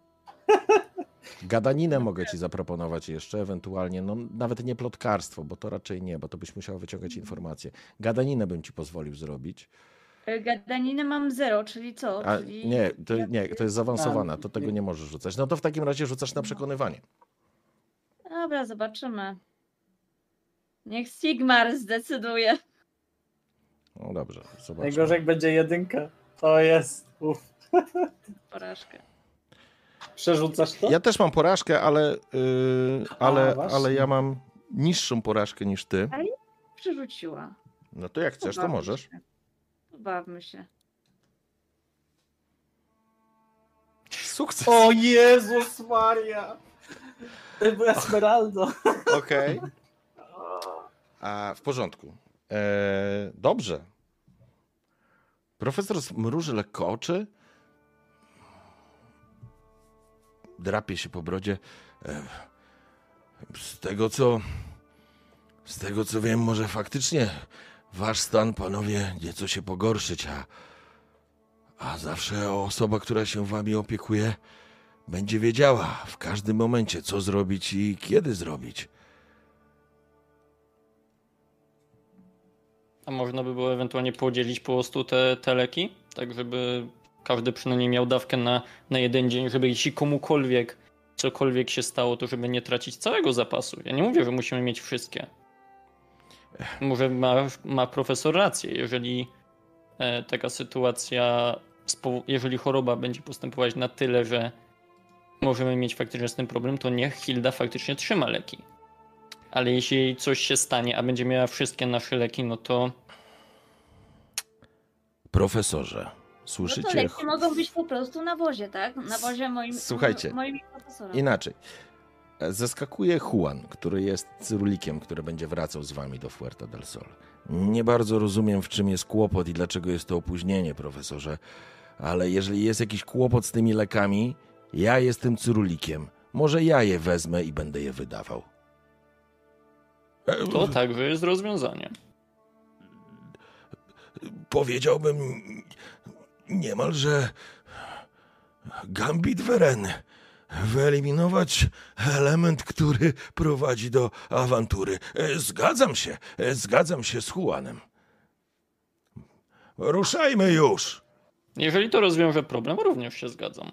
Gadaninę mogę ci zaproponować jeszcze, ewentualnie, no nawet nie plotkarstwo, bo to raczej nie, bo to byś musiał wyciągać informacje. Gadaninę bym ci pozwolił zrobić.
Gadaninę mam 0, czyli co?
A
Czyli...
nie, to jest zaawansowana, to tego nie możesz rzucać. No to w takim razie rzucasz na przekonywanie.
Dobra, zobaczymy. Niech Sigmar zdecyduje.
No dobrze, zobaczmy.
Najgorzej jak będzie jedynka. To jest. Uff.
Porażkę.
Przerzucasz to?
Ja też mam porażkę,
właśnie.
ale ja mam niższą porażkę niż ty.
Przerzuciła.
No to jak chcesz, to możesz.
Bawmy się.
Sukces.
O Jezus Maria! To była Esmeralda.
Okej. A w porządku. Dobrze. Profesor mruży lekko oczy. Drapie się po brodzie. Z tego co wiem, może faktycznie wasz stan, panowie, nieco się pogorszyć, a zawsze osoba, która się wami opiekuje, będzie wiedziała w każdym momencie, co zrobić i kiedy zrobić.
A można by było ewentualnie podzielić po prostu te leki, tak żeby każdy przynajmniej miał dawkę na jeden dzień, żeby jeśli komukolwiek cokolwiek się stało, to żeby nie tracić całego zapasu. Ja nie mówię, że musimy mieć wszystkie. Może ma profesor rację, jeżeli taka sytuacja, jeżeli choroba będzie postępować na tyle, że możemy mieć faktycznie z tym problem, to niech Hilda faktycznie trzyma leki. Ale jeśli coś się stanie, a będzie miała wszystkie nasze leki, no to...
Profesorze,
No
słyszycie?
to lekcje mogą być po prostu na wozie, tak? Na wozie
Słuchajcie,
moim profesorem.
Inaczej. Zeskakuje Juan, który jest cyrulikiem, który będzie wracał z wami do Fuerta del Sol. Nie bardzo rozumiem, w czym jest kłopot i dlaczego jest to opóźnienie, profesorze, ale jeżeli jest jakiś kłopot z tymi lekami, ja jestem cyrulikiem. Może ja je wezmę i będę je wydawał.
To także jest rozwiązanie.
Powiedziałbym niemalże gambit Vereny. Wyeliminować element, który prowadzi do awantury. Zgadzam się z Juanem. Ruszajmy już!
Jeżeli to rozwiąże problem, również się zgadzam.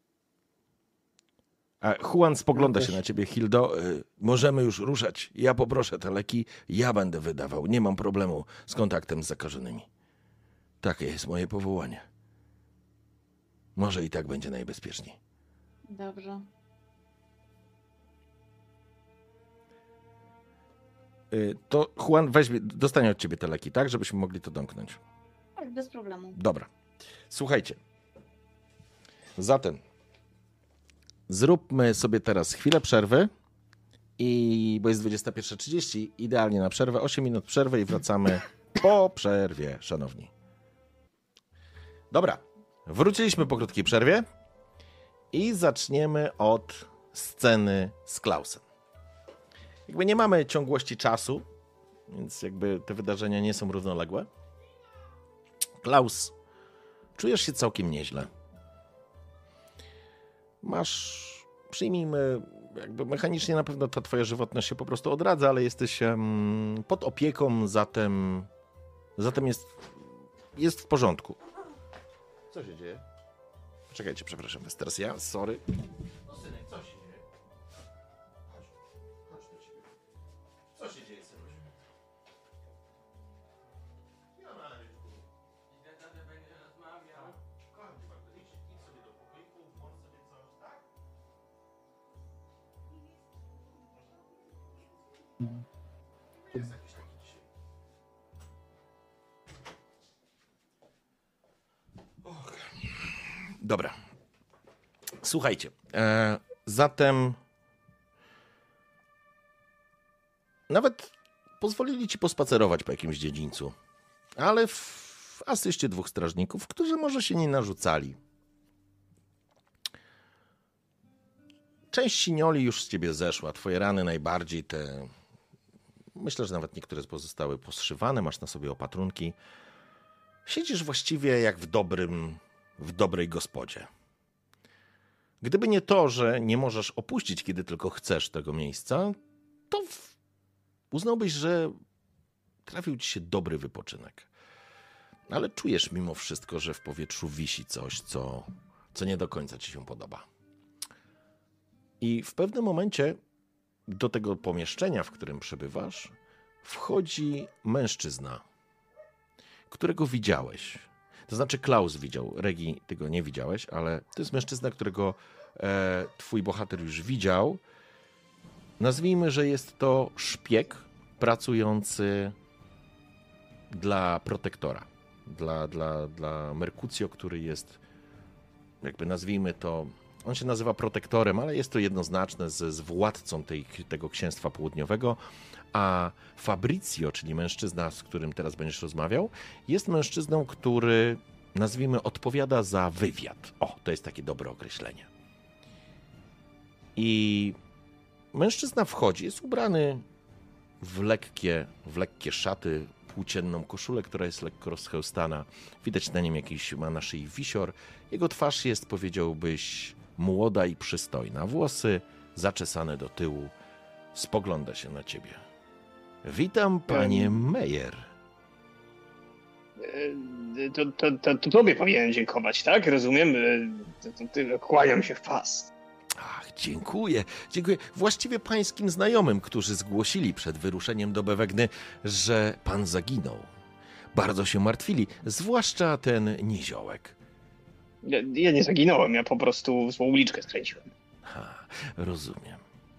A Juan spogląda się na ciebie, Hildo. Możemy już ruszać. Ja poproszę te leki, ja będę wydawał. Nie mam problemu z kontaktem z zakażonymi. Takie jest moje powołanie. Może i tak będzie najbezpieczniej.
Dobrze.
To Juan dostanie od ciebie te leki, tak? Żebyśmy mogli to domknąć.
Tak, bez problemu.
Dobra. Słuchajcie. Zatem zróbmy sobie teraz chwilę przerwy, bo jest 21:30, idealnie na przerwę, 8 minut przerwy i wracamy po przerwie, szanowni. Dobra, wróciliśmy po krótkiej przerwie i zaczniemy od sceny z Klausem. Jakby nie mamy ciągłości czasu, więc jakby te wydarzenia nie są równoległe. Klaus, czujesz się całkiem nieźle. Przyjmijmy, jakby mechanicznie na pewno ta twoja żywotność się po prostu odradza, ale jesteś pod opieką, zatem jest w porządku. Co się dzieje? Czekajcie, przepraszam, teraz ja, sorry. No synek, co się dzieje? Chodź do ciebie. Co się dzieje, synuś? Ja Mareczku. Idę tata będzie rozmawiał. Kocham cię bardzo, idź sobie do pokoiku, włącz sobie coś, tak? Jest jakiś taki dzisiaj. Dobra. Słuchajcie, zatem nawet pozwolili ci pospacerować po jakimś dziedzińcu, ale w asyście 2 strażników, którzy może się nie narzucali. Część sinioli już z ciebie zeszła, twoje rany najbardziej te... Myślę, że nawet niektóre pozostały poszywane, masz na sobie opatrunki. Siedzisz właściwie jak w dobrej gospodzie. Gdyby nie to, że nie możesz opuścić, kiedy tylko chcesz tego miejsca, to uznałbyś, że trafił ci się dobry wypoczynek. Ale czujesz mimo wszystko, że w powietrzu wisi coś, co nie do końca ci się podoba. I w pewnym momencie do tego pomieszczenia, w którym przebywasz, wchodzi mężczyzna, którego widziałeś. To znaczy Klaus widział, Regi, ty go nie widziałeś, ale to jest mężczyzna, którego twój bohater już widział. Nazwijmy, że jest to szpieg pracujący dla protektora. dla Mercutio, który jest, jakby nazwijmy to, on się nazywa protektorem, ale jest to jednoznaczne z władcą tego księstwa południowego, a Fabrizio, czyli mężczyzna, z którym teraz będziesz rozmawiał, jest mężczyzną, który, nazwijmy, odpowiada za wywiad. O, to jest takie dobre określenie. I mężczyzna wchodzi, jest ubrany w lekkie szaty, płócienną koszulę, która jest lekko rozchełstana. Widać na nim jakiś, ma na szyi wisior. Jego twarz jest, powiedziałbyś, młoda i przystojna. Włosy zaczesane do tyłu. Spogląda się na ciebie. Witam, panie Meyer.
To tobie powinienem dziękować, tak? Rozumiem? Kłaniam się w pas.
Ach, dziękuję. Właściwie pańskim znajomym, którzy zgłosili przed wyruszeniem do Bewegny, że pan zaginął. Bardzo się martwili, zwłaszcza ten niziołek.
Ja nie zaginąłem, ja po prostu złą uliczkę skręciłem.
Rozumiem.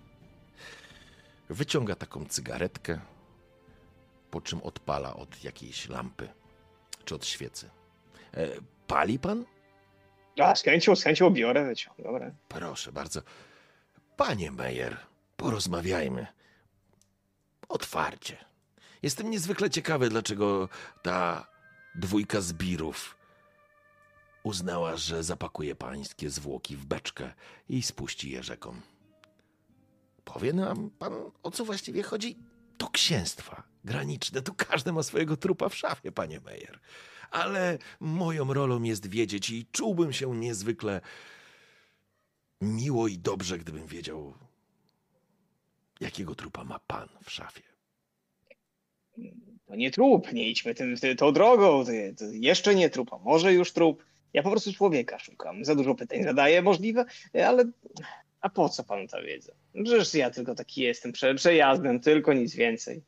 Wyciąga taką cygaretkę, po czym odpala od jakiejś lampy, czy od świecy. Pali pan?
Z chęcią biorę, wyciągam.
Proszę bardzo. Panie Meyer, porozmawiajmy. Otwarcie. Jestem niezwykle ciekawy, dlaczego ta dwójka zbirów uznała, że zapakuje pańskie zwłoki w beczkę i spuści je rzeką. Powie nam pan, o co właściwie chodzi? To księstwa graniczne, tu każdy ma swojego trupa w szafie, panie Meyer. Ale moją rolą jest wiedzieć i czułbym się niezwykle miło i dobrze, gdybym wiedział, jakiego trupa ma pan w szafie.
To nie trup, nie idźmy tą drogą, to jeszcze nie trup, a może już trup. Ja po prostu człowieka szukam, za dużo pytań zadaję, możliwe, ale a po co panu ta wiedza? Przecież ja tylko taki jestem, przejazdem, tylko nic więcej.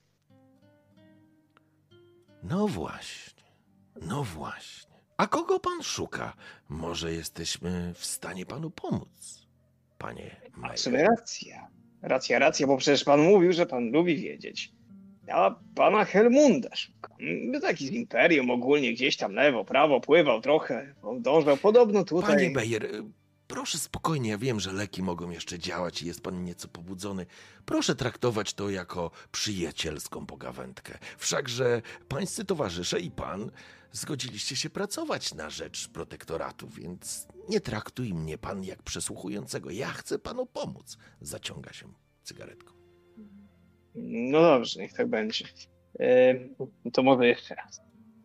No właśnie. A kogo pan szuka? Może jesteśmy w stanie panu pomóc, panie
A w sumie racja, bo przecież pan mówił, że pan lubi wiedzieć. Ja pana Helmunda szukam. Taki z imperium ogólnie gdzieś tam lewo, prawo, pływał trochę, dążał podobno tutaj.
Panie Meyer, proszę spokojnie, ja wiem, że leki mogą jeszcze działać i jest pan nieco pobudzony. Proszę traktować to jako przyjacielską pogawędkę. Wszakże pańscy towarzysze i pan zgodziliście się pracować na rzecz protektoratu, więc nie traktuj mnie pan jak przesłuchującego. Ja chcę panu pomóc. Zaciąga się cygaretką.
No dobrze, niech tak będzie. To może jeszcze raz.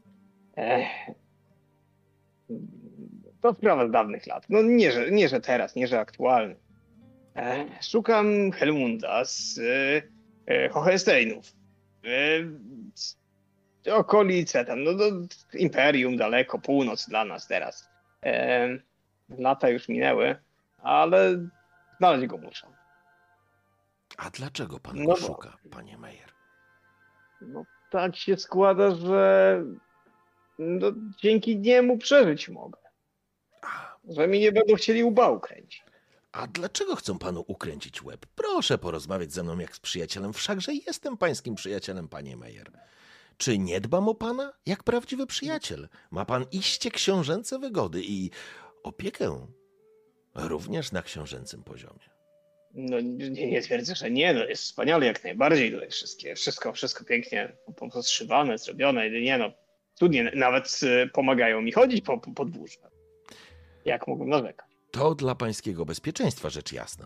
To sprawa z dawnych lat. No nie, że teraz, nie, że aktualny. Szukam Helmunda z Hohensteinów. Okolice tam, no imperium daleko, północ dla nas teraz. Lata już minęły, ale znaleźć go muszę.
A dlaczego pan go szuka, panie Meyer?
No tak się składa, że dzięki niemu przeżyć mogę. Że mi nie będą chcieli łba ukręcić.
A dlaczego chcą panu ukręcić łeb? Proszę porozmawiać ze mną jak z przyjacielem, wszakże jestem pańskim przyjacielem, panie Meyer. Czy nie dbam o pana jak prawdziwy przyjaciel? Ma pan iście książęce wygody i opiekę również na książęcym poziomie.
No nie twierdzę, że nie, no jest wspaniale jak najbardziej, tutaj wszystko pięknie poszywane, zrobione, nie no, cudnie, nawet pomagają mi chodzić po podwórzu. Jak mógłbym narzekać?
To dla pańskiego bezpieczeństwa rzecz jasna.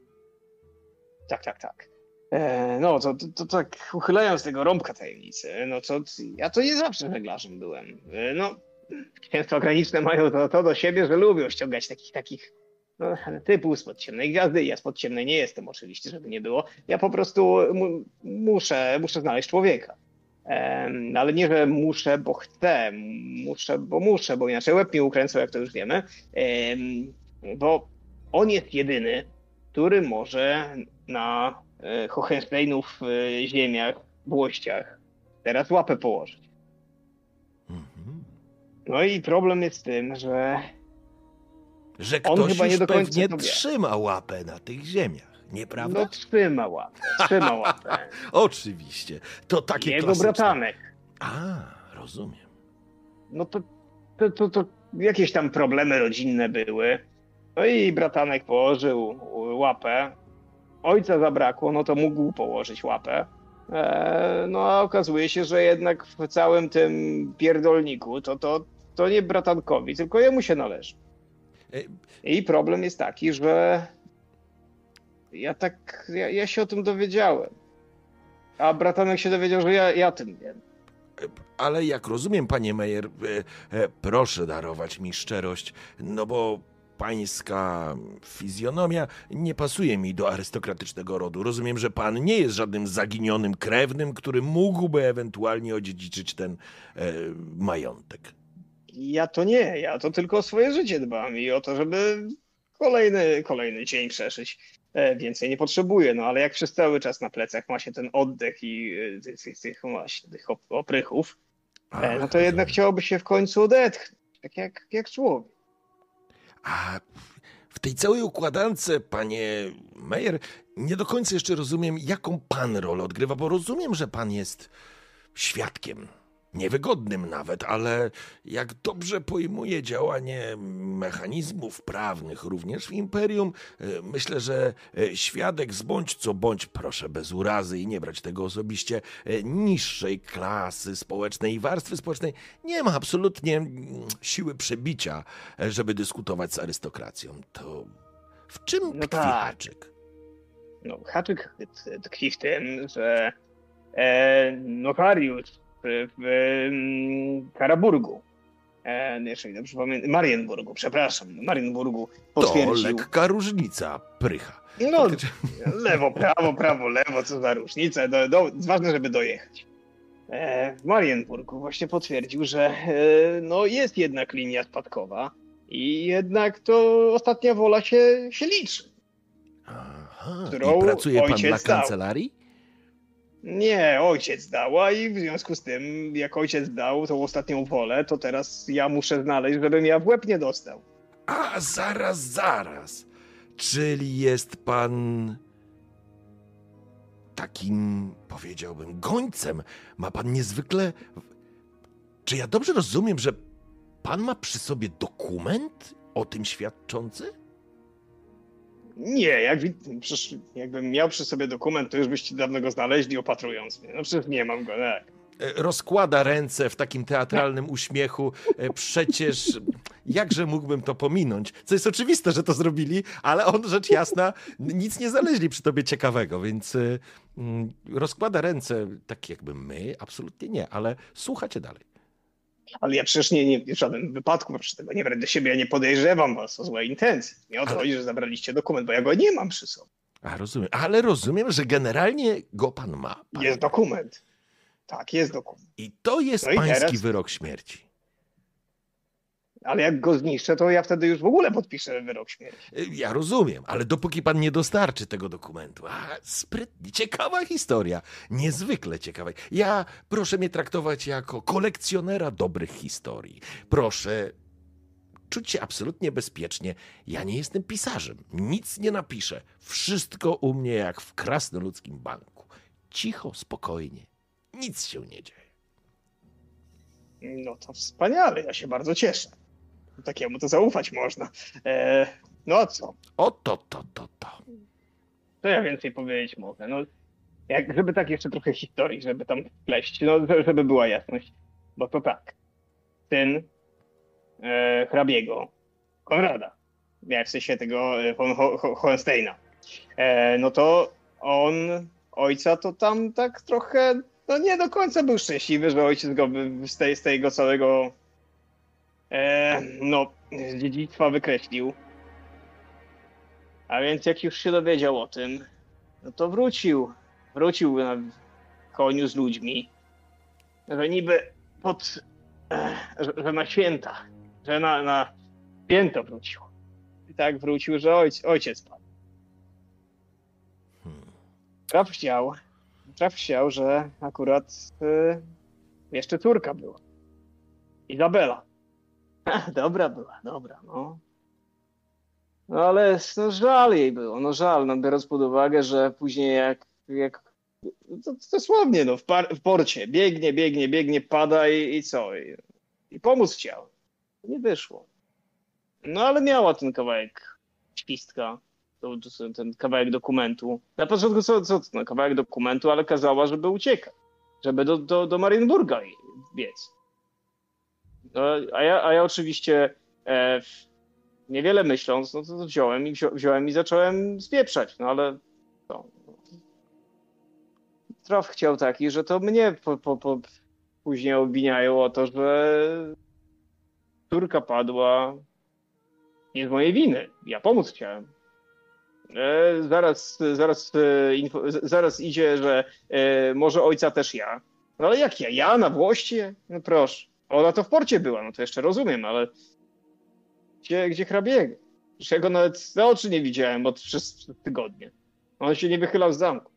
Tak. No to tak uchylając tego rąbka tajemnicy, no to ja to nie zawsze żeglarzem byłem. No, księstwa graniczne mają to do siebie, że lubią ściągać takich no, typu spod ciemnej gwiazdy. Ja spod ciemnej nie jestem oczywiście, żeby nie było. Ja po prostu muszę znaleźć człowieka. Ale nie, że muszę, bo chcę. Muszę, bo inaczej łeb mi ukręcą, jak to już wiemy. Bo on jest jedyny, który może na Hohensteinów ziemiach, włościach teraz łapę położyć. No i problem jest w tym, że
ktoś
on chyba nie do końca
pewnie trzyma łapę na tych ziemiach, nieprawda?
No trzyma łapę.
Oczywiście, to takie
jego
klasyczne.
bratanek.
A, rozumiem.
no to jakieś tam problemy rodzinne były. No i bratanek położył łapę. Ojca zabrakło, no to mógł położyć łapę. No a okazuje się, że jednak w całym tym pierdolniku to nie bratankowi, tylko jemu się należy. I problem jest taki, że ja się o tym dowiedziałem. A bratanek się dowiedział, że ja tym wiem.
Ale jak rozumiem, panie Meyer, proszę darować mi szczerość, no bo pańska fizjonomia nie pasuje mi do arystokratycznego rodu. Rozumiem, że pan nie jest żadnym zaginionym krewnym, który mógłby ewentualnie odziedziczyć ten majątek.
Ja to tylko o swoje życie dbam i o to, żeby kolejny dzień przeżyć. Więcej nie potrzebuję, no ale jak przez cały czas na plecach ma się ten oddech i tych oprychów, no to jednak chciałoby się w końcu odetchnąć, tak jak człowiek.
A w tej całej układance, panie Meyer, nie do końca jeszcze rozumiem, jaką pan rolę odgrywa, bo rozumiem, że pan jest świadkiem. Niewygodnym nawet, ale jak dobrze pojmuję działanie mechanizmów prawnych również w Imperium, myślę, że świadek z bądź co bądź, proszę bez urazy i nie brać tego osobiście, niższej klasy społecznej i warstwy społecznej nie ma absolutnie siły przebicia, żeby dyskutować z arystokracją. To w czym tkwi haczyk?
No, haczyk tkwi w tym, że notariusz w Karaburgu, jeżeli dobrze pamiętam, Marienburgu potwierdził.
To lekka różnica, prycha.
No, lewo, prawo, lewo, co za różnica, ważne, żeby dojechać. W Marienburgu właśnie potwierdził, że no, jest jednak linia spadkowa i jednak to ostatnia wola się liczy.
Aha,
którą
i pracuje pan dla
dał.
kancelarii?
Nie, ojciec dała i w związku z tym, jak ojciec dał tą ostatnią wolę, to teraz ja muszę znaleźć, żebym ja w łeb nie dostał.
A zaraz. Czyli jest pan takim, powiedziałbym, gońcem. Ma pan niezwykle... Czy ja dobrze rozumiem, że pan ma przy sobie dokument o tym świadczący?
Nie, przecież jakbym miał przy sobie dokument, to już byście dawno go znaleźli, opatrując mnie. No przecież nie mam go, tak.
Rozkłada ręce w takim teatralnym uśmiechu. Przecież jakże mógłbym to pominąć? Co jest oczywiste, że to zrobili, ale on, rzecz jasna, nic nie znaleźli przy tobie ciekawego, więc rozkłada ręce tak jakby my, absolutnie nie, ale słuchacie dalej.
Ale ja przecież nie w żadnym wypadku, proszę tego nie brać do siebie, ja nie podejrzewam was o złe intencje. Nie o to chodzi, że zabraliście dokument, bo ja go nie mam przy sobie.
A rozumiem, ale rozumiem, że generalnie go pan ma.
Jest dokument. Tak, jest dokument.
I to jest pański wyrok śmierci.
Ale jak go zniszczę, to ja wtedy już w ogóle podpiszę wyrok śmierci.
Ja rozumiem, ale dopóki pan nie dostarczy tego dokumentu. Sprytnie, ciekawa historia. Niezwykle ciekawa. Proszę mnie traktować jako kolekcjonera dobrych historii. Proszę czuć się absolutnie bezpiecznie. Ja nie jestem pisarzem. Nic nie napiszę. Wszystko u mnie jak w krasnoludzkim banku. Cicho, spokojnie. Nic się nie dzieje.
No to wspaniale, ja się bardzo cieszę. Takiemu to zaufać można. No a co?
To.
Co ja więcej powiedzieć mogę? No, żeby tak jeszcze trochę historii, żeby tam wpleść, no żeby była jasność. Bo to tak. Syn hrabiego, Konrada, w sensie tego von Hohensteina, no to on ojca to tam tak trochę, no nie do końca był szczęśliwy, że ojciec go z tego całego z dziedzictwa wykreślił. A więc jak już się dowiedział o tym, no to wrócił na koniu z ludźmi, że niby że na święta, że na święto wrócił. I tak wrócił, że ojciec padł. Traf chciał, że akurat jeszcze córka była. Izabela. Dobra była, no. No ale no, żal jej było, biorąc pod uwagę, że później jak to dosłownie, no, w porcie biegnie, pada i co? i pomóc chciałem. Nie wyszło. No ale miała ten kawałek świstka, ten kawałek dokumentu. Na początku no, kawałek dokumentu, ale kazała, żeby uciekać. Żeby do Marienburga biec. No, a ja oczywiście niewiele myśląc, no to wziąłem i zacząłem spieprzać. No ale to, traf chciał taki, że to mnie później obwiniają o to, że córka padła nie z mojej winy. Ja pomóc chciałem. Zaraz idzie, że może ojca też ja. No ale jak ja? Ja na Włoście? No proszę. Ona to w porcie była, no to jeszcze rozumiem, ale gdzie hrabiego? Przecież ja go nawet na oczy nie widziałem przez tygodnie. On się nie wychylał z zamku.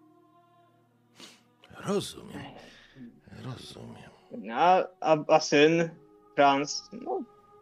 Rozumiem.
A syn, Franz, no.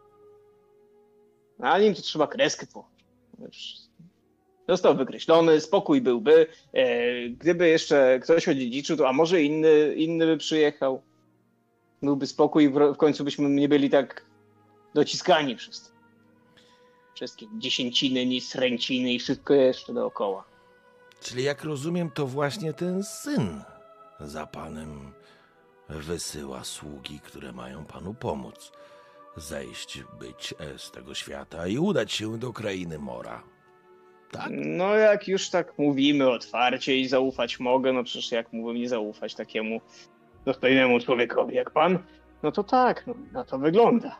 Na nim to trzeba kreskę położyć. Został wykreślony, spokój byłby. Gdyby jeszcze ktoś odziedziczył, to a może inny by przyjechał. Byłby spokój i w końcu byśmy nie byli tak dociskani przez to. Wszystkie dziesięciny, sręciny i wszystko jeszcze dookoła.
Czyli jak rozumiem, to właśnie ten syn za panem wysyła sługi, które mają panu pomóc być z tego świata i udać się do krainy Mora. Tak?
No jak już tak mówimy otwarcie i zaufać mogę, no przecież jak mógłbym nie zaufać takiemu dostojnemu człowiekowi jak pan, no to tak, no, na to wygląda.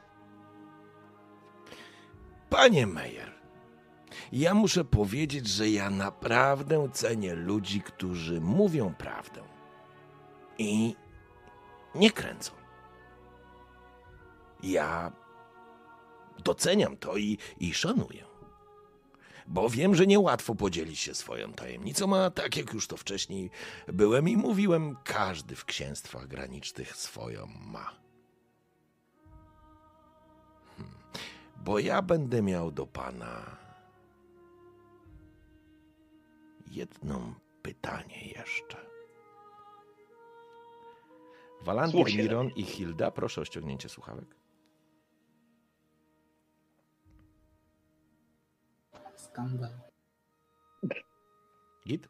Panie Meyer, ja muszę powiedzieć, że ja naprawdę cenię ludzi, którzy mówią prawdę i nie kręcą. Ja doceniam to i szanuję, bo wiem, że niełatwo podzielić się swoją tajemnicą, a tak jak już to wcześniej byłem i mówiłem, każdy w księstwach granicznych swoją ma. Bo ja będę miał do pana jedno pytanie jeszcze. Walandir, Miron i Hilda, proszę o ściągnięcie słuchawek.
Skandal.
Git?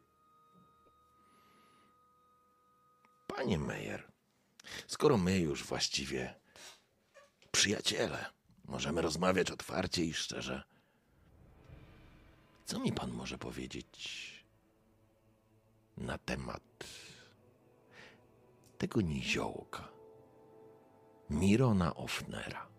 Panie Meyer, skoro my już właściwie przyjaciele, możemy rozmawiać otwarcie i szczerze, co mi pan może powiedzieć na temat tego niziołka, Mirona Ofnera?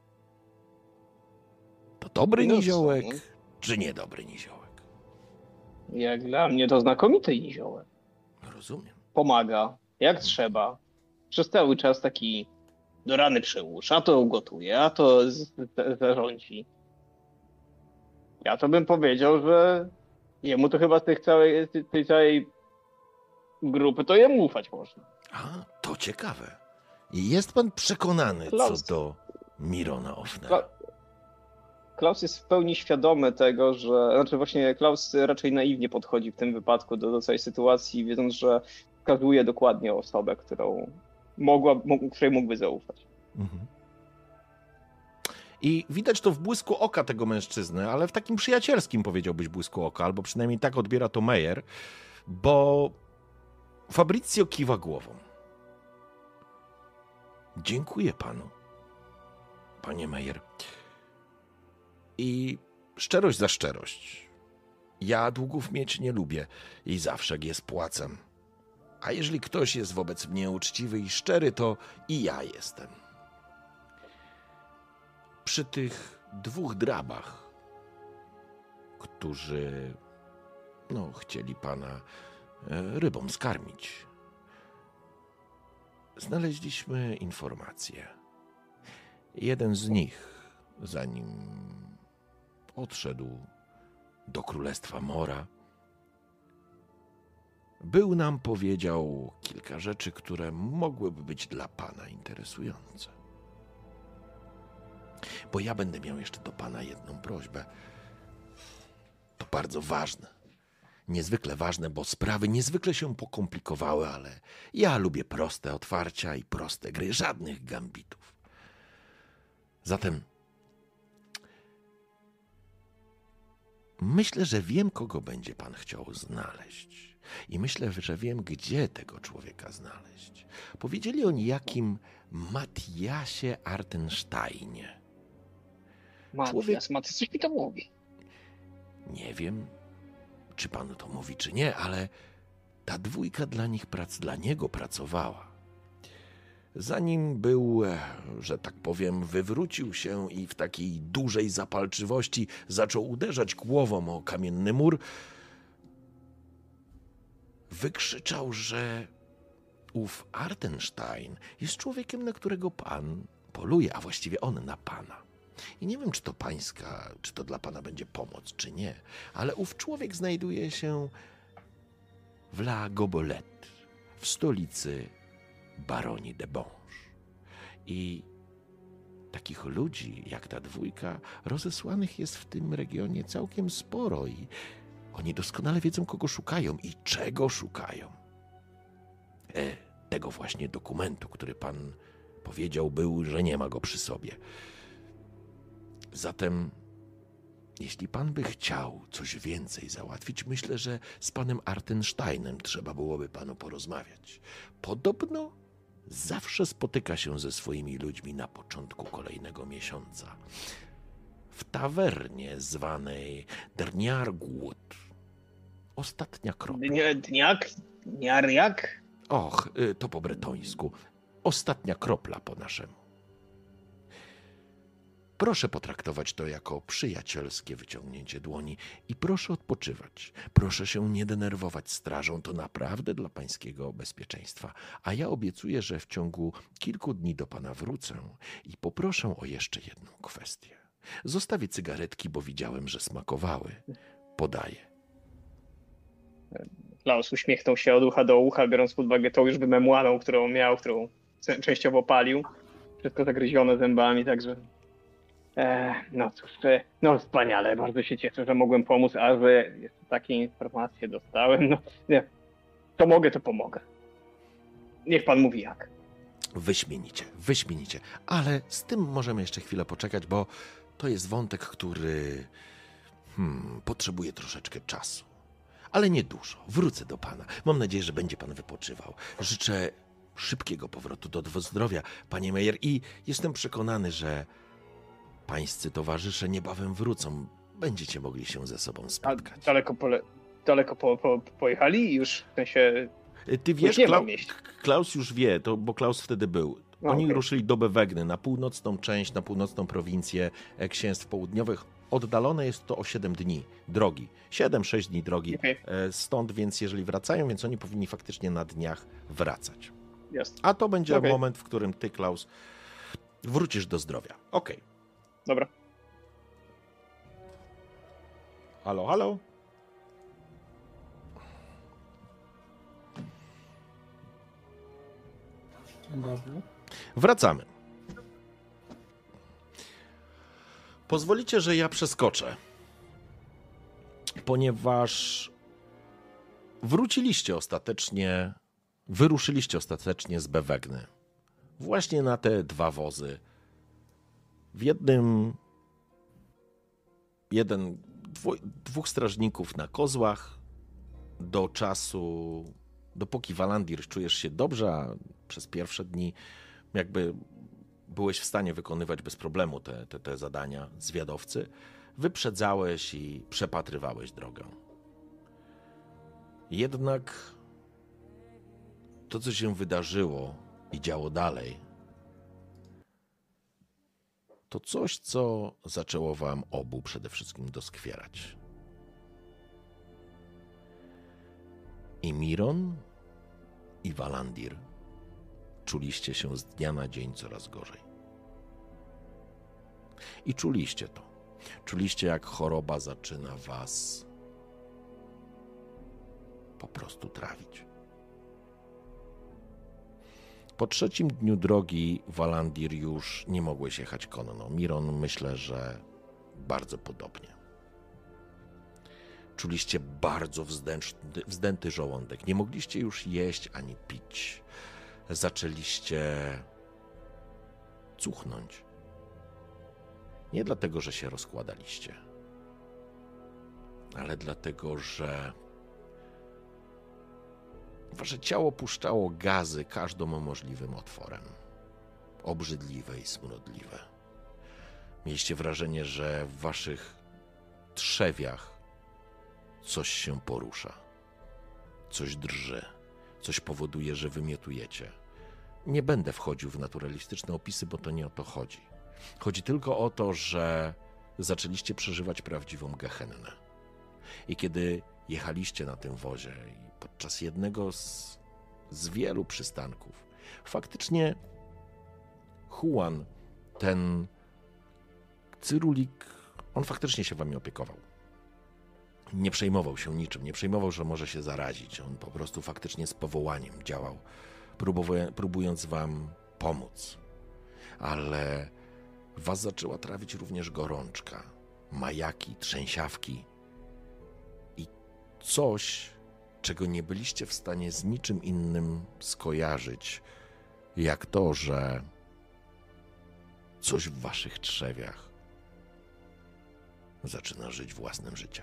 To dobry niziołek, czy niedobry niziołek?
Jak dla mnie to znakomity niziołek.
Rozumiem.
Pomaga, jak trzeba. Przez cały czas taki do rany przyłóż, a to ugotuje, a to zarządzi. Ja to bym powiedział, że jemu to chyba z tej całej grupy to jemu ufać można.
A, to ciekawe. I jest pan przekonany
Klaus.
co do Mirona Ofnera?
Klaus jest w pełni świadomy tego, że... Znaczy właśnie Klaus raczej naiwnie podchodzi w tym wypadku do całej sytuacji, wiedząc, że wskazuje dokładnie osobę, której mógłby zaufać.
Mhm. I widać to w błysku oka tego mężczyzny, ale w takim przyjacielskim, powiedziałbyś, błysku oka, albo przynajmniej tak odbiera to Meyer, bo Fabrizio kiwa głową. Dziękuję panu, panie Meyer. I szczerość za szczerość. Ja długów mieć nie lubię i zawsze je spłacam. A jeżeli ktoś jest wobec mnie uczciwy i szczery, to i ja jestem. Przy tych dwóch drabach, którzy chcieli pana rybą skarmić, znaleźliśmy informację. Jeden z nich, zanim odszedł do Królestwa Mora, nam powiedział kilka rzeczy, które mogłyby być dla pana interesujące. Bo ja będę miał jeszcze do pana jedną prośbę. To bardzo ważne. Niezwykle ważne, bo sprawy niezwykle się pokomplikowały, ale ja lubię proste otwarcia i proste gry, żadnych gambitów.
Zatem myślę, że wiem, kogo będzie pan chciał znaleźć. I myślę, że wiem, gdzie tego człowieka znaleźć. Powiedzieli o niejakim Matthiasie Artensteinie.
Matthias, coś mi to mówi.
Nie wiem, czy panu to mówi, czy nie, ale ta dwójka dla niego pracowała. Zanim był, że tak powiem, wywrócił się i w takiej dużej zapalczywości zaczął uderzać głową o kamienny mur, wykrzyczał, że ów Artenstein jest człowiekiem, na którego pan poluje, a właściwie on na pana. I nie wiem, czy to dla pana będzie pomoc, czy nie, ale ów człowiek znajduje się w La Gobolette, w stolicy baronii de Bonge. I takich ludzi jak ta dwójka rozesłanych jest w tym regionie całkiem sporo i oni doskonale wiedzą, kogo szukają i czego szukają. Tego właśnie dokumentu, który pan powiedział był, że nie ma go przy sobie. Zatem, jeśli pan by chciał coś więcej załatwić, myślę, że z panem Artensteinem trzeba byłoby panu porozmawiać. Podobno zawsze spotyka się ze swoimi ludźmi na początku kolejnego miesiąca. W tawernie zwanej Derniargut. Ostatnia kropla.
Dniariak?
Och, to po bretońsku. Ostatnia kropla po naszemu. Proszę potraktować to jako przyjacielskie wyciągnięcie dłoni i proszę odpoczywać. Proszę się nie denerwować strażą, to naprawdę dla pańskiego bezpieczeństwa. A ja obiecuję, że w ciągu kilku dni do pana wrócę i poproszę o jeszcze jedną kwestię. Zostawię cygaretki, bo widziałem, że smakowały. Podaję.
Klaus uśmiechnął się od ucha do ucha, biorąc pod uwagę tą już wymemłaną, którą miał, którą częściowo palił. Wszystko zagryzione zębami, także... No cóż, no wspaniale, bardzo się cieszę, że mogłem pomóc, a że jeszcze takie informacje dostałem, no nie, to mogę, to pomogę. Niech pan mówi jak.
Wyśmienicie, ale z tym możemy jeszcze chwilę poczekać, bo to jest wątek, który potrzebuje troszeczkę czasu. Ale nie dużo. Wrócę do pana. Mam nadzieję, że będzie pan wypoczywał. Życzę szybkiego powrotu do zdrowia, panie Meyer, i jestem przekonany, że pańscy towarzysze niebawem wrócą. Będziecie mogli się ze sobą spotkać.
Daleko pojechali już? W sensie...
Ty wiesz, Klaus już wie, bo Klaus wtedy był. Oni ruszyli do Bewegny, na północną część, na północną prowincję księstw południowych. Oddalone jest to o 7 dni drogi. 7-6 dni drogi. Stąd więc, jeżeli wracają, więc oni powinni faktycznie na dniach wracać.
Jasne.
A to będzie moment, w którym ty, Klaus, wrócisz do zdrowia. Okej.
Dobra.
Halo?
Dobrze.
Wracamy. Pozwolicie, że ja przeskoczę, ponieważ wyruszyliście ostatecznie z Bewegny. Właśnie na te dwa wozy. W dwóch strażników na kozłach do czasu, dopóki Walandir czujesz się dobrze, a przez pierwsze dni jakby byłeś w stanie wykonywać bez problemu te zadania zwiadowcy, wyprzedzałeś i przepatrywałeś drogę. Jednak to, co się wydarzyło i działo dalej, to coś, co zaczęło wam obu przede wszystkim doskwierać. I Miron, i Walandir czuliście się z dnia na dzień coraz gorzej. I czuliście to. Czuliście, jak choroba zaczyna was po prostu trawić. Po 3. dniu drogi Walandir już nie mogłeś jechać konno. Miron, myślę, że bardzo podobnie. Czuliście bardzo wzdęty żołądek. Nie mogliście już jeść ani pić. Zaczęliście cuchnąć. Nie dlatego, że się rozkładaliście, ale dlatego, że wasze ciało puszczało gazy każdą możliwym otworem. Obrzydliwe i smrodliwe. Mieliście wrażenie, że w waszych trzewiach coś się porusza. Coś drży. Coś powoduje, że wymiotujecie. Nie będę wchodził w naturalistyczne opisy, bo to nie o to chodzi. Chodzi tylko o to, że zaczęliście przeżywać prawdziwą gehennę. I kiedy jechaliście na tym wozie i podczas jednego z wielu przystanków, faktycznie Juan, ten cyrulik, on faktycznie się wami opiekował. Nie przejmował się niczym, nie przejmował, że może się zarazić. On po prostu faktycznie z powołaniem działał, próbując wam pomóc. Ale was zaczęła trawić również gorączka, majaki, trzęsiawki i coś, czego nie byliście w stanie z niczym innym skojarzyć, jak to, że coś w waszych trzewiach zaczyna żyć własnym życiem.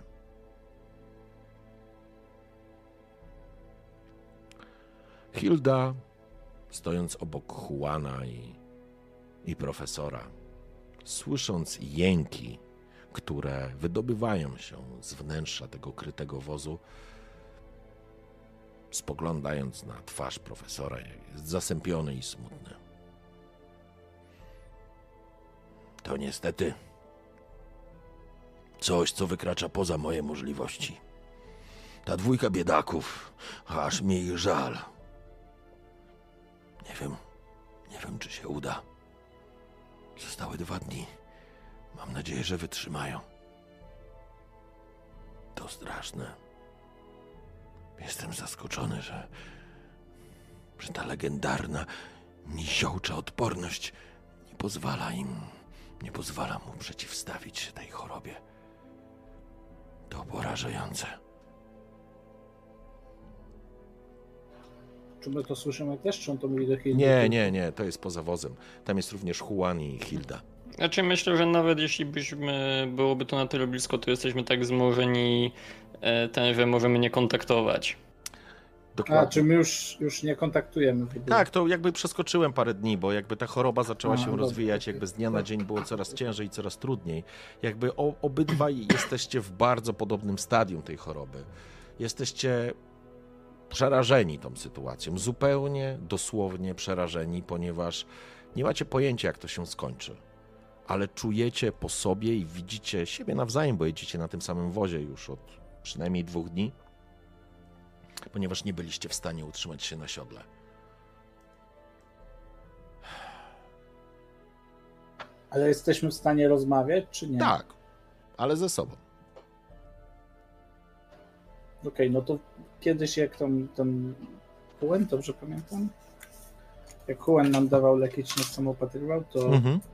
Hilda, stojąc obok Juana i profesora, słysząc jęki, które wydobywają się z wnętrza tego krytego wozu, spoglądając na twarz profesora, jest zasępiony i smutny. To niestety coś, co wykracza poza moje możliwości. Ta dwójka biedaków, aż mi ich żal. Nie wiem, czy się uda. Zostały 2 dni. Mam nadzieję, że wytrzymają. To straszne. Jestem zaskoczony, że ta legendarna, niziołcza odporność nie pozwala mu przeciwstawić się tej chorobie. To porażające.
Czy my to słyszymy też, czy on to mówi do Hildy?
Nie, to jest poza wozem. Tam jest również Juan i Hilda.
Znaczy myślę, że nawet jeśli byłoby to na tyle blisko, to jesteśmy tak zmążeni, że możemy nie kontaktować.
Dokładnie.
A, czy my już nie kontaktujemy?
Tak, to jakby przeskoczyłem parę dni, bo jakby ta choroba zaczęła się
dobra,
rozwijać,
okej.
jakby z dnia na dzień było coraz ciężej i coraz trudniej. Jakby obydwaj jesteście w bardzo podobnym stadium tej choroby. Jesteście przerażeni tą sytuacją, zupełnie, dosłownie przerażeni, ponieważ nie macie pojęcia, jak to się skończy. Ale czujecie po sobie i widzicie siebie nawzajem, bo jedziecie na tym samym wozie już od przynajmniej 2 dni, ponieważ nie byliście w stanie utrzymać się na siodle.
Ale jesteśmy w stanie rozmawiać, czy nie?
Tak, ale ze sobą.
Okej, no to kiedyś jak ten Juan, dobrze pamiętam? Jak Juan nam dawał leki, czy nas samoopatrywał, to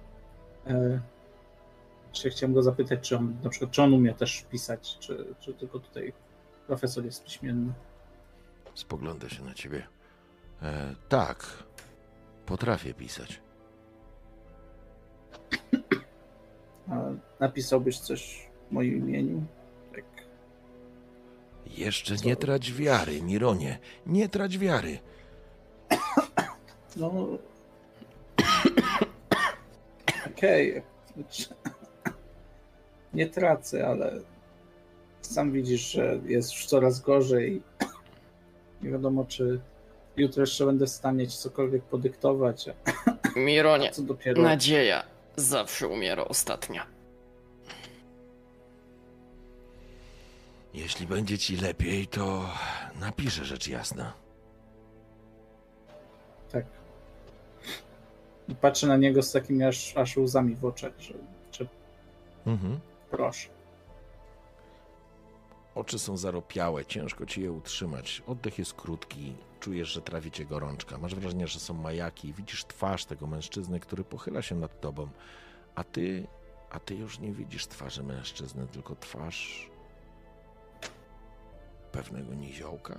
się chciałem go zapytać, czy on na przykład, czy on umie też pisać, czy tylko tutaj profesor jest piśmienny.
Spogląda się na ciebie. Tak, potrafię pisać.
A napisałbyś coś w moim imieniu? Tak.
Jeszcze nie trać wiary, Mironie. Nie trać wiary.
No. Okej. Nie tracę, ale sam widzisz, że jest już coraz gorzej. Nie wiadomo, czy jutro jeszcze będę w stanie ci cokolwiek podyktować.
Mironie,
Co dopiero.
nadzieja zawsze umiera ostatnia.
Jeśli będzie ci lepiej, to napiszę rzecz jasna.
Tak. I patrzę na niego z takimi aż łzami w oczach, że proszę.
Oczy są zaropiałe, ciężko ci je utrzymać. Oddech jest krótki, czujesz, że trawi cię gorączka. Masz wrażenie, że są majaki. Widzisz twarz tego mężczyzny, który pochyla się nad tobą. A ty już nie widzisz twarzy mężczyzny, tylko twarz pewnego niziołka.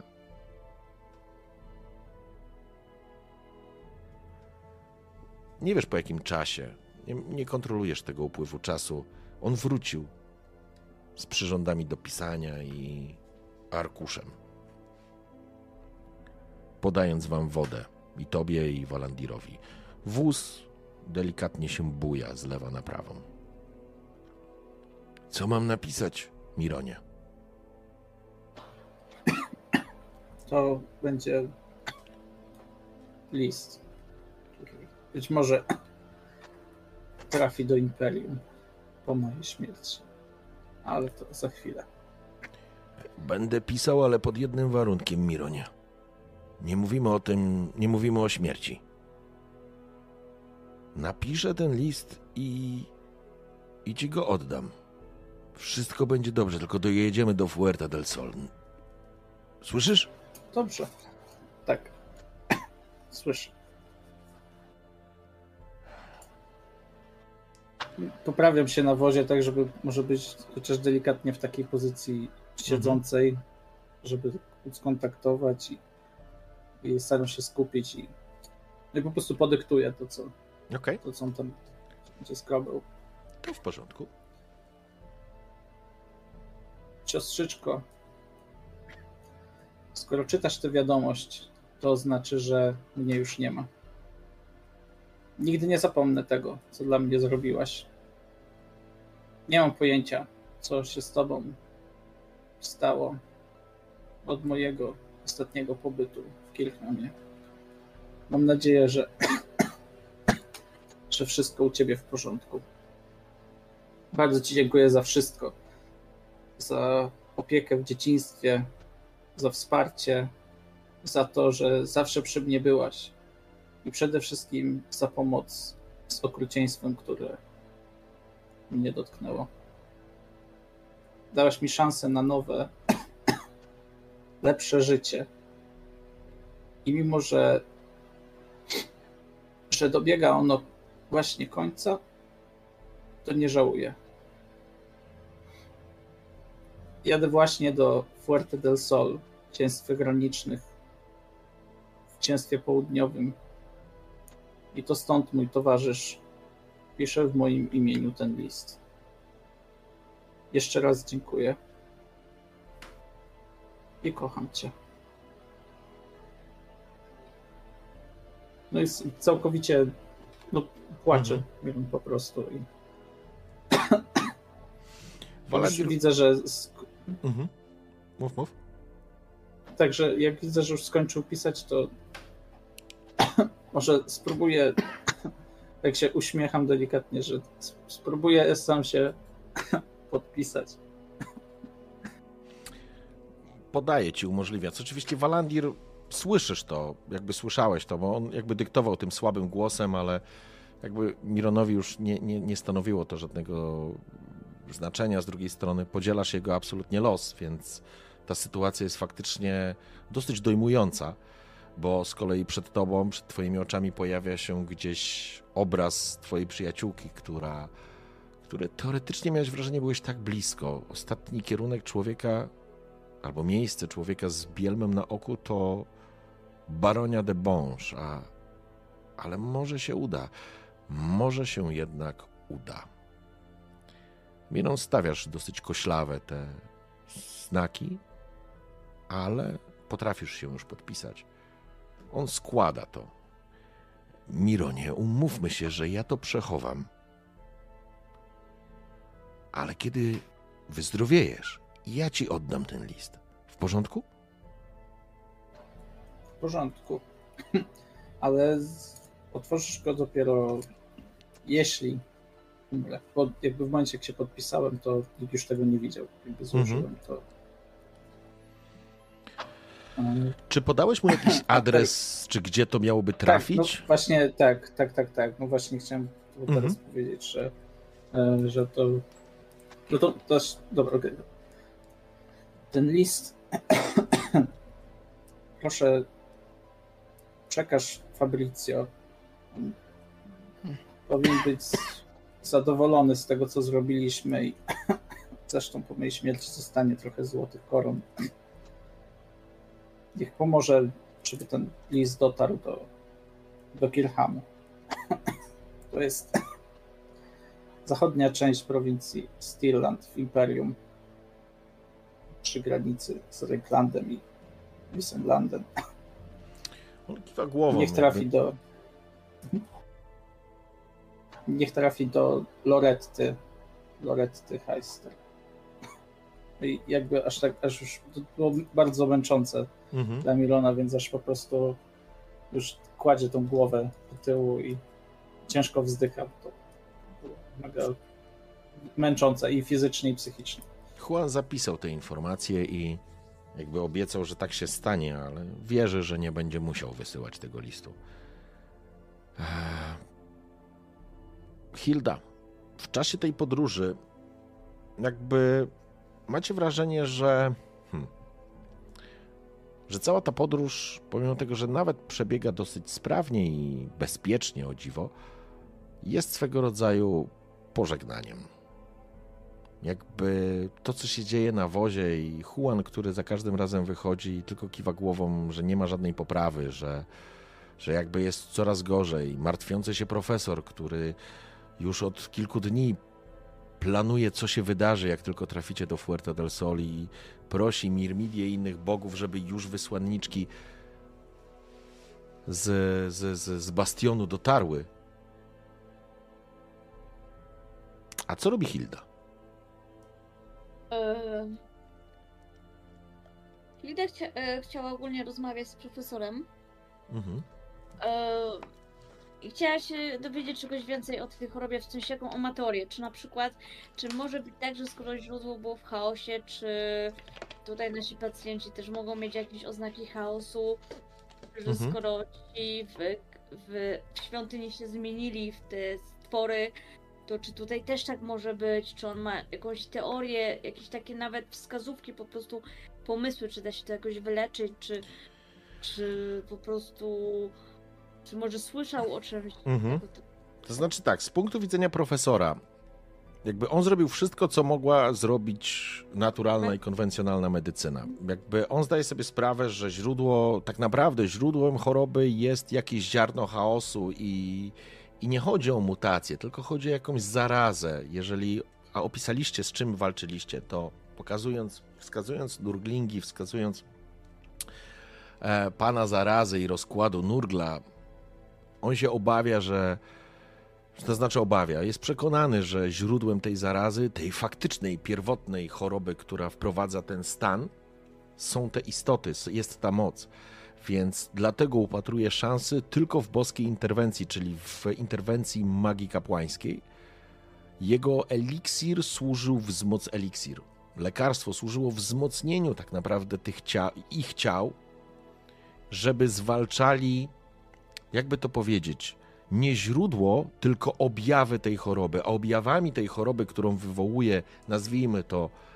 Nie wiesz, po jakim czasie Nie kontrolujesz tego upływu czasu. On wrócił z przyrządami do pisania i arkuszem. Podając wam wodę, i tobie, i Walandirowi. Wóz delikatnie się buja z lewa na prawą. Co mam napisać, Mironie?
To będzie list, który być może trafi do Imperium po mojej śmierci. Ale to za chwilę.
Będę pisał, ale pod jednym warunkiem, Mironie. Nie mówimy o tym, nie mówimy o śmierci. Napiszę ten list i ci go oddam. Wszystko będzie dobrze, tylko dojedziemy do Fuerta del Sol. Słyszysz?
Dobrze. Tak. Słyszę. Poprawiam się na wozie, tak żeby może być chociaż delikatnie w takiej pozycji siedzącej, żeby móc kontaktować i staram się skupić i po prostu podyktuję to, co
Okej,
to, co on tam będzie skrobał.
to w porządku.
Siostrzyczko, skoro czytasz tę wiadomość, to znaczy, że mnie już nie ma. Nigdy nie zapomnę tego, co dla mnie zrobiłaś. Nie mam pojęcia, co się z tobą stało od mojego ostatniego pobytu w Kirchhamie. Mam nadzieję, że wszystko u ciebie w porządku. Bardzo ci dziękuję za wszystko. Za opiekę w dzieciństwie, za wsparcie, za to, że zawsze przy mnie byłaś i przede wszystkim za pomoc z okrucieństwem, które mnie dotknęło. Dałaś mi szansę na nowe, lepsze życie. I mimo, że dobiega ono właśnie końca, to nie żałuję. Jadę właśnie do Fuerte del Sol, w księstwie granicznych, w księstwie południowym. I to stąd mój towarzysz pisze w moim imieniu ten list. Jeszcze raz dziękuję. I kocham cię. No i całkowicie płaczę po prostu. I
Walandir...
widzę, że
Mów.
także jak widzę, że już skończył pisać, to może spróbuję, tak się uśmiecham delikatnie, że spróbuję sam się podpisać.
Podaje ci, umożliwia. Co oczywiście Walandir, słyszysz to, jakby słyszałeś to, bo on jakby dyktował tym słabym głosem, ale jakby Mironowi już nie stanowiło to żadnego znaczenia. Z drugiej strony podzielasz jego absolutnie los, więc ta sytuacja jest faktycznie dosyć dojmująca, bo z kolei przed tobą, przed twoimi oczami pojawia się gdzieś obraz twojej przyjaciółki, które teoretycznie miałeś wrażenie, byłeś tak blisko. Ostatni kierunek człowieka, albo miejsce człowieka z bielmem na oku to Baronia de Bonge, ale może się uda. Może się jednak uda. Miron, stawiasz dosyć koślawe te znaki, ale potrafisz się już podpisać. On składa to. Mironie, umówmy się, że ja to przechowam. Ale kiedy wyzdrowiejesz, ja ci oddam ten list. W porządku?
W porządku. Ale otworzysz go dopiero jeśli jakby w momencie, jak się podpisałem, to nikt już tego nie widział. Jakby złożyłem to.
Czy podałeś mu jakiś adres, czy gdzie to miałoby trafić?
Tak, no właśnie tak. No właśnie chciałem teraz powiedzieć, że to... No to też... Dobra, okej. Ten list proszę przekaż Fabrizio. Powinien być zadowolony z tego, co zrobiliśmy i zresztą po mojej śmierci zostanie trochę złotych koron. Niech pomoże, żeby ten list dotarł do Kirchhamu. To jest zachodnia część prowincji Stirland w Imperium przy granicy z Reiklandem i Wissenlandem.
On kiwa głową.
Niech trafi do Loretty Heister. I jakby aż już to było bardzo męczące dla Milona, więc aż po prostu już kładzie tą głowę do tyłu i ciężko wzdycha. To było mega męczące i fizycznie, i psychicznie.
Juan zapisał te informacje i jakby obiecał, że tak się stanie, ale wierzy, że nie będzie musiał wysyłać tego listu. Hilda, w czasie tej podróży jakby macie wrażenie, że cała ta podróż, pomimo tego, że nawet przebiega dosyć sprawnie i bezpiecznie, o dziwo, jest swego rodzaju pożegnaniem. Jakby to, co się dzieje na wozie i Juan, który za każdym razem wychodzi i tylko kiwa głową, że nie ma żadnej poprawy, że jakby jest coraz gorzej. Martwiący się profesor, który już od kilku dni planuje, co się wydarzy, jak tylko traficie do Fuerte del Sol i prosi Mirmidię i innych bogów, żeby już wysłanniczki z bastionu dotarły. A co robi Hilda?
Hilda chciała ogólnie rozmawiać z profesorem. I chciała się dowiedzieć czegoś więcej o tej chorobie, w sensie jaką ma teorię. Czy na przykład, czy może być tak, że skoro źródło było w chaosie, czy tutaj nasi pacjenci też mogą mieć jakieś oznaki chaosu, że skoro ci w świątyni się zmienili w te stwory, to czy tutaj też tak może być, czy on ma jakąś teorię, jakieś takie nawet wskazówki, po prostu pomysły, czy da się to jakoś wyleczyć, czy po prostu, czy może słyszał o czymś.
To znaczy tak, z punktu widzenia profesora, jakby on zrobił wszystko, co mogła zrobić naturalna i konwencjonalna medycyna. Jakby on zdaje sobie sprawę, że tak naprawdę źródłem choroby jest jakieś ziarno chaosu i nie chodzi o mutację, tylko chodzi o jakąś zarazę. A opisaliście, z czym walczyliście, to wskazując nurglingi, wskazując pana zarazy i rozkładu nurgla, on się obawia, jest przekonany, że źródłem tej zarazy, tej faktycznej, pierwotnej choroby, która wprowadza ten stan, są te istoty, jest ta moc. Więc dlatego upatruje szansy tylko w boskiej interwencji, czyli w interwencji magii kapłańskiej. Jego eliksir służył lekarstwo służyło wzmocnieniu tak naprawdę ich ciał, żeby zwalczali, jakby to powiedzieć, nie źródło, tylko objawy tej choroby. A objawami tej choroby, którą wywołuje, nazwijmy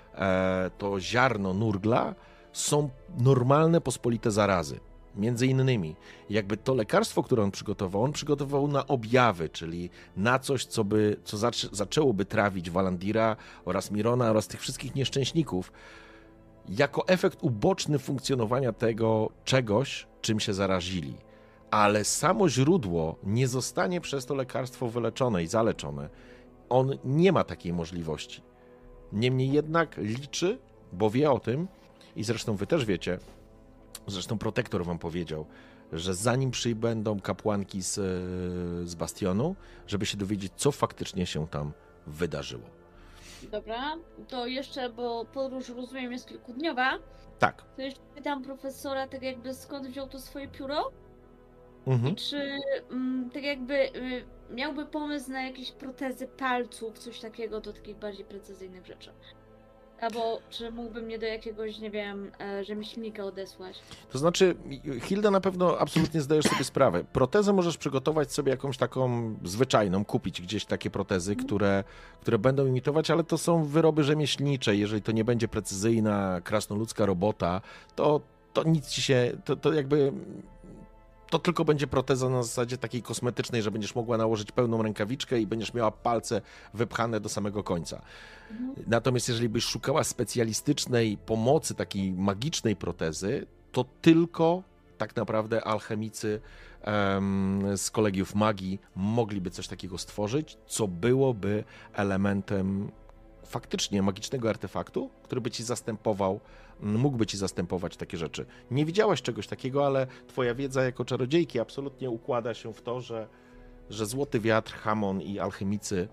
to ziarno nurgla, są normalne, pospolite zarazy. Między innymi, jakby to lekarstwo, które on przygotował na objawy, czyli na coś, co zaczęłoby trawić Walandira oraz Mirona oraz tych wszystkich nieszczęśników, jako efekt uboczny funkcjonowania tego czegoś, czym się zarazili. Ale samo źródło nie zostanie przez to lekarstwo wyleczone i zaleczone. On nie ma takiej możliwości. Niemniej jednak liczy, bo wie o tym i zresztą wy też wiecie, zresztą protektor wam powiedział, że zanim przybędą kapłanki z bastionu, żeby się dowiedzieć, co faktycznie się tam wydarzyło.
Dobra, to jeszcze, bo podróż, rozumiem, jest kilkudniowa.
Tak.
To jeszcze pytam profesora, tak jakby skąd wziął to swoje pióro? I czy tak jakby miałby pomysł na jakieś protezy palców, coś takiego, do takich bardziej precyzyjnych rzeczy? Albo czy mógłby mnie do jakiegoś, nie wiem, rzemieślnika odesłać? To
znaczy, Hilda, na pewno absolutnie zdajesz sobie sprawę. Protezę możesz przygotować sobie jakąś taką zwyczajną, kupić gdzieś takie protezy, które będą imitować, ale to są wyroby rzemieślnicze. Jeżeli to nie będzie precyzyjna, krasnoludzka robota, to nic ci się, to jakby... To tylko będzie proteza na zasadzie takiej kosmetycznej, że będziesz mogła nałożyć pełną rękawiczkę i będziesz miała palce wypchane do samego końca. Natomiast jeżeli byś szukała specjalistycznej pomocy, takiej magicznej protezy, to tylko tak naprawdę alchemicy z kolegiów magii mogliby coś takiego stworzyć, co byłoby elementem faktycznie magicznego artefaktu, który by ci zastępował, mógłby ci zastępować takie rzeczy. Nie widziałaś czegoś takiego, ale twoja wiedza jako czarodziejki absolutnie układa się w to, że Złoty Wiatr, Hamon i alchemicy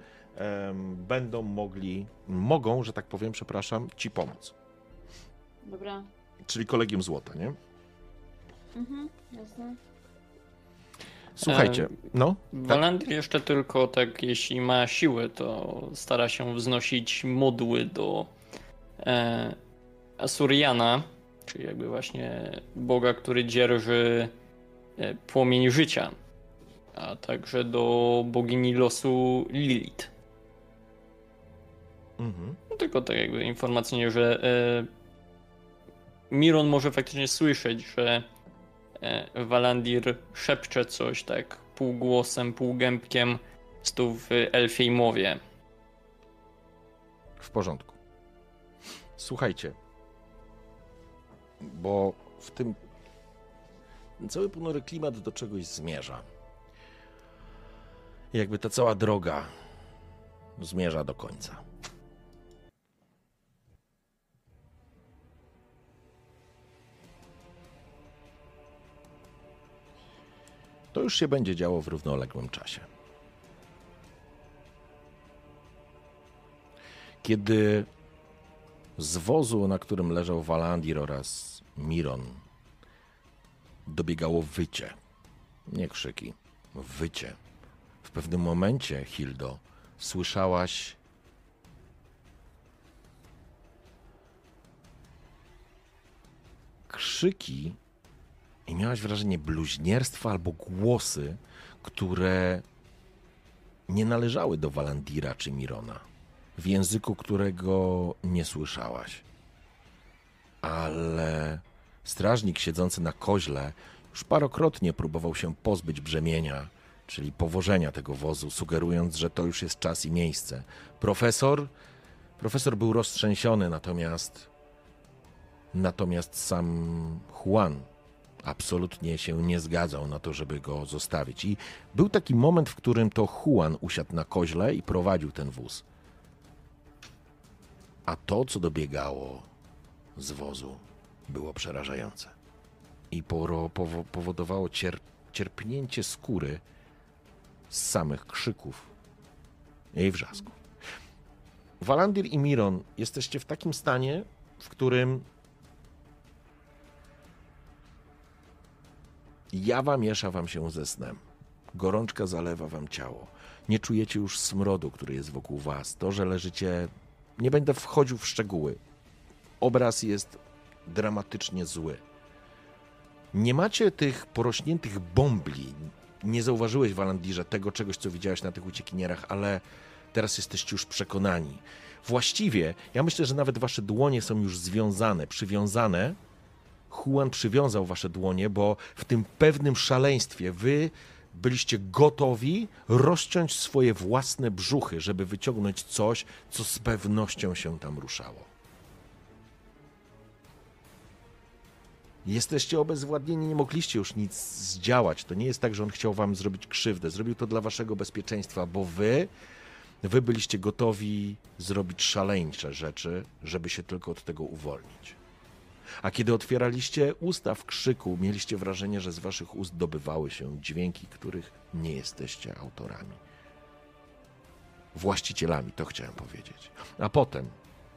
mogą, że tak powiem, przepraszam, ci pomóc.
Dobra.
Czyli Kolegium Złota, nie?
Jasne.
Słuchajcie, no.
Walandir jeszcze tylko tak, jeśli ma siłę, to stara się wznosić modły do Asuriana, czyli jakby właśnie Boga, który dzierży płomień życia, a także do bogini losu Lilith. No, tylko tak jakby informacyjnie, że Miron może faktycznie słyszeć, że Walandir szepcze coś tak półgłosem, półgębkiem w elfiej mowie.
W porządku. Słuchajcie, bo w tym cały ponury klimat do czegoś zmierza. Jakby ta cała droga zmierza do końca. To już się będzie działo w równoległym czasie. Kiedy z wozu, na którym leżał Walandir oraz Miron, dobiegało wycie, nie krzyki, wycie. W pewnym momencie, Hildo, słyszałaś krzyki i miałaś wrażenie bluźnierstwa albo głosy, które nie należały do Walandira czy Mirona, w języku którego nie słyszałaś. Ale strażnik siedzący na koźle już parokrotnie próbował się pozbyć brzemienia, czyli powożenia tego wozu, sugerując, że to już jest czas i miejsce. Profesor był roztrzęsiony, natomiast sam Juan absolutnie się nie zgadzał na to, żeby go zostawić. I był taki moment, w którym to Juan usiadł na koźle i prowadził ten wóz. A to, co dobiegało z wozu, było przerażające. I powodowało cierpnięcie skóry z samych krzyków i wrzasków. Walandir i Miron, jesteście w takim stanie, w którym jawa miesza wam się ze snem. Gorączka zalewa wam ciało. Nie czujecie już smrodu, który jest wokół was. To, że leżycie... Nie będę wchodził w szczegóły. Obraz jest dramatycznie zły. Nie macie tych porośniętych bombli. Nie zauważyłeś, Walandirze, tego czegoś, co widziałeś na tych uciekinierach, ale teraz jesteście już przekonani. Właściwie, ja myślę, że nawet wasze dłonie są już związane, przywiązane. Juan przywiązał wasze dłonie, bo w tym pewnym szaleństwie wy byliście gotowi rozciąć swoje własne brzuchy, żeby wyciągnąć coś, co z pewnością się tam ruszało. Jesteście obezwładnieni, nie mogliście już nic zdziałać. To nie jest tak, że on chciał wam zrobić krzywdę. Zrobił to dla waszego bezpieczeństwa, bo wy byliście gotowi zrobić szaleńcze rzeczy, żeby się tylko od tego uwolnić. A kiedy otwieraliście usta w krzyku, mieliście wrażenie, że z waszych ust dobywały się dźwięki, których nie jesteście autorami. Właścicielami, to chciałem powiedzieć. A potem,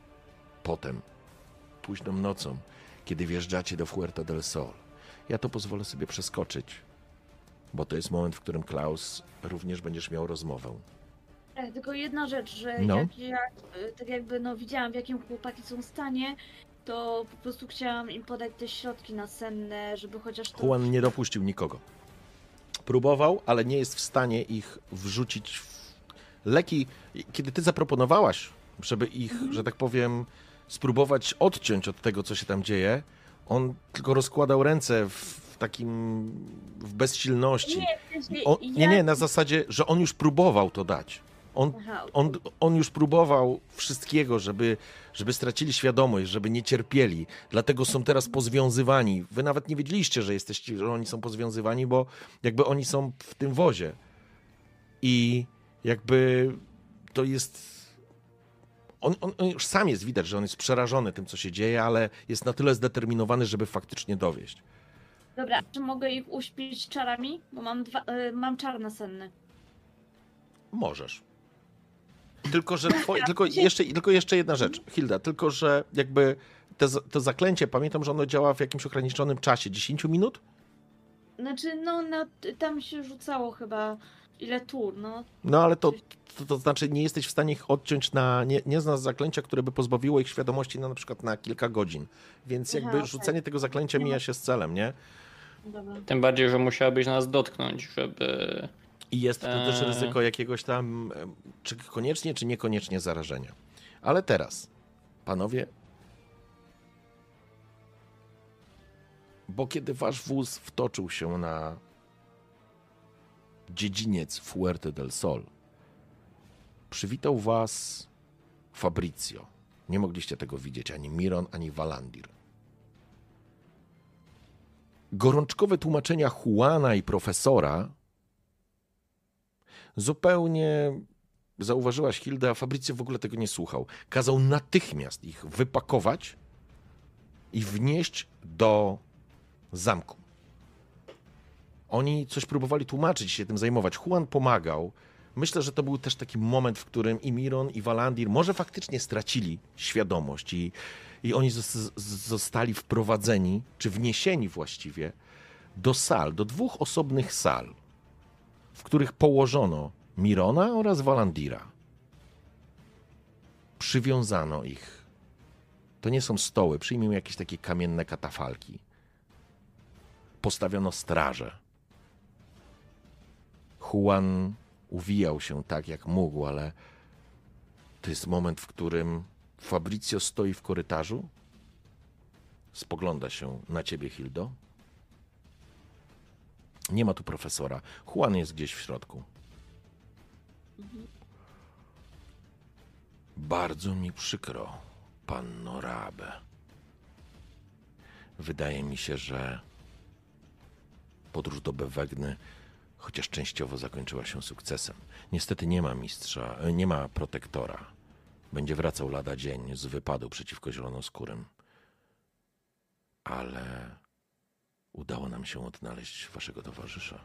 późną nocą, kiedy wjeżdżacie do Fuerta del Sol, ja to pozwolę sobie przeskoczyć, bo to jest moment, w którym Klaus również będziesz miał rozmowę.
Tak, tylko jedna rzecz, że
No.
jak ja tak jakby widziałam, w jakim chłopaki są w stanie, to po prostu chciałam im podać te środki nasenne, żeby chociaż to...
Juan nie dopuścił nikogo. Próbował, ale nie jest w stanie ich wrzucić w leki. Kiedy ty zaproponowałaś, żeby ich, że tak powiem, spróbować odciąć od tego, co się tam dzieje, on tylko rozkładał ręce w bezsilności.
Nie,
Nie, na zasadzie, że on już próbował to dać.
Aha,
On już próbował wszystkiego, żeby stracili świadomość, żeby nie cierpieli. Dlatego są teraz pozwiązywani. Wy nawet nie wiedzieliście, że oni są pozwiązywani, bo jakby oni są w tym wozie. I jakby to jest... On już sam jest widać, że on jest przerażony tym, co się dzieje, ale jest na tyle zdeterminowany, żeby faktycznie dowieść.
dobra, czy mogę ich uśpić czarami? Bo mam czar nasenny.
Możesz. Tylko, że tylko jeszcze jedna rzecz, Hilda, tylko, że jakby to zaklęcie, pamiętam, że ono działa w jakimś ograniczonym czasie, 10 minut?
Znaczy, tam się rzucało chyba ile tur, no.
No ale to znaczy nie jesteś w stanie ich odciąć nie znasz zaklęcia, które by pozbawiło ich świadomości na przykład na kilka godzin. Więc jakby rzucenie tego zaklęcia mija się z celem, nie?
Dobra.
Tym bardziej, że musiałabyś nas dotknąć, żeby...
I jest to też ryzyko jakiegoś tam, czy koniecznie, czy niekoniecznie zarażenia. Ale teraz, panowie, bo kiedy wasz wóz wtoczył się na dziedziniec Fuerte del Sol, przywitał was Fabrizio. Nie mogliście tego widzieć ani Miron, ani Walandir. Gorączkowe tłumaczenia Juana i profesora zupełnie, zauważyłaś Hilda, Fabrizio w ogóle tego nie słuchał. Kazał natychmiast ich wypakować i wnieść do zamku. Oni coś próbowali tłumaczyć, się tym zajmować. Juan pomagał. Myślę, że to był też taki moment, w którym i Miron, i Walandir może faktycznie stracili świadomość i oni zostali wprowadzeni, czy wniesieni właściwie, do sal, do dwóch osobnych sal, w których położono Mirona oraz Walandira. Przywiązano ich. To nie są stoły, przyjmijmy jakieś takie kamienne katafalki. Postawiono straże. Juan uwijał się tak, jak mógł, ale to jest moment, w którym Fabrizio stoi w korytarzu, spogląda się na ciebie, Hildo. Nie ma tu profesora. Juan jest gdzieś w środku. Bardzo mi przykro, panno Rabe. Wydaje mi się, że podróż do Bewegny, chociaż częściowo zakończyła się sukcesem. Niestety nie ma mistrza, nie ma protektora. Będzie wracał lada dzień z wypadu przeciwko zielonoskórym. Ale udało nam się odnaleźć waszego towarzysza.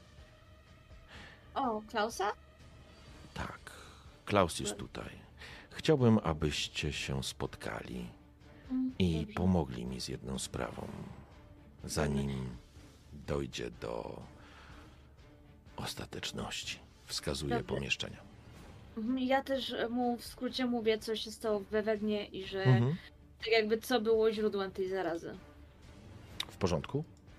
O, Klausa?
Tak, Klaus jest tutaj. Chciałbym, abyście się spotkali i
Dobrze.
pomogli mi z jedną sprawą, zanim dojdzie do ostateczności. Wskazuję
Dobrze.
pomieszczenia.
Ja też mu w skrócie mówię, co się stało w Bewegnie i że
Mhm.
tak jakby co było źródłem tej zarazy.
W porządku?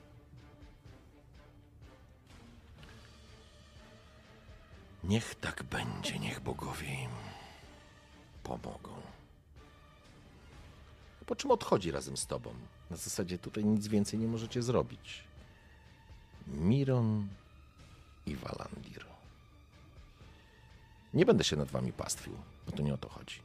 Niech tak będzie, niech bogowie im pomogą. Po czym odchodzi razem z tobą. Na zasadzie tutaj nic więcej nie możecie zrobić. Miron i Walandir. Nie będę się nad wami pastwił, bo to nie o to chodzi.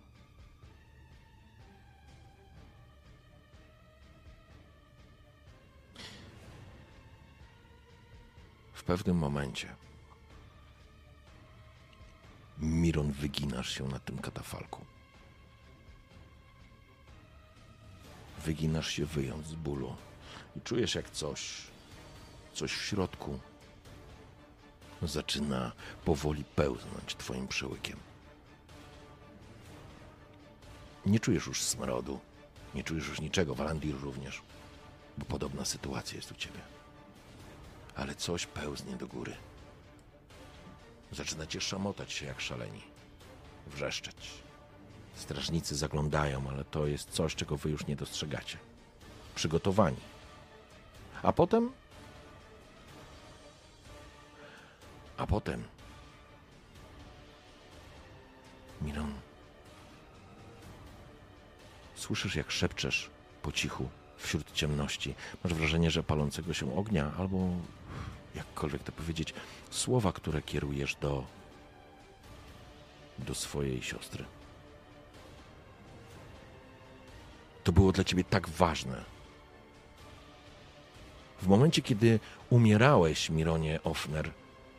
W pewnym momencie Miron, wyginasz się na tym katafalku. Wyginasz się, wyjąc z bólu i czujesz, jak coś w środku zaczyna powoli pełznąć twoim przełykiem. Nie czujesz już smrodu, nie czujesz już niczego, Walandir również, bo podobna sytuacja jest u ciebie. Ale coś pełznie do góry. Zaczynacie szamotać się jak szaleni, wrzeszczeć. Strażnicy zaglądają, ale to jest coś, czego wy już nie dostrzegacie. Przygotowani. A potem... Miron, słyszysz, jak szepczesz po cichu wśród ciemności. Masz wrażenie, że palącego się ognia, albo jakkolwiek to powiedzieć, słowa, które kierujesz do swojej siostry. To było dla ciebie tak ważne. W momencie, kiedy umierałeś, Mironie Offner,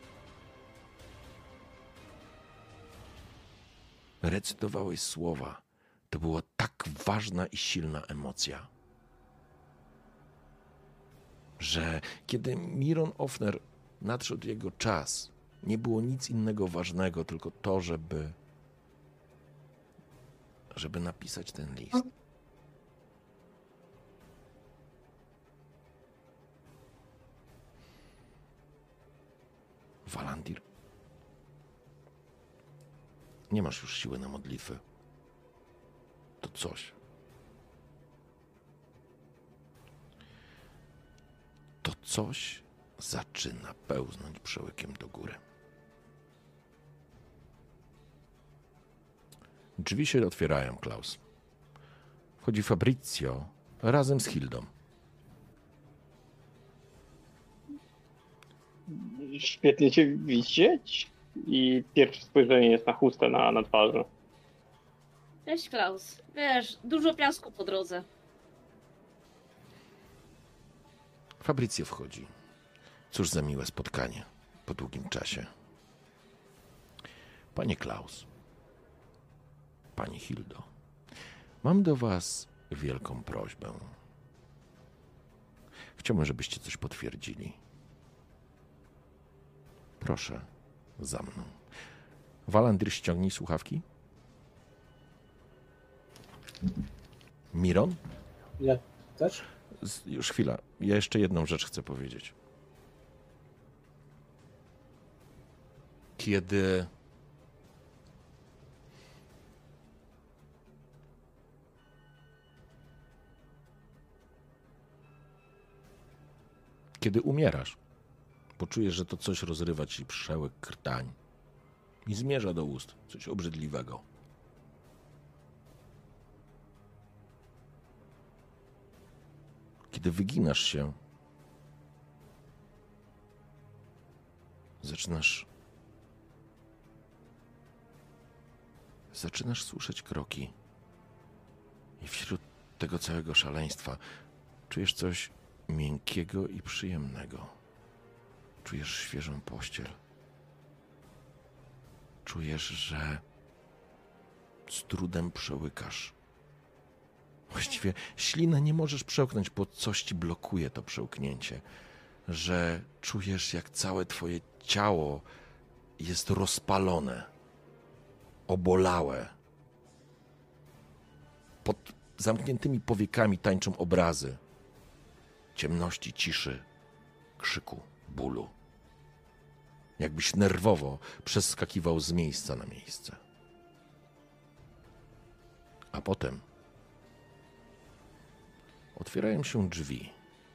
recytowałeś słowa. To była tak ważna i silna emocja, że kiedy Miron Offner nadszedł jego czas, nie było nic innego ważnego, tylko to, żeby napisać ten list. Walandir, nie masz już siły na modlitwę. To coś. To coś zaczyna pełznąć przełykiem do góry. Drzwi się otwierają, Klaus. Wchodzi Fabrizio razem z Hildą.
Świetnie cię widzieć. I pierwsze spojrzenie jest na chustę na twarzy.
Cześć, Klaus. Wiesz, dużo piasku po drodze.
Fabrizio wchodzi. Cóż za miłe spotkanie po długim czasie. Panie Klaus, pani Hildo, mam do was wielką prośbę. Chciałbym, żebyście coś potwierdzili. Proszę, za mną. Walandir, ściągnij słuchawki. Miron?
Ja też?
Już chwila. Ja jeszcze jedną rzecz chcę powiedzieć. Kiedy umierasz, poczujesz, że to coś rozrywa ci przełek krtań i zmierza do ust, coś obrzydliwego. Kiedy wyginasz się, zaczynasz słyszeć kroki i wśród tego całego szaleństwa czujesz coś miękkiego i przyjemnego. Czujesz świeżą pościel. Czujesz, że z trudem przełykasz. Właściwie ślinę nie możesz przełknąć, bo coś ci blokuje to przełknięcie. Że czujesz, jak całe twoje ciało jest rozpalone, obolałe. Pod zamkniętymi powiekami tańczą obrazy ciemności, ciszy, krzyku, bólu. Jakbyś nerwowo przeskakiwał z miejsca na miejsce. A potem otwierają się drzwi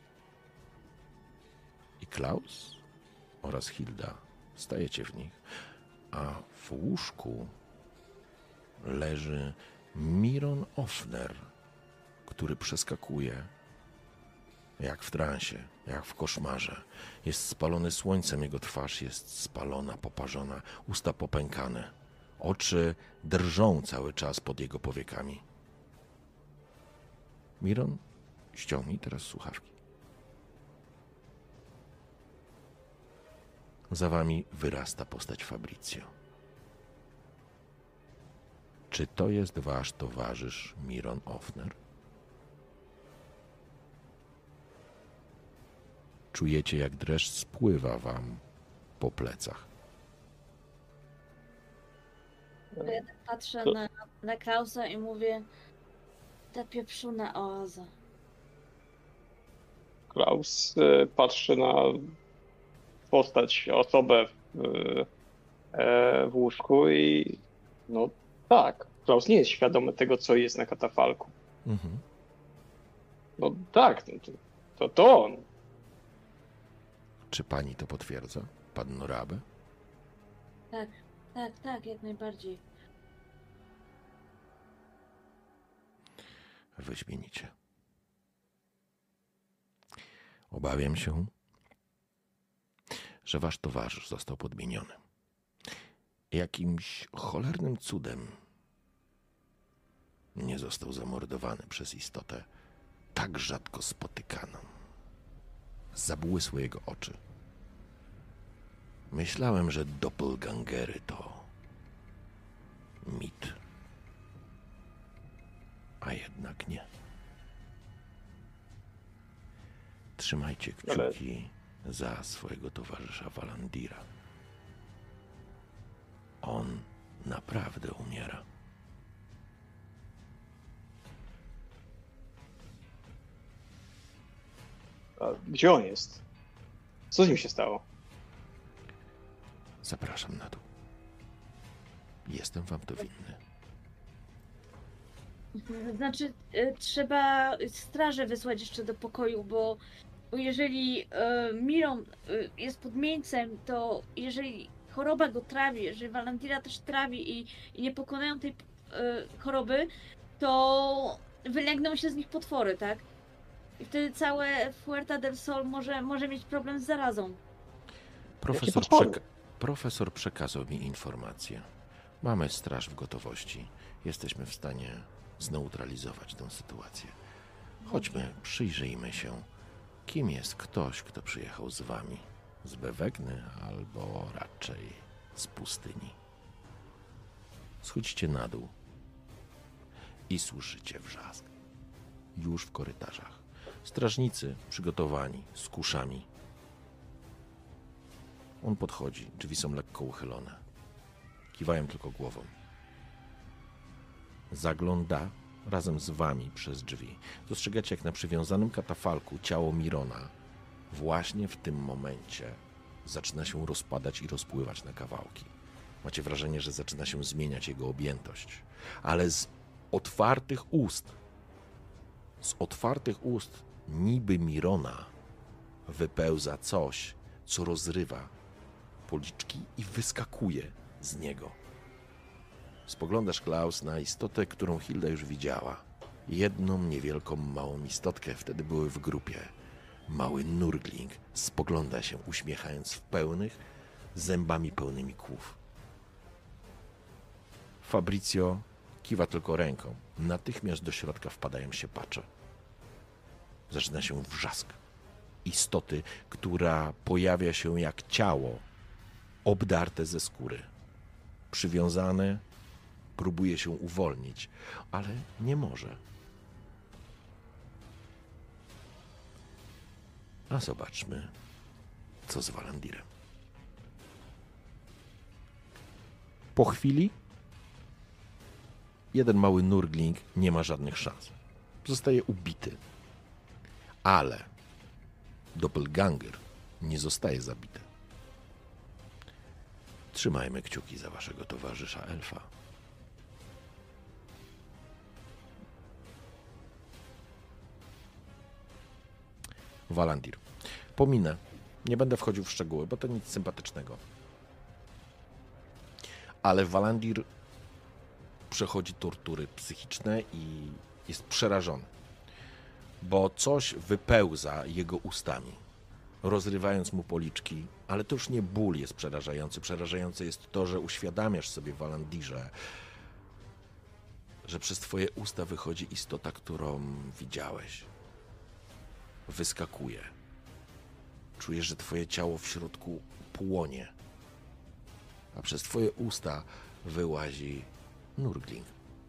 i Klaus oraz Hilda stajecie w nich, a w łóżku leży Miron Offner, który przeskakuje jak w transie, jak w koszmarze. Jest spalony słońcem, jego twarz jest spalona, poparzona, usta popękane. Oczy drżą cały czas pod jego powiekami. Miron, ściągnij teraz słuchawki. Za wami wyrasta postać Fabrizio. Czy to jest wasz towarzysz Miron Offner? Czujecie, jak dreszcz spływa wam po plecach.
Ja tak patrzę na Klausa i mówię, ta pieprzona oaza.
Klaus patrzy na postać, osobę w łóżku i no tak, Klaus nie jest świadomy tego, co jest na katafalku.
Mhm.
No tak, to on.
Czy pani to potwierdza, pan Norabe?
Tak, jak najbardziej.
Wyśmienicie. Obawiam się, że wasz towarzysz został podmieniony.
jakimś cholernym cudem nie został zamordowany przez istotę tak rzadko spotykaną.
Zabłysły jego oczy.
Myślałem, że doppelgangery to mit. A jednak nie. Trzymajcie kciuki za swojego towarzysza Walandira. On naprawdę umiera.
A gdzie on jest? Co z nim się stało?
Zapraszam na dół. Jestem wam to winny.
Znaczy, trzeba strażę wysłać jeszcze do pokoju, bo jeżeli Miron jest pod miejscem, to jeżeli choroba go trawi, jeżeli Valandira też trawi i nie pokonają tej choroby, to wylęgną się z nich potwory, tak? I wtedy całe Fuerza del Sol może mieć problem z zarazą.
Profesor przekazał mi informację. Mamy straż w gotowości. Jesteśmy w stanie zneutralizować tę sytuację. Chodźmy, przyjrzyjmy się, kim jest ktoś, kto przyjechał z wami. Z Bewegny albo raczej z pustyni. Schodźcie na dół i słyszycie wrzask. Już w korytarzach. Strażnicy przygotowani, z kuszami. On podchodzi, drzwi są lekko uchylone. Kiwają tylko głową. Zagląda razem z wami przez drzwi. Dostrzegacie, jak na przywiązanym katafalku ciało Mirona właśnie w tym momencie zaczyna się rozpadać i rozpływać na kawałki. Macie wrażenie, że zaczyna się zmieniać jego objętość. Ale z otwartych ust niby Mirona wypełza coś, co rozrywa policzki i wyskakuje z niego. Spoglądasz, Klaus, na istotę, którą Hilda już widziała. Jedną niewielką, małą istotkę, wtedy były w grupie. Mały nurgling spogląda się, uśmiechając w pełnych, zębami pełnymi kłów. Fabrizio kiwa tylko ręką. Natychmiast do środka wpadają się pacze. Zaczyna się wrzask istoty, która pojawia się jak ciało obdarte ze skóry. Przywiązane, próbuje się uwolnić, ale nie może. A zobaczmy, co z Valandirem.
Po chwili jeden mały nurgling nie ma żadnych szans. Zostaje ubity. Ale doppelganger nie zostaje zabity.
Trzymajmy kciuki za waszego towarzysza elfa.
Valandir. Pominę. Nie będę wchodził w szczegóły, bo to nic sympatycznego. Ale Valandir przechodzi tortury psychiczne i jest przerażony. Bo coś wypełza jego ustami, rozrywając mu policzki, ale to już nie ból jest przerażający. Przerażające jest to, że uświadamiasz sobie, Valandirze, że przez twoje usta wychodzi istota, którą widziałeś. Wyskakuje. Czujesz, że twoje ciało w środku płonie, a przez twoje usta wyłazi nurgling.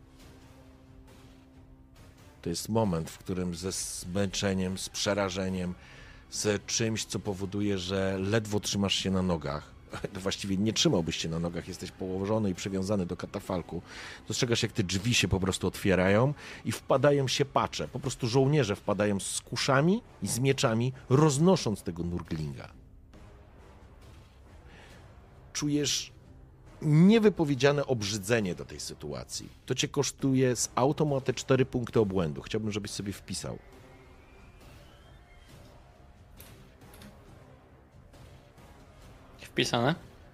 To jest moment, w którym ze zmęczeniem, z przerażeniem, z czymś, co powoduje, że ledwo trzymasz się na nogach. Właściwie nie trzymałbyś się na nogach, jesteś położony i przywiązany do katafalku. Dostrzegasz, jak te drzwi się po prostu otwierają i wpadają się pacze. Po prostu żołnierze wpadają z kuszami i z mieczami, roznosząc tego nurglinga. Czujesz niewypowiedziane obrzydzenie do tej sytuacji. To cię kosztuje z automatu 4 punkty obłędu. Chciałbym, żebyś sobie wpisał.
Wpisane?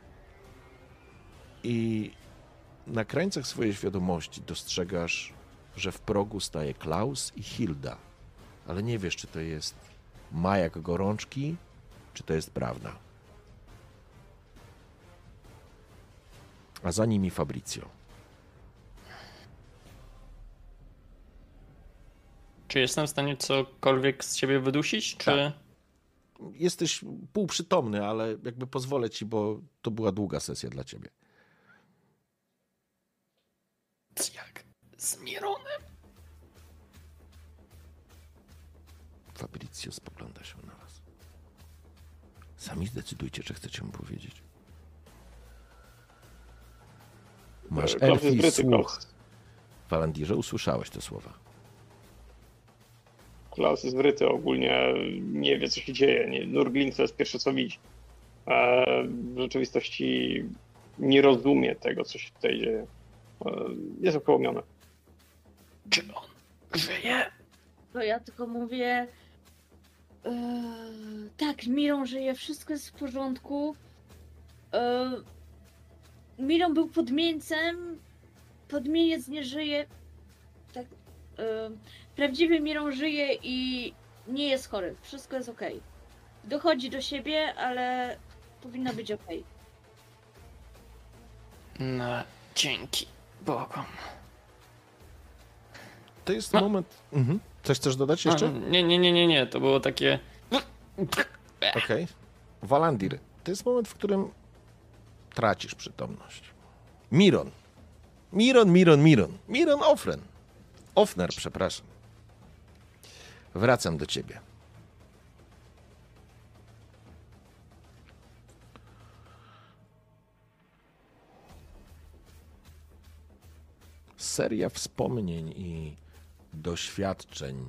I na krańcach swojej świadomości dostrzegasz, że w progu staje Klaus i Hilda. Ale nie wiesz, czy to jest majak gorączki, czy to jest prawda. a za nimi Fabrizio.
Czy jestem w stanie cokolwiek z siebie wydusić, czy...
Jesteś półprzytomny, ale jakby pozwolę ci, bo to była długa sesja dla ciebie.
Jak z Mironem?
Fabrizio spogląda się na was. Sami zdecydujcie, czy chcecie mu powiedzieć. Masz elfi słuch. Walandirze, usłyszałeś te słowa.
Klaus jest wryty, ogólnie nie wie, co się dzieje. Nurgling to jest pierwsze, co widzi. W rzeczywistości nie rozumie tego, co się tutaj dzieje. Jest okołomiony.
Czy on żyje?
To ja tylko mówię... tak, Miron żyje, wszystko jest w porządku. Miron był podmieńcem, podmieniec nie żyje. Tak, prawdziwy Miron żyje i nie jest chory, wszystko jest okej. Dochodzi do siebie, ale powinno być okej.
No, dzięki Bogom.
To jest moment... Mhm. Coś chcesz dodać jeszcze?
Nie, to było takie...
Okej. Walandir, to jest moment, w którym tracisz przytomność. Miron Ofner, przepraszam. Wracam do ciebie. Seria wspomnień i doświadczeń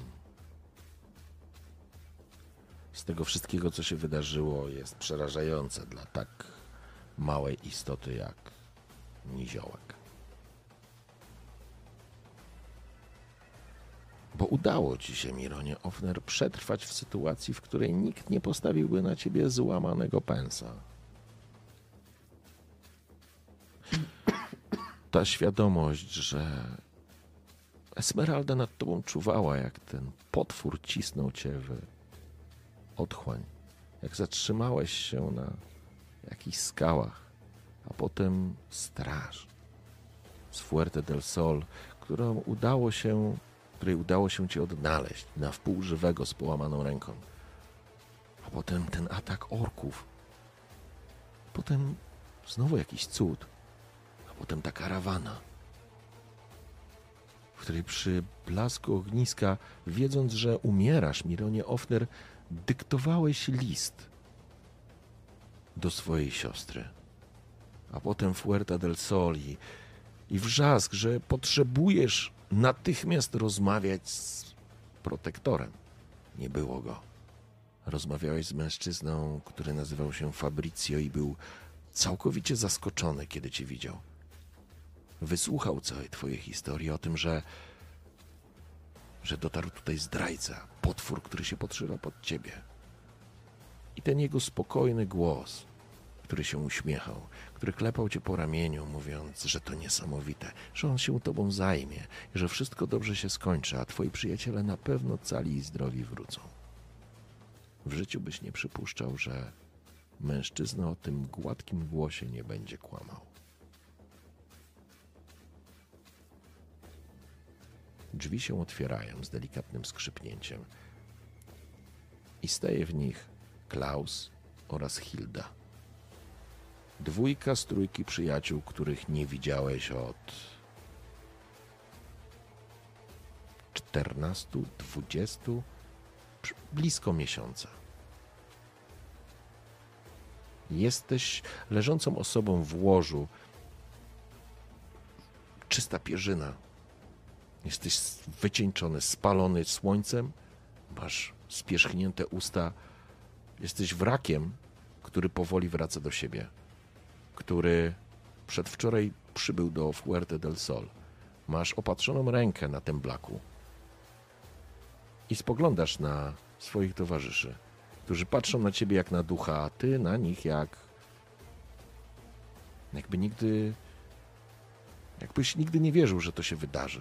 z tego wszystkiego, co się wydarzyło, jest przerażające dla tak małej istoty jak niziołek. Bo udało ci się, Mironie Ofner, przetrwać w sytuacji, w której nikt nie postawiłby na ciebie złamanego pensa. Ta świadomość, że Esmeralda nad tobą czuwała, jak ten potwór cisnął cię w otchłań, jak zatrzymałeś się na jakichś skałach, a potem straż z Fuerte del Sol, której udało się cię odnaleźć na wpół żywego z połamaną ręką. A potem ten atak orków. Potem znowu jakiś cud. A potem ta karawana, w której przy blasku ogniska, wiedząc, że umierasz, Mironie Ofner, dyktowałeś list do swojej siostry. A potem Fuerta del Sol i wrzask, że potrzebujesz natychmiast rozmawiać z protektorem. Nie było go. Rozmawiałeś z mężczyzną, który nazywał się Fabrizio i był całkowicie zaskoczony, kiedy cię widział. Wysłuchał całej twojej historii o tym, że dotarł tutaj zdrajca, potwór, który się podszywa pod ciebie. I ten jego spokojny głos, który się uśmiechał, który klepał cię po ramieniu, mówiąc, że to niesamowite, że on się tobą zajmie, że wszystko dobrze się skończy, a twoi przyjaciele na pewno cali i zdrowi wrócą. W życiu byś nie przypuszczał, że mężczyzna o tym gładkim głosie nie będzie kłamał. Drzwi się otwierają z delikatnym skrzypnięciem i staje w nich Klaus oraz Hilda. Dwójka z trójki przyjaciół, których nie widziałeś od 14, 20, blisko miesiąca. Jesteś leżącą osobą w łożu, czysta pierzyna. Jesteś wycieńczony, spalony słońcem, masz spierzchnięte usta. Jesteś wrakiem, który powoli wraca do siebie, który przedwczoraj przybył do Fuerte del Sol. Masz opatrzoną rękę na tym blaku i spoglądasz na swoich towarzyszy, którzy patrzą na ciebie jak na ducha, a ty na nich jakbyś nigdy nie wierzył, że to się wydarzy.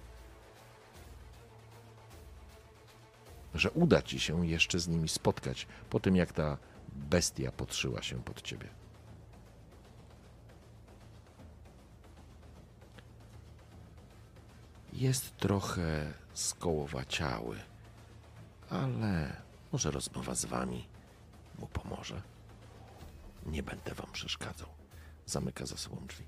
Że uda ci się jeszcze z nimi spotkać po tym, jak ta bestia podszyła się pod ciebie. Jest trochę skołowaciały, ale może rozmowa z wami mu pomoże. Nie będę wam przeszkadzał. Zamyka za sobą drzwi.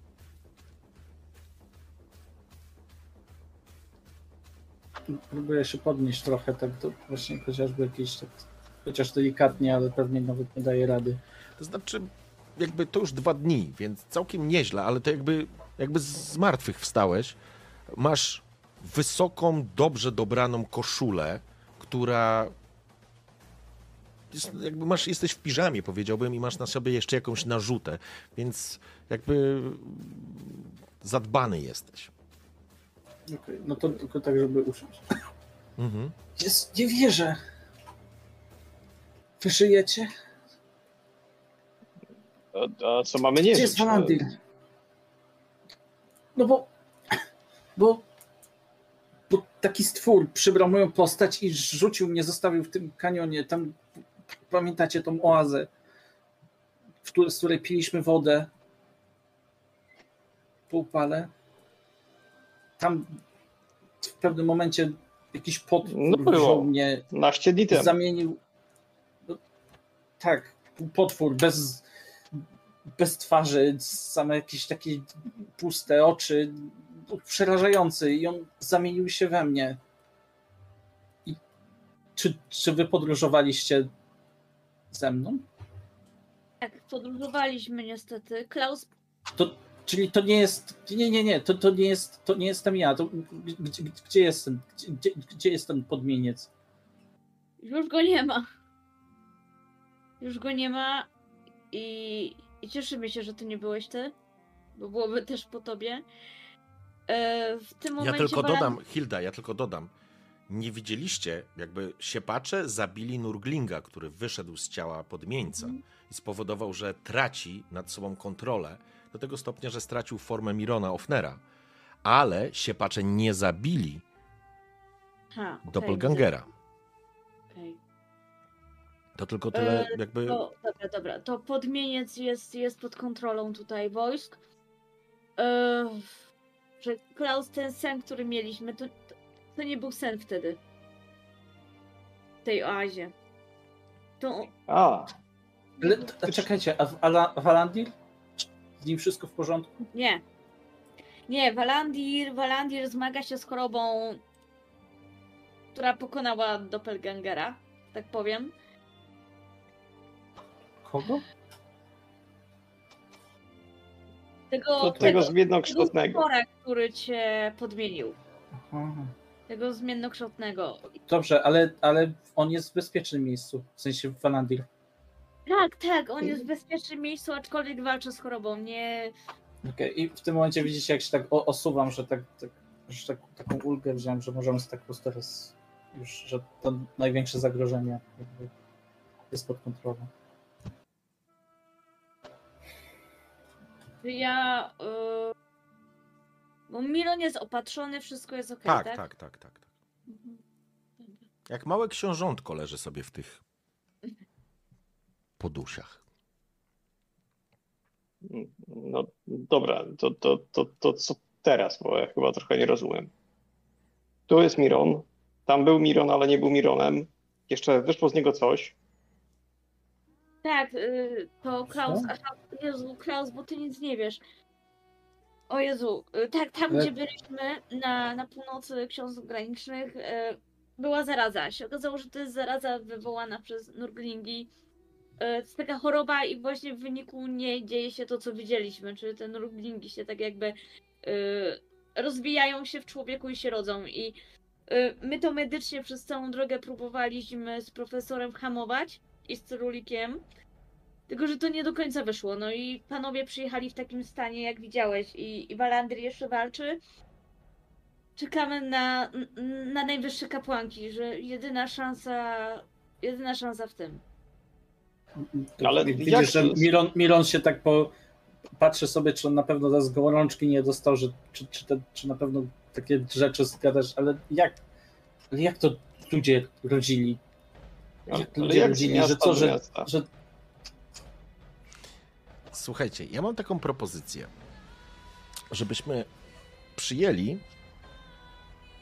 Próbuję się podnieść trochę, tak to właśnie chociażby jakieś tak, chociaż delikatnie, ale pewnie nawet nie daje rady.
To znaczy, jakby to już 2 dni, więc całkiem nieźle, ale to jakby z martwych wstałeś. Masz wysoką, dobrze dobraną koszulę, która jest, jakby jesteś w piżamie, powiedziałbym, i masz na sobie jeszcze jakąś narzutę, więc jakby zadbany jesteś.
Okej, no to tylko tak, żeby usiąść.
Mhm.
Jest, nie wierzę. Wy żyjecie?
A co mamy nie
Gdzie jest
żyć?
Valandir? No bo taki stwór przybrał moją postać i rzucił mnie, zostawił w tym kanionie. Tam, pamiętacie tą oazę, z której piliśmy wodę po upale? Tam w pewnym momencie jakiś potwór
No było.
wziął mnie,
12 dni temu.
zamienił... No, tak, potwór bez twarzy, same jakieś takie puste oczy, przerażający, i on zamienił się we mnie. I czy wy podróżowaliście ze mną?
Tak, podróżowaliśmy niestety. Klaus,
Czyli to nie jest... Nie, to nie jestem ja. To, gdzie jestem? Gdzie jest ten podmieniec?
już go nie ma. Już go nie ma i cieszymy się, że to nie byłeś ty, bo byłoby też po tobie. W tym
Ja
momencie
tylko
Valan-
dodam, Hilda, nie widzieliście, jakby siepacze zabili Nurglinga, który wyszedł z ciała podmieńca i spowodował, że traci nad sobą kontrolę do tego stopnia, że stracił formę Mirona Ofnera. Ale siepacze nie zabili
Ha, okej,
Doppelgangera.
okej.
To tylko tyle jakby...
To, dobra. To podmieniec jest pod kontrolą tutaj wojsk. Że Klaus, ten sen, który mieliśmy, to nie był sen wtedy. W tej oazie. To
A,
Ale czekajcie, a Valandir? Z nim wszystko w porządku?
nie. Nie, Valandir zmaga się z chorobą, która pokonała Doppelgangera, tak powiem.
Kogo?
tego zmiennokształtnego.
stwora, który cię podmienił.
Aha.
Tego zmiennokształtnego.
Dobrze, ale on jest w bezpiecznym miejscu, w sensie Valandir.
Tak, on jest w bezpiecznym miejscu, aczkolwiek walczy z chorobą, nie...
Okej, i w tym momencie widzicie, jak się tak osuwam, że taką ulgę wziąłem, że możemy sobie tak po prostu teraz już, że to największe zagrożenie jakby jest pod kontrolą.
Ja... Bo Miron jest opatrzony, wszystko jest okej, tak?
Tak.
Mhm. Dobra.
Jak małe książątko leży sobie w tych podusiach.
No dobra, to co teraz, bo ja chyba trochę nie rozumiem. Tu jest Miron, tam był Miron, ale nie był Mironem. Jeszcze wyszło z niego coś.
Tak, to Klaus... Jezu, Klaus, bo ty nic nie wiesz. O Jezu, tak, tam
Ale-
gdzie byliśmy, na północy Książąt Granicznych, była zaraza. Się okazało, że to jest zaraza wywołana przez Nurglingi. To jest taka choroba i właśnie w wyniku niej dzieje się to, co widzieliśmy, czyli te Nurglingi się tak jakby rozwijają się w człowieku i się rodzą. I my to medycznie przez całą drogę próbowaliśmy z profesorem hamować i z Cyrulikiem, tylko że to nie do końca wyszło. No i panowie przyjechali w takim stanie, jak widziałeś, i Valandir jeszcze walczy. Czekamy na najwyższe kapłanki, że jedyna szansa w tym.
Ale jak
widzisz, że
to jest?
Miron się tak patrzy sobie, czy on na pewno nas z gorączki nie dostał, że, czy na pewno takie rzeczy zgadasz, ale jak to ludzie rodzili? Jak ludzie
jak z
rodzili,
miasta
że co,
do miasta?
że
Słuchajcie, ja mam taką propozycję, żebyśmy przyjęli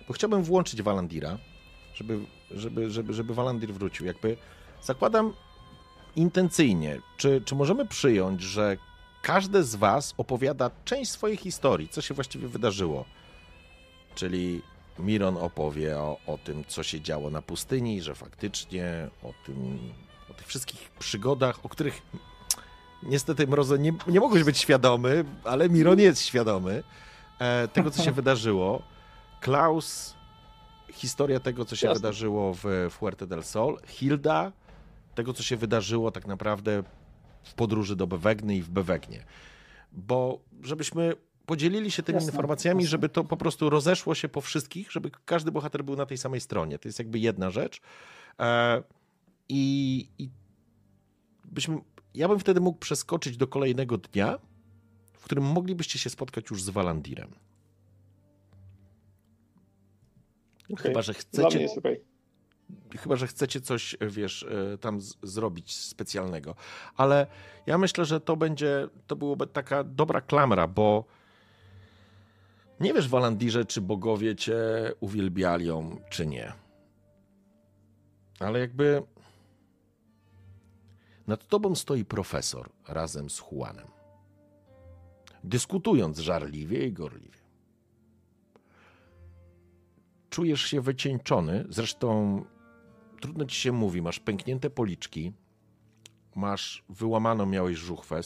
bo chciałbym włączyć Walandira, żeby Walandir wrócił. Jakby zakładam intencyjnie, czy możemy przyjąć, że każdy z was opowiada część swojej historii, co się właściwie wydarzyło. Czyli Miron opowie o tym, co się działo na pustyni, że faktycznie o tych wszystkich przygodach, o których niestety, Mrozo, nie mogłeś być świadomy, ale Miron jest świadomy tego, co się wydarzyło. Klaus, historia tego, co się wydarzyło w Fuerte del Sol. Hilda, tego, co się wydarzyło tak naprawdę w podróży do Bewegny i w Bewegnie. Bo żebyśmy podzielili się tymi informacjami, żeby to po prostu rozeszło się po wszystkich, żeby każdy bohater był na tej samej stronie. To jest jakby jedna rzecz. Ja bym wtedy mógł przeskoczyć do kolejnego dnia, w którym moglibyście się spotkać już z Walandirem.
Okay.
Chyba, że
Dla mnie jest okej.
Chyba, że chcecie coś, wiesz, tam zrobić specjalnego. Ale ja myślę, że to byłoby taka dobra klamra, bo nie wiesz, Walandirze, czy bogowie cię uwielbiają, czy nie. Ale jakby nad tobą stoi profesor razem z Juanem, dyskutując żarliwie i gorliwie. Czujesz się wycieńczony, zresztą trudno ci się mówi, masz pęknięte policzki, masz wyłamaną, miałeś żuchwę,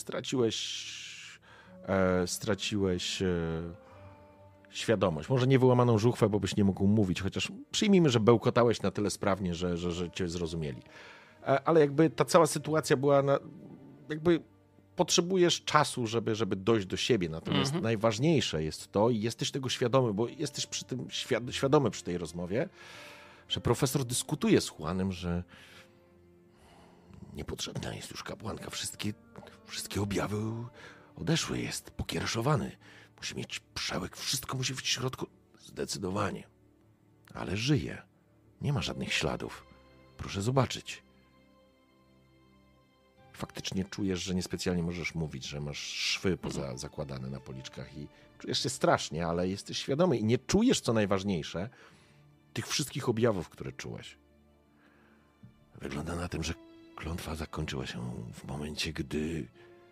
straciłeś świadomość. Może nie wyłamaną żuchwę, bo byś nie mógł mówić, chociaż przyjmijmy, że bełkotałeś na tyle sprawnie, że cię zrozumieli. Ale jakby ta cała sytuacja była, jakby potrzebujesz czasu, żeby dojść do siebie. Natomiast najważniejsze jest to, i jesteś tego świadomy, bo jesteś przy tym świadomy przy tej rozmowie, że profesor dyskutuje z Juanem, że niepotrzebna jest już kapłanka. Wszystkie objawy odeszły, jest pokiereszowany. Musi mieć przełyk, wszystko musi być w środku. Zdecydowanie. Ale żyje. Nie ma żadnych śladów. Proszę zobaczyć. Faktycznie czujesz, że niespecjalnie możesz mówić, że masz szwy zakładane na policzkach i czujesz się strasznie, ale jesteś świadomy i nie czujesz, co najważniejsze, tych wszystkich objawów, które czułeś. Wygląda na tym, że klątwa zakończyła się w momencie, gdy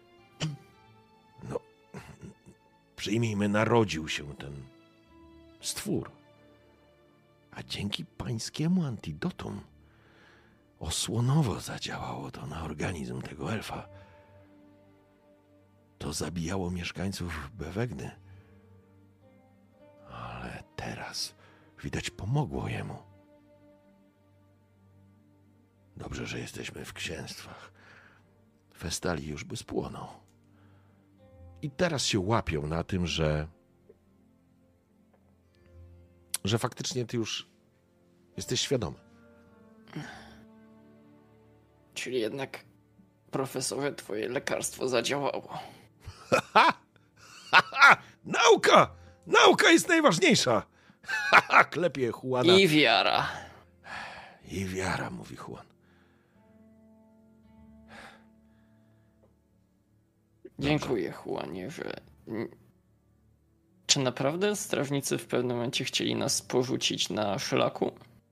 przyjmijmy, narodził się ten stwór. A dzięki pańskiemu antidotum osłonowo zadziałało to na organizm tego elfa. To zabijało mieszkańców Bewegny. Ale teraz widać pomogło jemu. Dobrze, że jesteśmy w księstwach. Festali już by spłonął. I teraz się łapią na tym, że faktycznie ty już jesteś świadomy.
Czyli jednak, profesorze, twoje lekarstwo zadziałało.
Nauka! Nauka jest najważniejsza! Klepie Juana.
I wiara.
I wiara, mówi Juan.
Dziękuję, Juanie, że... Czy naprawdę strażnicy w pewnym momencie chcieli nas porzucić na szlaku?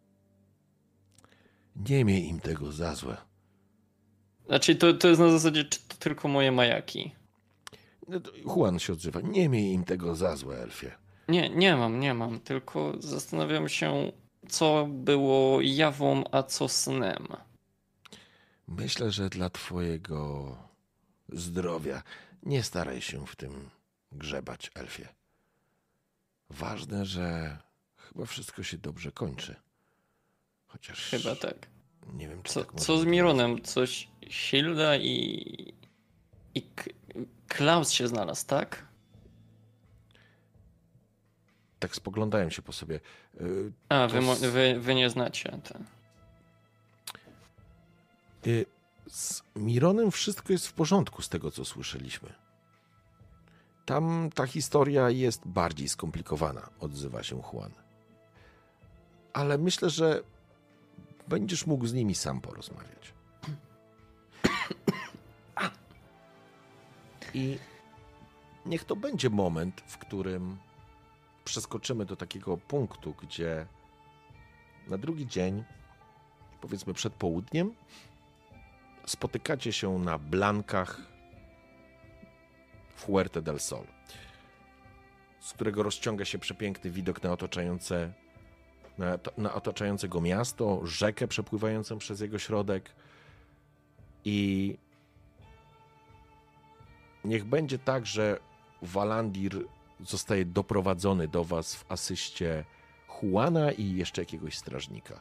Nie miej im tego za złe.
Znaczy, to jest na zasadzie, czy to tylko moje majaki?
Juan się odzywa. Nie miej im tego za złe, elfie.
Nie mam. Tylko zastanawiam się, co było jawą, a co snem.
Myślę, że dla twojego zdrowia nie staraj się w tym grzebać, elfie. Ważne, że chyba wszystko się dobrze kończy. Chociaż...
Chyba tak.
Nie wiem, czy
Co z Mironem? Coś Hilda i Klaus się znalazł, tak?
Tak spoglądają się po sobie.
A, wy nie znacie.
Z Mironem wszystko jest w porządku z tego, co słyszeliśmy. Tam ta historia jest bardziej skomplikowana, odzywa się Juan. Ale myślę, że będziesz mógł z nimi sam porozmawiać. I niech to będzie moment, w którym przeskoczymy do takiego punktu, gdzie na drugi dzień, powiedzmy przed południem, spotykacie się na blankach Fuerte del Sol, z którego rozciąga się przepiękny widok na otaczające go miasto, rzekę przepływającą przez jego środek i niech będzie tak, że Walandir zostaje doprowadzony do was w asyście Juana i jeszcze jakiegoś strażnika.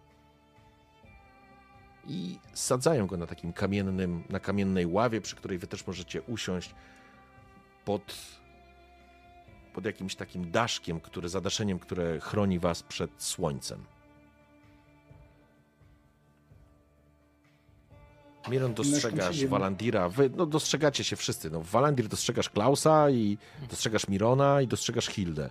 I sadzają go na takim na kamiennej ławie, przy której wy też możecie usiąść pod jakimś takim daszkiem, zadaszeniem, które chroni was przed słońcem. Miron, dostrzegasz Walandira, wy dostrzegacie się wszyscy. No, Walandir, dostrzegasz Klausa i dostrzegasz Mirona i dostrzegasz Hildę.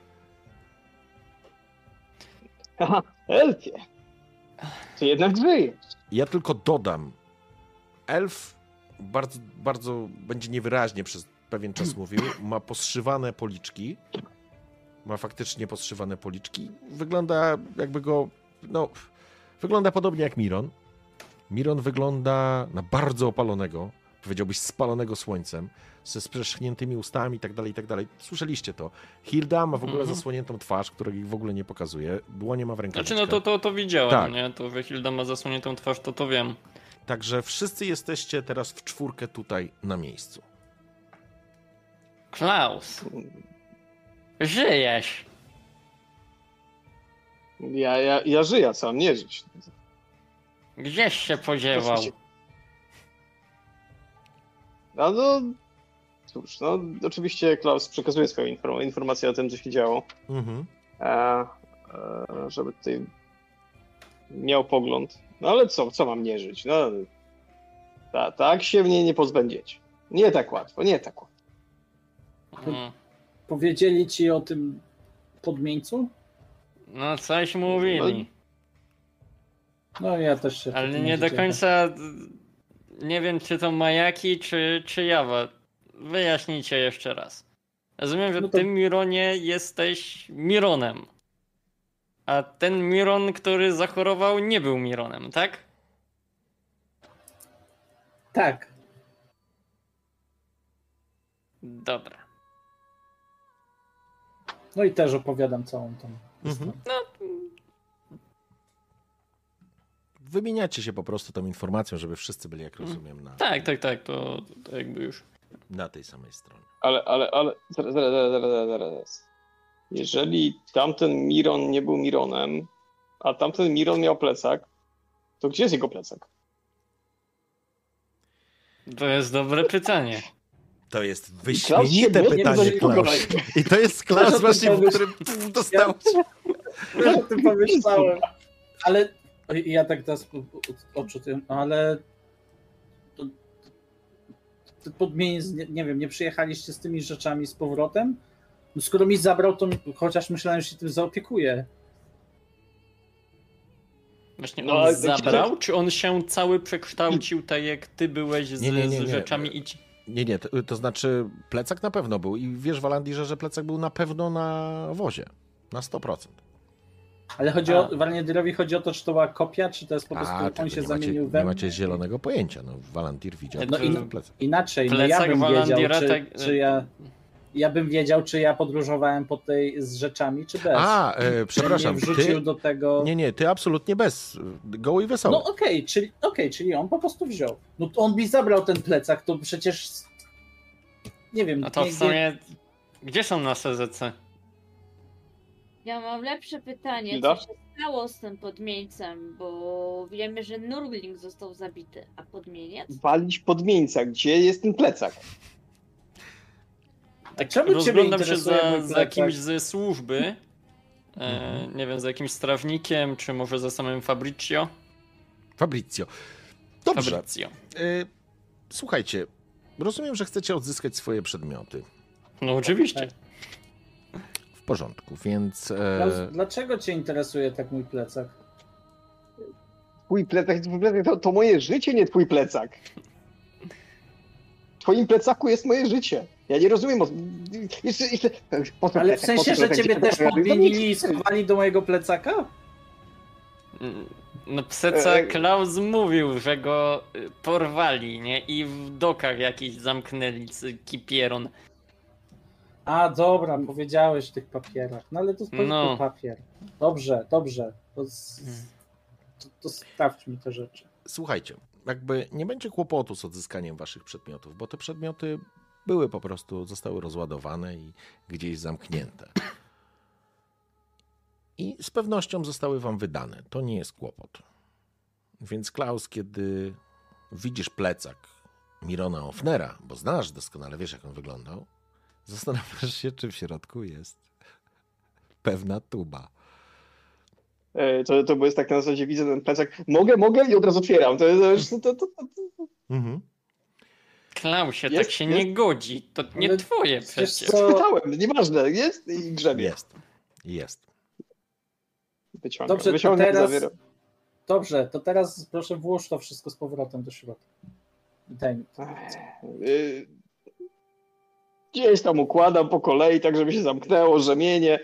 Aha, Elfie. Ty jednak żyjesz.
Ja tylko dodam, elf bardzo, bardzo będzie niewyraźnie przez pewien czas mówił, ma poszywane policzki, ma faktycznie poszywane policzki, wygląda jakby go, wygląda podobnie jak Miron. Miron wygląda na bardzo opalonego, powiedziałbyś spalonego słońcem, ze sprzeschniętymi ustami i tak dalej. Słyszeliście to. Hilda ma w ogóle zasłoniętą twarz, której ich w ogóle nie pokazuje. Dłonie ma w rękawiczkach.
Znaczy, to widziałem,
tak.
Nie? To, że Hilda ma zasłoniętą twarz, to wiem.
Także wszyscy jesteście teraz w czwórkę tutaj na miejscu.
Klaus, żyjesz.
Ja żyję, a co mam nie żyć?
Gdzieś się podziewał?
No cóż, oczywiście Klaus przekazuje swoją informację o tym, co się działo. Żeby tutaj miał pogląd. No ale co mam nie żyć? No, tak się mnie nie pozbędziecie. Nie tak łatwo.
Powiedzieli ci o tym podmieńcu?
No coś mówili.
No ja też się...
Ale nie do końca nie wiem, czy to Majaki, czy Jawa. Wyjaśnijcie jeszcze raz. Rozumiem, że ty, Mironie, jesteś Mironem. A ten Miron, który zachorował, nie był Mironem, tak?
Tak.
Dobra.
No i też opowiadam całą tą historię.
Wymieniacie się po prostu tą informacją, żeby wszyscy byli, jak rozumiem,
Tak, to jakby już.
Na tej samej stronie.
Ale zaraz. Jeżeli tamten Miron nie był Mironem, a tamten Miron miał plecak, to gdzie jest jego plecak?
To jest dobre pytanie.
To jest wyśmienite pytanie, Klaus. I to jest Klaus właśnie, w którym dostał.
Ja o tym pomyślałem. Ale ja tak teraz odczułem, ale nie wiem, nie przyjechaliście z tymi rzeczami z powrotem? No skoro mi zabrał, to chociaż myślałem, że się tym zaopiekuje.
Właśnie on zabrał, czy on się cały przekształcił tak jak ty byłeś z rzeczami i ci...
Nie, to znaczy plecak na pewno był i wiesz, Walandirze, że plecak był na pewno na wozie, na 100%.
Ale Walandirowi chodzi o to, czy to była kopia, czy to jest po prostu on się zamienił we mnie?
Nie macie zielonego pojęcia, Walandir widział plecak.
Inaczej,
ja bym wiedział,
czy ja bym wiedział, czy ja podróżowałem po tej z rzeczami, czy bez.
Przepraszam,
wrzucił do tego...
Nie, ty absolutnie bez. Goły i wesoły.
No czyli on po prostu wziął. No to on mi zabrał ten plecak, to przecież... Nie wiem...
No to w sumie... Gdzie są nasze rzeczy?
Ja mam lepsze pytanie,
Da?
co się stało z tym podmieńcem, bo wiemy, że Nurgling został zabity, a podmieniec?
Walić podmieńca, gdzie jest ten plecak?
Tak,
czemu ciebie
rozglądam się
interesuje mój
za kimś ze służby. Nie wiem, za jakimś strażnikiem, czy może za samym Fabrizio.
Dobrze.
Fabrizio.
Słuchajcie, rozumiem, że chcecie odzyskać swoje przedmioty.
No oczywiście.
W porządku, więc...
Dlaczego cię interesuje tak mój plecak?
Twój plecak to moje życie, nie twój plecak. W twoim plecaku jest moje życie. Ja nie rozumiem.
Ale w sensie, że ciebie też podmienili i schowali do mojego plecaka?
No Pseca Klaus mówił, że go porwali, nie? I w dokach jakiś zamknęli kipieron.
A, dobra, powiedziałeś w tych papierach. No ale to jest
No.
papier. Dobrze. To sprawdź mi te rzeczy.
Słuchajcie, jakby nie będzie kłopotu z odzyskaniem waszych przedmiotów, bo te przedmioty były po prostu, zostały rozładowane i gdzieś zamknięte. I z pewnością zostały wam wydane. To nie jest kłopot. Więc Klaus, kiedy widzisz plecak Mirona Ofnera, bo znasz doskonale, wiesz jak on wyglądał, zastanawiasz się, czy w środku jest pewna tuba.
To jest tak na zasadzie, widzę ten plecak, mogę i od razu otwieram.
Mhm.
Klausie,
Jest,
tak się
jest.
nie godzi. To nie
Ale
twoje
wiesz
przecież.
co?
Pytałem, nieważne, jest i grzebie.
Jest.
Wyciągam,
Dobrze, to
wyciągam,
teraz...
zawieram.
Dobrze, to teraz proszę włóż to wszystko z powrotem do środka. Daj mi.
Gdzieś tam układam po kolei, tak żeby się zamknęło, rzemienie.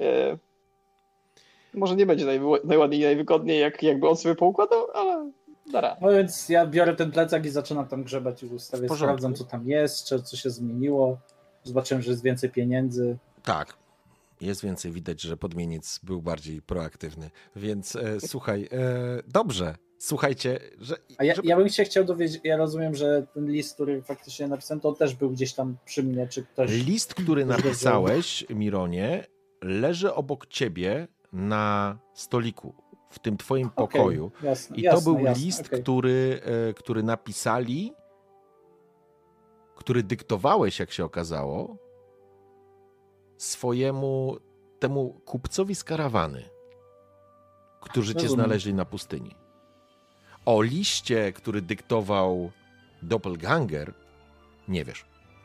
Może nie będzie najładniej i najwygodniej, jakby on sobie poukładał, ale da radę.
No więc ja biorę ten plecak i zaczynam tam grzebać i ustawię.
W porządku.
Sprawdzam, co tam jest, czy co się zmieniło. Zobaczyłem, że jest więcej pieniędzy.
Tak. Jest więcej, widać, że podmieniec był bardziej proaktywny. Więc słuchaj, dobrze. Słuchajcie, że...
Ja bym się chciał dowiedzieć, ja rozumiem, że ten list, który faktycznie napisałem, to też był gdzieś tam przy mnie, czy ktoś...
List, który napisałeś, Mironie, leży obok ciebie na stoliku, w tym twoim pokoju.
Okay, jasne,
I
jasne,
to był
jasne,
list,
okay.
który napisali, który dyktowałeś, jak się okazało, temu kupcowi z karawany, którzy cię
Rozumiem.
znaleźli na pustyni. O liście, który dyktował Doppelganger, nie wiesz.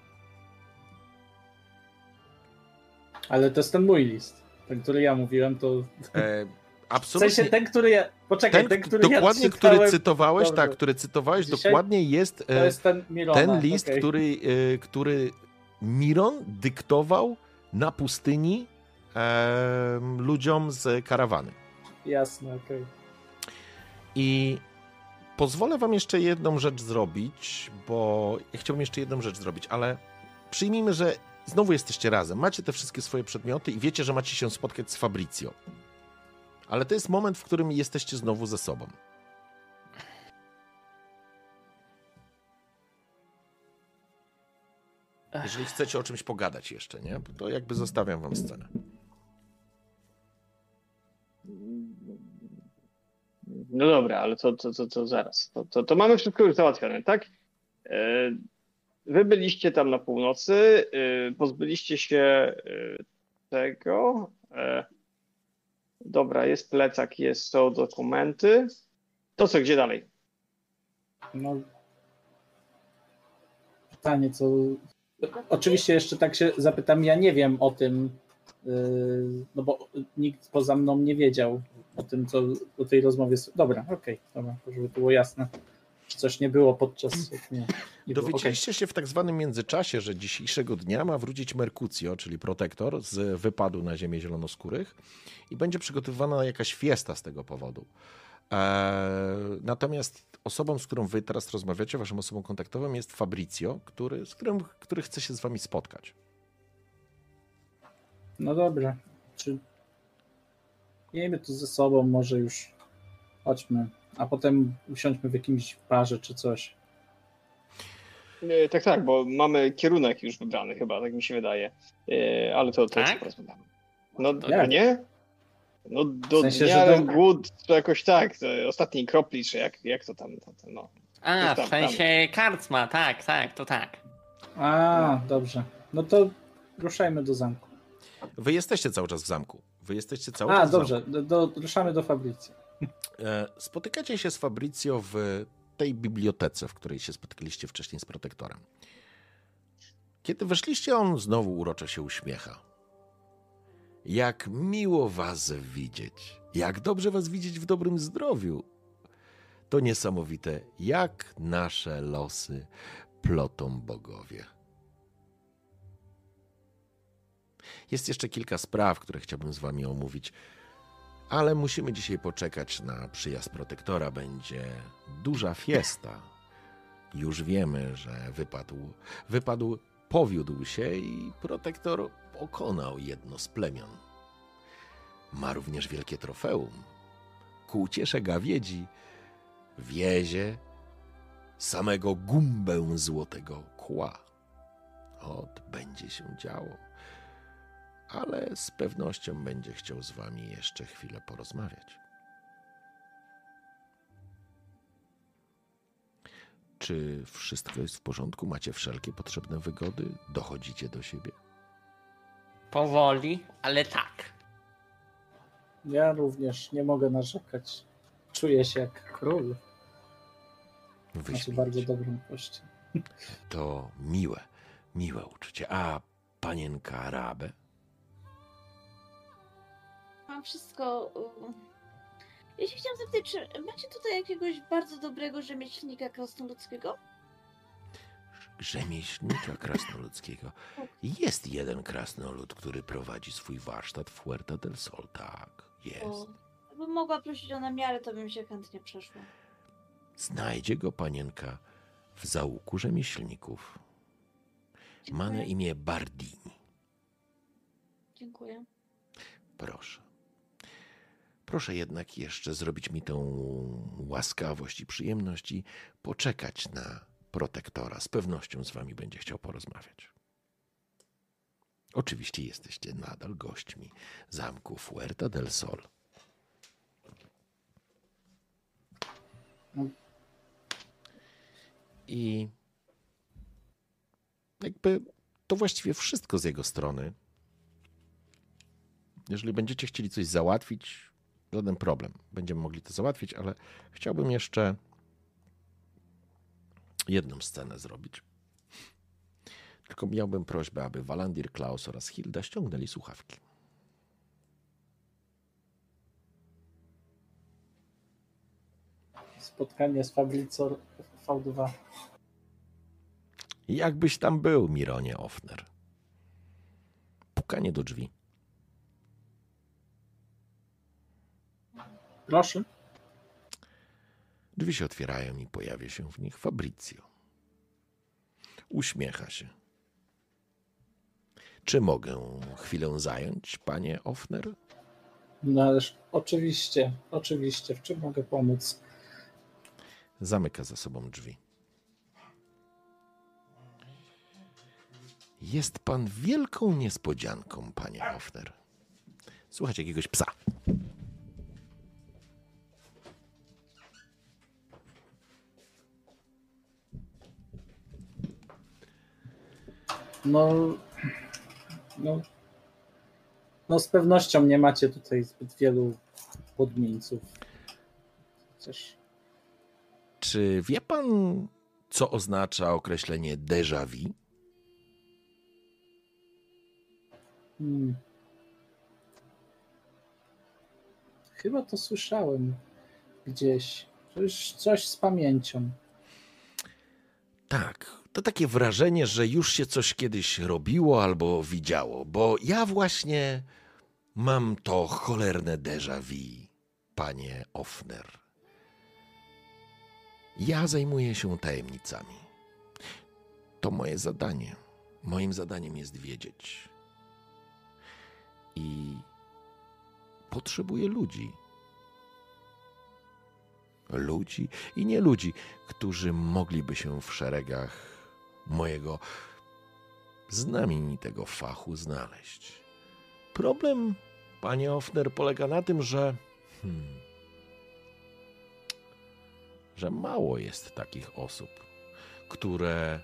Ale to jest ten mój list. Ten, który ja mówiłem, to... W
Absolutnie.
sensie ten, który ja... Poczekaj, ten który
dokładnie,
ja czytałem...
który cytowałeś,
Dobrze.
tak, który cytowałeś,
Dzisiaj
dokładnie jest
To jest ten Mirona.
ten list,
okay.
który Miron dyktował na pustyni ludziom z karawany.
Jasne, okej.
I pozwolę wam jeszcze jedną rzecz zrobić, bo ja chciałbym jeszcze jedną rzecz zrobić, ale przyjmijmy, że znowu jesteście razem, macie te wszystkie swoje przedmioty i wiecie, że macie się spotkać z Fabrizio. Ale to jest moment, w którym jesteście znowu ze sobą. Jeżeli chcecie o czymś pogadać jeszcze, nie? To jakby zostawiam wam scenę.
No dobra, ale to zaraz. To mamy wszystko już załatwione, tak? Wy byliście tam na północy, pozbyliście się tego. Dobra, jest plecak, są dokumenty. To co, gdzie dalej?
No... Pytanie, co... Oczywiście jeszcze tak się zapytam, ja nie wiem o tym, no bo nikt poza mną nie wiedział o tym, co o tej rozmowie... Dobra, okej, dobra, żeby to było jasne. Czy coś nie było podczas... Nie było,
Dowiedzieliście się w tak zwanym międzyczasie, że dzisiejszego dnia ma wrócić Mercutio, czyli protektor z wypadu na ziemię zielonoskórych i będzie przygotowywana jakaś fiesta z tego powodu. Natomiast osobą, z którą wy teraz rozmawiacie, waszą osobą kontaktową jest Fabrizio, który chce się z wami spotkać.
No dobrze. Czy miejmy to ze sobą, może już chodźmy, a potem usiądźmy w jakimś barze czy coś.
Tak, bo mamy kierunek już wybrany chyba, tak mi się wydaje. Ale to
Tak?
jeszcze porozmawiamy. No
Jak?
nie? No do
W sensie,
dnia
że
głód, to jakoś tak, ostatniej kropli, czy jak to tam, no.
A,
tam,
w sensie karczma, tak, to tak.
A, dobrze. No to ruszajmy do zamku.
Wy jesteście cały czas w zamku.
A, dobrze, ruszamy do Fabrycji.
Spotykacie się z Fabrizio w tej bibliotece, w której się spotkaliście wcześniej z protektorem. Kiedy weszliście, on znowu uroczo się uśmiecha. Jak miło was widzieć. Jak dobrze was widzieć w dobrym zdrowiu. To niesamowite, jak nasze losy plotą bogowie. Jest jeszcze kilka spraw, które chciałbym z wami omówić, ale musimy dzisiaj poczekać na przyjazd protektora. Będzie duża fiesta. Już wiemy, że powiódł się i protektor pokonał jedno z plemion. Ma również wielkie trofeum. Ku uciesze gawiedzi wiezie samego gumbę złotego kła. Będzie się działo. Ale z pewnością będzie chciał z wami jeszcze chwilę porozmawiać. Czy wszystko jest w porządku? Macie wszelkie potrzebne wygody? Dochodzicie do siebie?
Powoli, ale tak.
Ja również nie mogę narzekać. Czuję się jak król. Macie
Wyśmienicie.
bardzo dobrą kość.
To miłe uczucie. A panienka Arabe?
Mam wszystko. Ja się chciałam zapytać, czy macie tutaj jakiegoś bardzo dobrego rzemieślnika krasnoludzkiego?
Rzemieślnika krasnoludzkiego. Jest jeden krasnolud, który prowadzi swój warsztat w Huerta del Sol. Tak, jest.
Gdybym mogła prosić o namiarę, to bym się chętnie przeszła.
Znajdzie go panienka w zaułku rzemieślników. Ma na
Dziękuję.
imię Bardini.
Dziękuję.
Proszę. Proszę jednak jeszcze zrobić mi tą łaskawość i przyjemność i poczekać na protektora. Z pewnością z wami będzie chciał porozmawiać. Oczywiście jesteście nadal gośćmi zamku Huerta del Sol. I jakby to właściwie wszystko z jego strony. Jeżeli będziecie chcieli coś załatwić, żaden problem. Będziemy mogli to załatwić, ale chciałbym jeszcze jedną scenę zrobić. Tylko miałbym prośbę, aby Walandir, Klaus oraz Hilda ściągnęli słuchawki.
Spotkanie z Fablicor V2.
Jakbyś tam był, Mironie Offner. Pukanie do drzwi.
Proszę.
Drzwi się otwierają i pojawia się w nich Fabrizio. Uśmiecha się. Czy mogę chwilę zająć, panie Offner?
No ależ oczywiście, w czym mogę pomóc?
Zamyka za sobą drzwi. Jest pan wielką niespodzianką, panie Offner. Słuchajcie jakiegoś psa.
No z pewnością nie macie tutaj zbyt wielu podmieńców. Chociaż
Czy wie pan, co oznacza określenie déjà vu?
chyba to słyszałem gdzieś. To już coś z pamięcią.
Tak, to takie wrażenie, że już się coś kiedyś robiło albo widziało, bo ja właśnie mam to cholerne déjà vu, panie Offner. Ja zajmuję się tajemnicami. To moje zadanie. Moim zadaniem jest wiedzieć. I potrzebuję ludzi. Ludzi i nie ludzi, którzy mogliby się w szeregach mojego znamienitego fachu znaleźć. Problem, panie Offner, polega na tym, że mało jest takich osób, które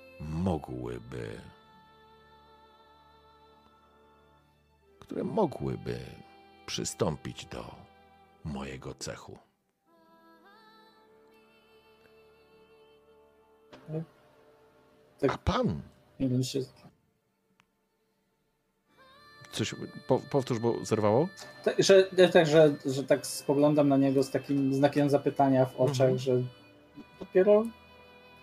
mogłyby przystąpić do mojego cechu.
Tak.
A pan?
Nie wiem, się...
Coś, powtórz, bo zerwało?
że tak spoglądam na niego z takim znakiem zapytania w oczach, że dopiero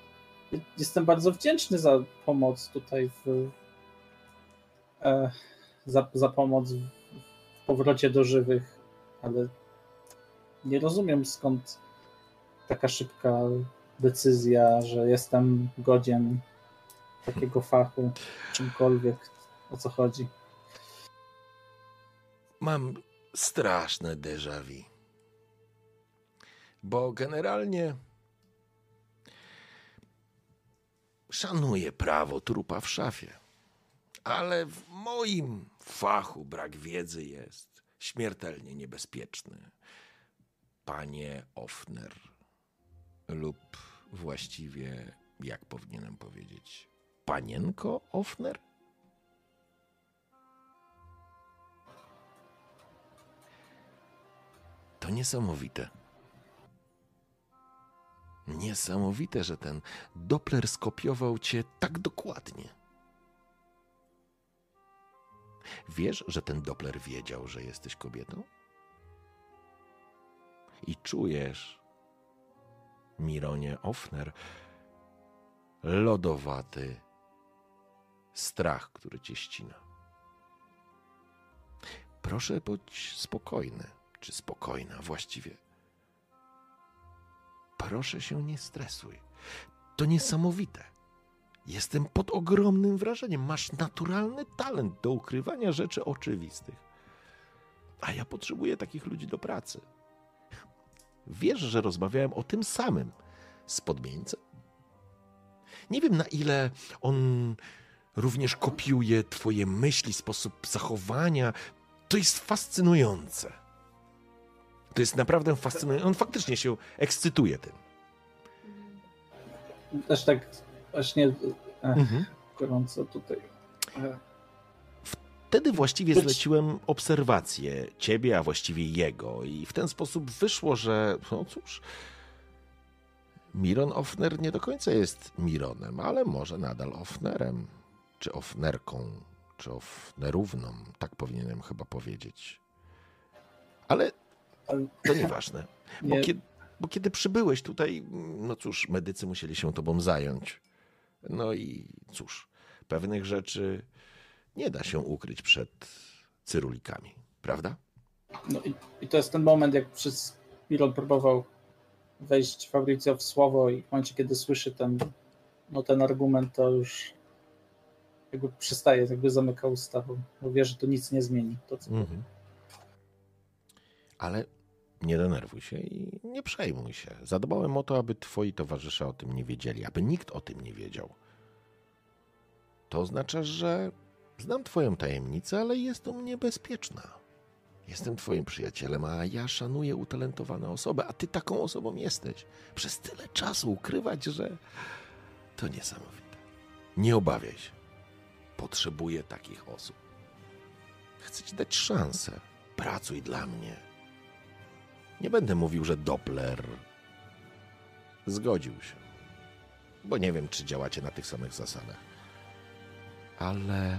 jestem bardzo wdzięczny za pomoc tutaj za pomoc w powrocie do żywych, ale nie rozumiem, skąd taka szybka decyzja, że jestem godzien takiego fachu, czymkolwiek, o co chodzi.
Mam straszne déjà vu. Bo generalnie szanuję prawo trupa w szafie. Ale w moim fachu brak wiedzy jest śmiertelnie niebezpieczny. Panie Offner, lub właściwie, jak powinienem powiedzieć, panienko Offner? To niesamowite. Niesamowite, że ten Doppler skopiował cię tak dokładnie. Wiesz, że ten Doppler wiedział, że jesteś kobietą? I czujesz, Mironie Offner, lodowaty strach, który cię ścina. Proszę bądź spokojny, czy spokojna właściwie. Proszę się nie stresuj. To niesamowite. Jestem pod ogromnym wrażeniem. Masz naturalny talent do ukrywania rzeczy oczywistych. A ja potrzebuję takich ludzi do pracy. Wiesz, że rozmawiałem o tym samym z podmieńcem? Nie wiem, na ile on również kopiuje twoje myśli, sposób zachowania. To jest fascynujące. To jest naprawdę fascynujące. On faktycznie się ekscytuje tym.
Też tak właśnie gorąco tutaj.
Wtedy właściwie zleciłem obserwację ciebie, a właściwie jego. I w ten sposób wyszło, że no cóż, Miron Offner nie do końca jest Mironem, ale może nadal Offnerem, czy Offnerką, czy Offnerówną, tak powinienem chyba powiedzieć. Ale to nieważne, bo kiedy przybyłeś tutaj, no cóż, medycy musieli się tobą zająć. No i cóż, pewnych rzeczy nie da się ukryć przed cyrulikami, prawda?
No i to jest ten moment, jak przez Miron próbował wejść Fabrizio w słowo i w momencie, kiedy słyszy ten argument, to już jakby przestaje, jakby zamyka usta, bo wie, że to nic nie zmieni. To, co
Ale nie denerwuj się i nie przejmuj się. Zadbałem o to, aby twoi towarzysze o tym nie wiedzieli, aby nikt o tym nie wiedział. To oznacza, że znam twoją tajemnicę, ale jest u mnie bezpieczna. Jestem twoim przyjacielem, a ja szanuję utalentowane osoby, a ty taką osobą jesteś. Przez tyle czasu ukrywać, że to niesamowite. Nie obawiaj się. Potrzebuję takich osób. Chcę ci dać szansę. Pracuj dla mnie. Nie będę mówił, że Doppler zgodził się, bo nie wiem, czy działacie na tych samych zasadach. Ale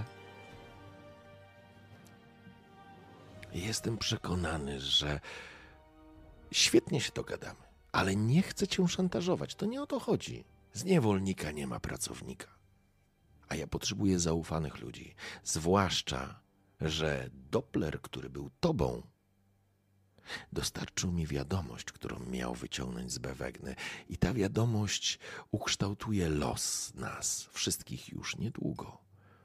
jestem przekonany, że świetnie się dogadamy, ale nie chcę cię szantażować. To nie o to chodzi. Z niewolnika nie ma pracownika. A ja potrzebuję zaufanych ludzi. Zwłaszcza, że Doppler, który był tobą, dostarczył mi wiadomość, którą miał wyciągnąć z Bewegny. I ta wiadomość ukształtuje los nas wszystkich już niedługo.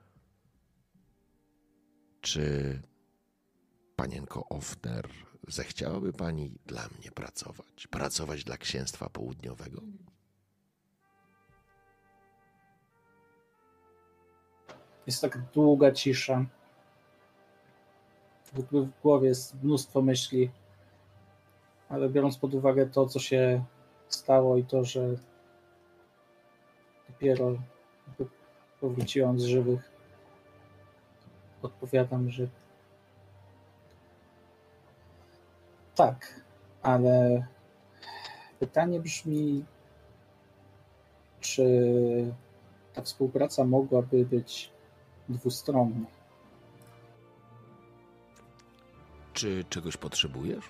Czy, panienko Offner, zechciałaby pani dla mnie pracować? Pracować dla Księstwa Południowego?
jest tak długa cisza. W głowie jest mnóstwo myśli, ale biorąc pod uwagę to, co się stało i to, że dopiero powróciłam z żywych, odpowiadam, że tak, ale pytanie brzmi, czy ta współpraca mogłaby być dwustronna?
Czy czegoś potrzebujesz?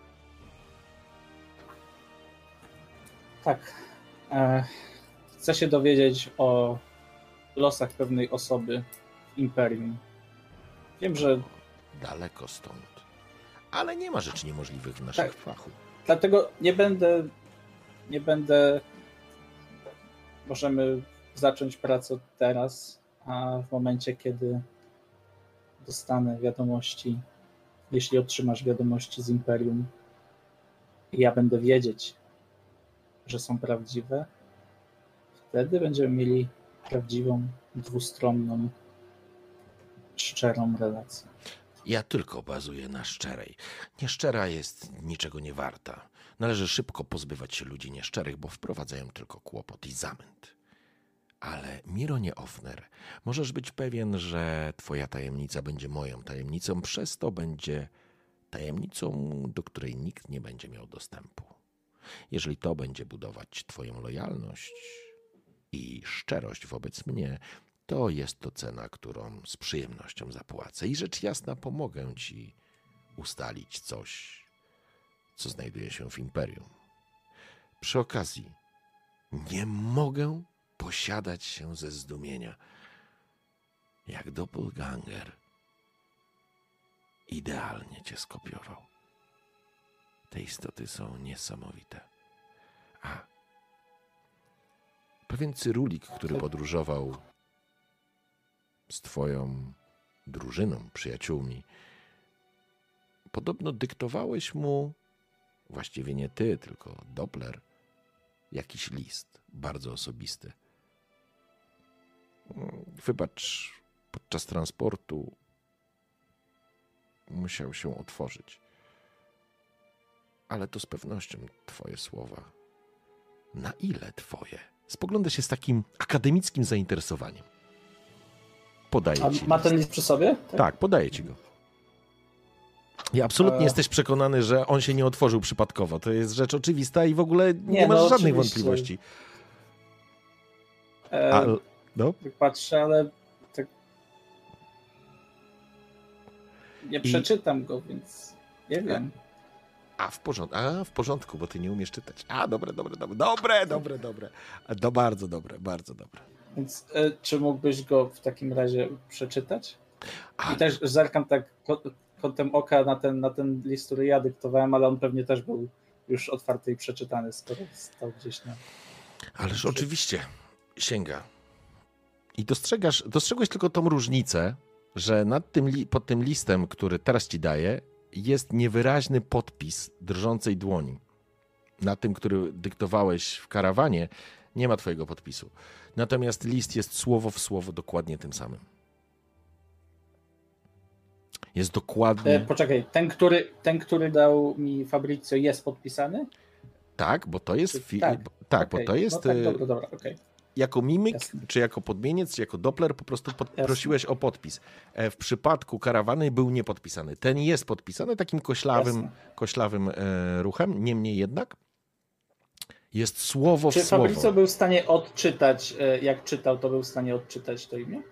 Tak. Chcę się dowiedzieć o losach pewnej osoby w Imperium. Wiem, że
Daleko stąd. Ale nie ma rzeczy niemożliwych w naszym
Tak.
fachu.
dlatego nie będę. Możemy zacząć pracę od teraz, a w momencie, kiedy dostanę wiadomości, jeśli otrzymasz wiadomości z Imperium, i ja będę wiedzieć, że są prawdziwe, wtedy będziemy mieli prawdziwą, dwustronną, szczerą relację.
Ja tylko bazuję na szczerej. Nieszczera jest niczego nie warta. Należy szybko pozbywać się ludzi nieszczerych, bo wprowadzają tylko kłopot i zamęt. Ale Mironie Offner, możesz być pewien, że twoja tajemnica będzie moją tajemnicą, przez to będzie tajemnicą, do której nikt nie będzie miał dostępu. Jeżeli to będzie budować twoją lojalność i szczerość wobec mnie, to jest to cena, którą z przyjemnością zapłacę. I rzecz jasna, pomogę ci ustalić coś, co znajduje się w Imperium. Przy okazji, nie mogę posiadać się ze zdumienia, jak doppelganger idealnie cię skopiował. Te istoty są niesamowite. A pewien cyrulik, który podróżował z twoją drużyną, przyjaciółmi, podobno dyktowałeś mu, właściwie nie ty, tylko Doppler, jakiś list, bardzo osobisty. Wybacz, podczas transportu musiał się otworzyć. Ale to z pewnością twoje słowa. Na ile twoje? Spogląda się z takim akademickim zainteresowaniem. Podaję
A
ci
ma
list.
ten list przy sobie?
Tak, podaję ci go. I absolutnie jesteś przekonany, że on się nie otworzył przypadkowo. To jest rzecz oczywista i w ogóle nie masz żadnych
oczywiście.
wątpliwości. No?
Tak patrzę, ale tak nie przeczytam go, więc nie wiem.
W porządku, bo ty nie umiesz czytać. Dobre. Bardzo dobre.
Więc czy mógłbyś go w takim razie przeczytać?
A,
I też zerkam tak kątem oka na ten list, który ja dyktowałem, ale on pewnie też był już otwarty i przeczytany, skoro stał gdzieś na...
ależ oczywiście sięga. I dostrzegłeś tylko tą różnicę, że pod tym listem, który teraz ci daję, jest niewyraźny podpis drżącej dłoni. Na tym, który dyktowałeś w karawanie, nie ma twojego podpisu. Natomiast list jest słowo w słowo dokładnie tym samym. Jest dokładnie...
Poczekaj, ten, który dał mi Fabrizio, jest podpisany?
Tak, bo to jest...
Tak,
bo to jest...
No tak, dobra, okej.
Jako mimik,
Jasne.
czy jako podmieniec, czy jako Doppler po prostu prosiłeś o podpis. W przypadku karawany był niepodpisany. Ten jest podpisany takim koślawym ruchem, niemniej jednak jest słowo w
Czy
słowo.
Fabrizio był w stanie odczytać, jak czytał, to był w stanie odczytać to imię?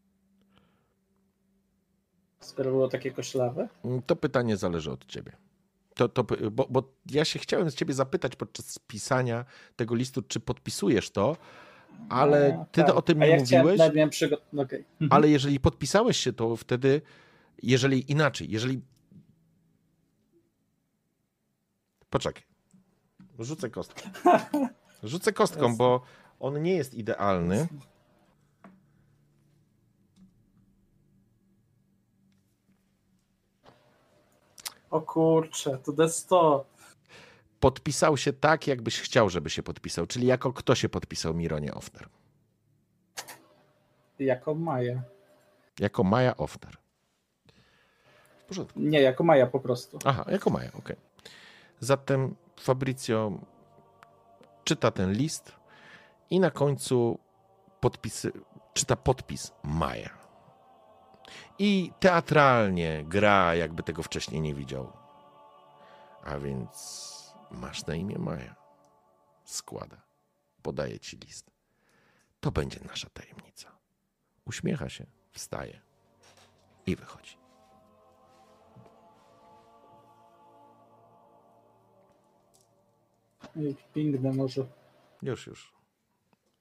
Skoro było takie koślawe?
To pytanie zależy od ciebie. Bo ja się chciałem z ciebie zapytać podczas pisania tego listu, czy podpisujesz to, ale ty
tak.
o tym
A
nie
ja
mówiłeś.
Okay.
Ale jeżeli podpisałeś się, to wtedy, jeżeli inaczej, Poczekaj. Rzucę kostkę. Rzucę kostką, bo on nie jest idealny.
O kurczę, to D100.
Podpisał się tak, jakbyś chciał, żeby się podpisał. Czyli jako kto się podpisał, Mironie Offner?
Jako Maja.
Jako Maja Offner. W porządku.
Nie, jako Maja po prostu.
Aha, jako Maja, okej. Zatem Fabrizio czyta ten list i na końcu czyta podpis Maja. I teatralnie gra, jakby tego wcześniej nie widział. A więc masz na imię Maja. Składa. Podaje ci list. To będzie nasza tajemnica. Uśmiecha się, wstaje i wychodzi.
Piękne może.
Już.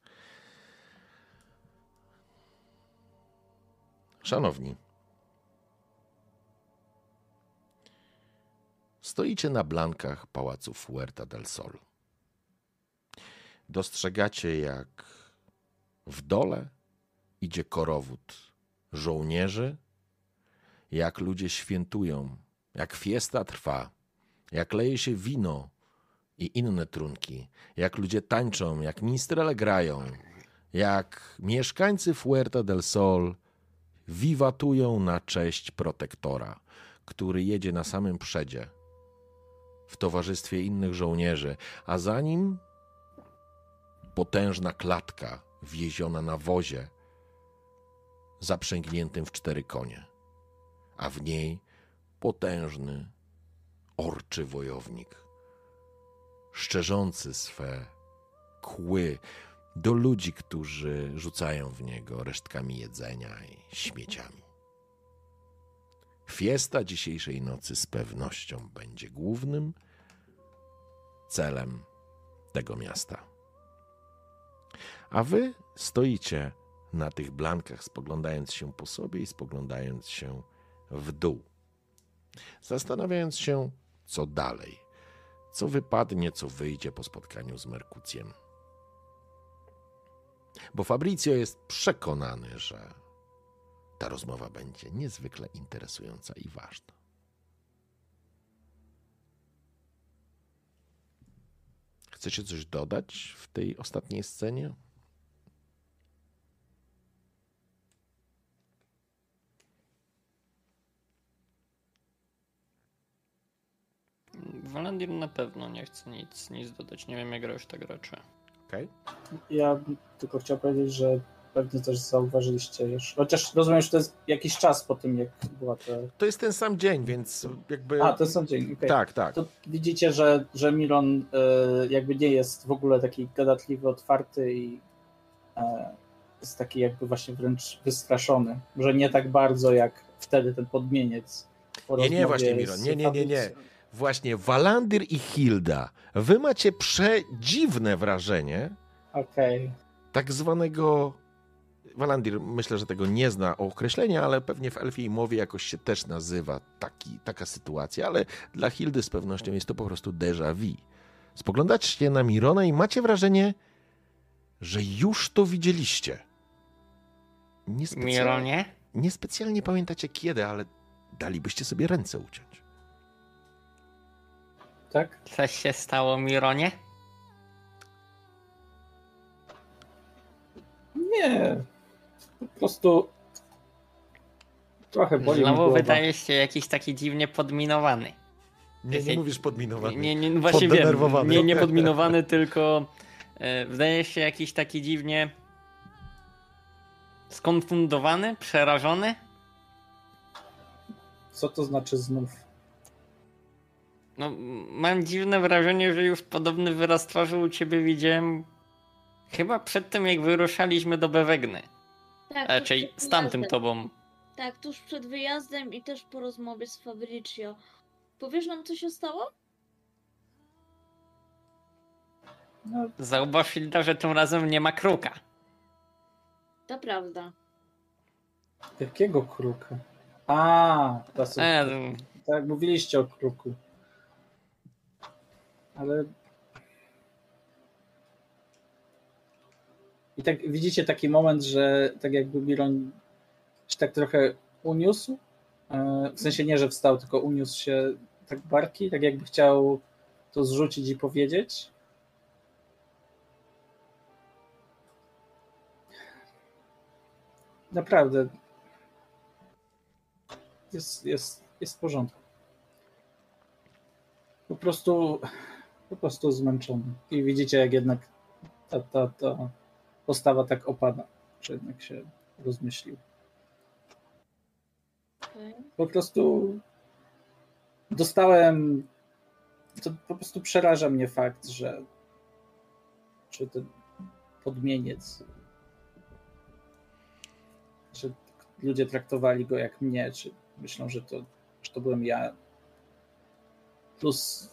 Szanowni, Stoicie na blankach pałacu Fuerta del Sol. Dostrzegacie, jak w dole idzie korowód żołnierzy, jak ludzie świętują, jak fiesta trwa, jak leje się wino i inne trunki, jak ludzie tańczą, jak minstrele grają, jak mieszkańcy Fuerta del Sol wiwatują na cześć protektora, który jedzie na samym przedzie w towarzystwie innych żołnierzy, a za nim potężna klatka wieziona na wozie zaprzęgniętym w 4 konie, a w niej potężny, orczy wojownik, szczerzący swe kły do ludzi, którzy rzucają w niego resztkami jedzenia i śmieciami. Fiesta dzisiejszej nocy z pewnością będzie głównym celem tego miasta. A wy stoicie na tych blankach, spoglądając się po sobie i spoglądając się w dół, zastanawiając się, co dalej, co wypadnie, co wyjdzie po spotkaniu z Merkucjem. Bo Fabrizio jest przekonany, że ta rozmowa będzie niezwykle interesująca i ważna. Chcecie coś dodać w tej ostatniej scenie?
Walandir na pewno nie chce nic dodać. Nie wiem, jak reszta graczy.
Okej.
Ja tylko chciałem powiedzieć, że pewnie też zauważyliście już, chociaż rozumiem, że to jest jakiś czas po tym, jak była ta...
To jest ten sam dzień, więc jakby...
A, to jest sam dzień, okej.
Tak, tak.
To widzicie, że Miron jakby nie jest w ogóle taki gadatliwy, otwarty i jest taki jakby właśnie wręcz wystraszony. Może nie tak bardzo jak wtedy ten podmieniec. po
Nie,
rozmowie
właśnie Miron,
z
nie.
Fabrycją.
Właśnie Walandir i Hilda, wy macie przedziwne wrażenie
Okej.
tak zwanego... Walandir myślę, że tego nie zna określenia, ale pewnie w elfiej mowie jakoś się też nazywa taka sytuacja, ale dla Hildy z pewnością jest to po prostu déjà vu. Spoglądacie na Mirona i macie wrażenie, że już to widzieliście.
Mironie?
Niespecjalnie pamiętacie kiedy, ale dalibyście sobie ręce uciąć.
Tak?
Coś się stało, Mironie?
Nie. Po prostu trochę boli mnie
Znowu
głowa.
wydajesz się jakiś taki dziwnie podminowany.
Nie mówisz podminowany.
Nie, właśnie wiem.
Poddenerwowany.
Nie podminowany, tylko wydajesz się jakiś taki dziwnie skonfundowany, przerażony.
Co to znaczy znów?
No, mam dziwne wrażenie, że już podobny wyraz twarzy u ciebie widziałem chyba przed tym, jak wyruszaliśmy do Bewegny.
Tak,
Raczej
tuż przed
z tamtym
wyjazdem.
tobą.
Tak, tuż przed wyjazdem i też po rozmowie z Fabrizio. Powiesz nam, co się stało?
No,
Zauważ, Hilda, że tym razem nie ma kruka.
To prawda.
jakiego kruka? A,
E,
tak, mówiliście o kruku. Ale... I tak widzicie taki moment, że tak jakby Miron się tak trochę uniósł. W sensie nie, że wstał, tylko uniósł się tak barki, tak jakby chciał to zrzucić i powiedzieć. Naprawdę. Jest w porządku. Po prostu zmęczony. I widzicie, jak jednak ta postawa tak opada, że jednak się rozmyślił.
Okej.
Po prostu dostałem... To po prostu przeraża mnie fakt, że ten podmieniec, że ludzie traktowali go jak mnie, czy myślą, że to byłem ja. Plus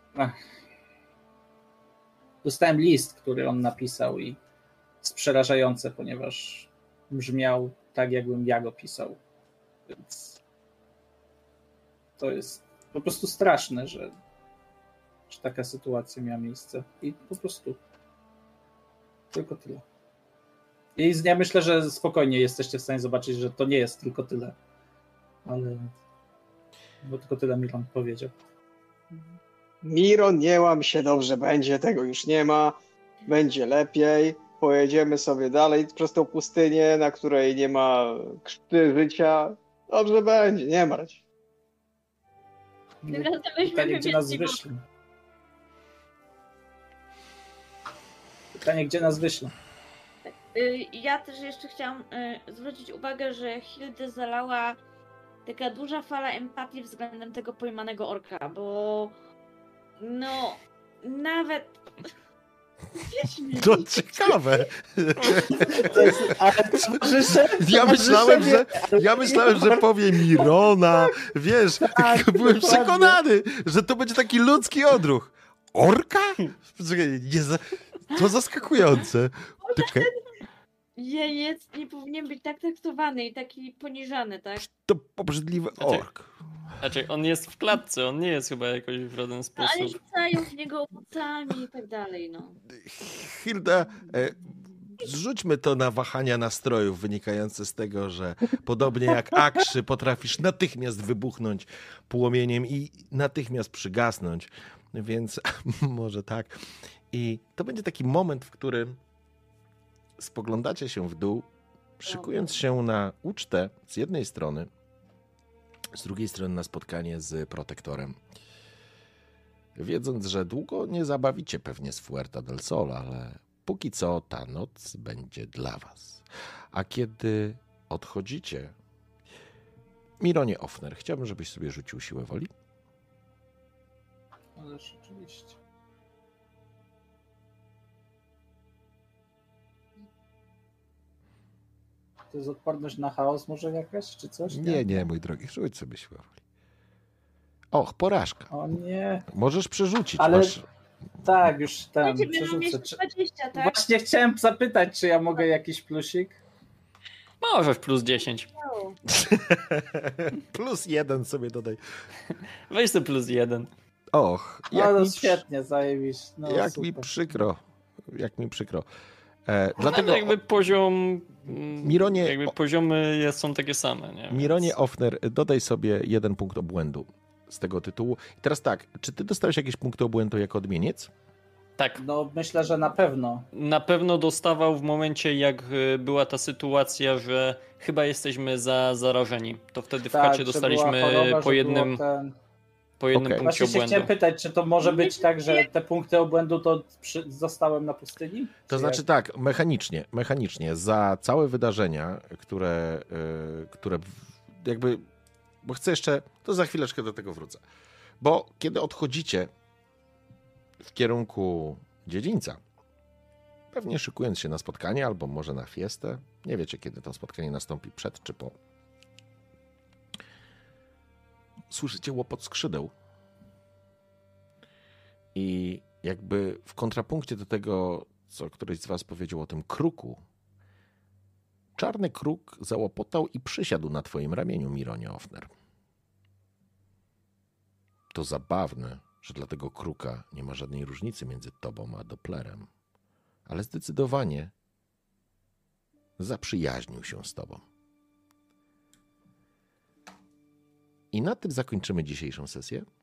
dostałem list, który on napisał i jest przerażające, ponieważ brzmiał tak, jakbym ja go pisał. Więc to jest po prostu straszne, że taka sytuacja miała miejsce. I po prostu tylko tyle. I ja myślę, że spokojnie jesteście w stanie zobaczyć, że to nie jest tylko tyle. Ale bo tylko tyle Miron powiedział.
Miron, nie łam się, dobrze będzie, tego już nie ma. Będzie lepiej. Pojedziemy sobie dalej przez tą pustynię, na której nie ma krzty życia. Dobrze będzie, nie martw.
Tym razem weźmiemy
Pytanie, gdzie nas
więcej
wyślą. Pytanie, gdzie nas wyślą.
Ja też jeszcze chciałam zwrócić uwagę, że Hildę zalała taka duża fala empatii względem tego pojmanego orka, bo no nawet
To ciekawe.
Ale
Ja myślałem, że powie Mirona, wiesz, byłem przekonany, że to będzie taki ludzki odruch. Orka? Czekaj, to zaskakujące. Czekaj,
jejec nie powinien być tak traktowany i taki poniżany, tak?
to obrzydliwy ork.
Znaczy, on jest w klatce, on nie jest chyba jakoś w żaden
No,
sposób.
ale rzucają w niego owocami i tak dalej, no.
Hilda, zrzućmy to na wahania nastrojów wynikające z tego, że podobnie jak Akszy potrafisz natychmiast wybuchnąć płomieniem i natychmiast przygasnąć, więc może tak. I to będzie taki moment, w którym spoglądacie się w dół, szykując się na ucztę z jednej strony, z drugiej strony na spotkanie z protektorem. Wiedząc, że długo nie zabawicie pewnie z Fuerta del Sol, ale póki co ta noc będzie dla was. A kiedy odchodzicie, Mironie Offner, chciałbym, żebyś sobie rzucił siłę woli.
Ależ oczywiście. To jest odporność na chaos może jakaś, czy coś?
Nie, mój drogi, rzuć sobie siłę woli. Och, porażka.
O nie.
Możesz przerzucić.
Ale
Masz...
tak, już tam
Będziemy mieć
przerzucę. Czy...
20, tak?
Właśnie chciałem zapytać, czy ja mogę jakiś plusik?
Możesz plus 10.
No.
Plus 1 sobie dodaj.
Weź sobie plus 1.
Och,
No, świetnie, zajebiście. No,
jak
super.
mi przykro. Jak mi przykro.
Dlatego
Dlatego
jakby poziom.
Mironie-
Jakby poziomy są takie same, nie?
Mironie
Więc-
Offner, dodaj sobie 1 punkt obłędu z tego tytułu. I teraz tak, czy ty dostałeś jakieś punkty obłędu jako odmieniec?
Tak.
No myślę, że na pewno.
Na pewno dostawał w momencie, jak była ta sytuacja, że chyba jesteśmy zarażeni. To wtedy w chacie
że
dostaliśmy
była choroba,
po
że
jednym,
było ten...
po jednym
Okej.
punkcie
Właśnie się
obłędu.
chciałem pytać, czy to może być tak, że te punkty obłędu to zostałem na pustyni?
To
Czy
znaczy tak, mechanicznie za całe wydarzenia, które jakby, bo chcę jeszcze, to za chwileczkę do tego wrócę. Bo kiedy odchodzicie w kierunku dziedzińca, pewnie szykując się na spotkanie albo może na fiestę, nie wiecie kiedy to spotkanie nastąpi, przed czy po, słyszycie łopot skrzydeł i jakby w kontrapunkcie do tego, co któryś z was powiedział o tym kruku, czarny kruk załopotał i przysiadł na twoim ramieniu, Mironie Offner. To zabawne, że dla tego kruka nie ma żadnej różnicy między tobą a Dopplerem, ale zdecydowanie zaprzyjaźnił się z tobą. I na tym zakończymy dzisiejszą sesję.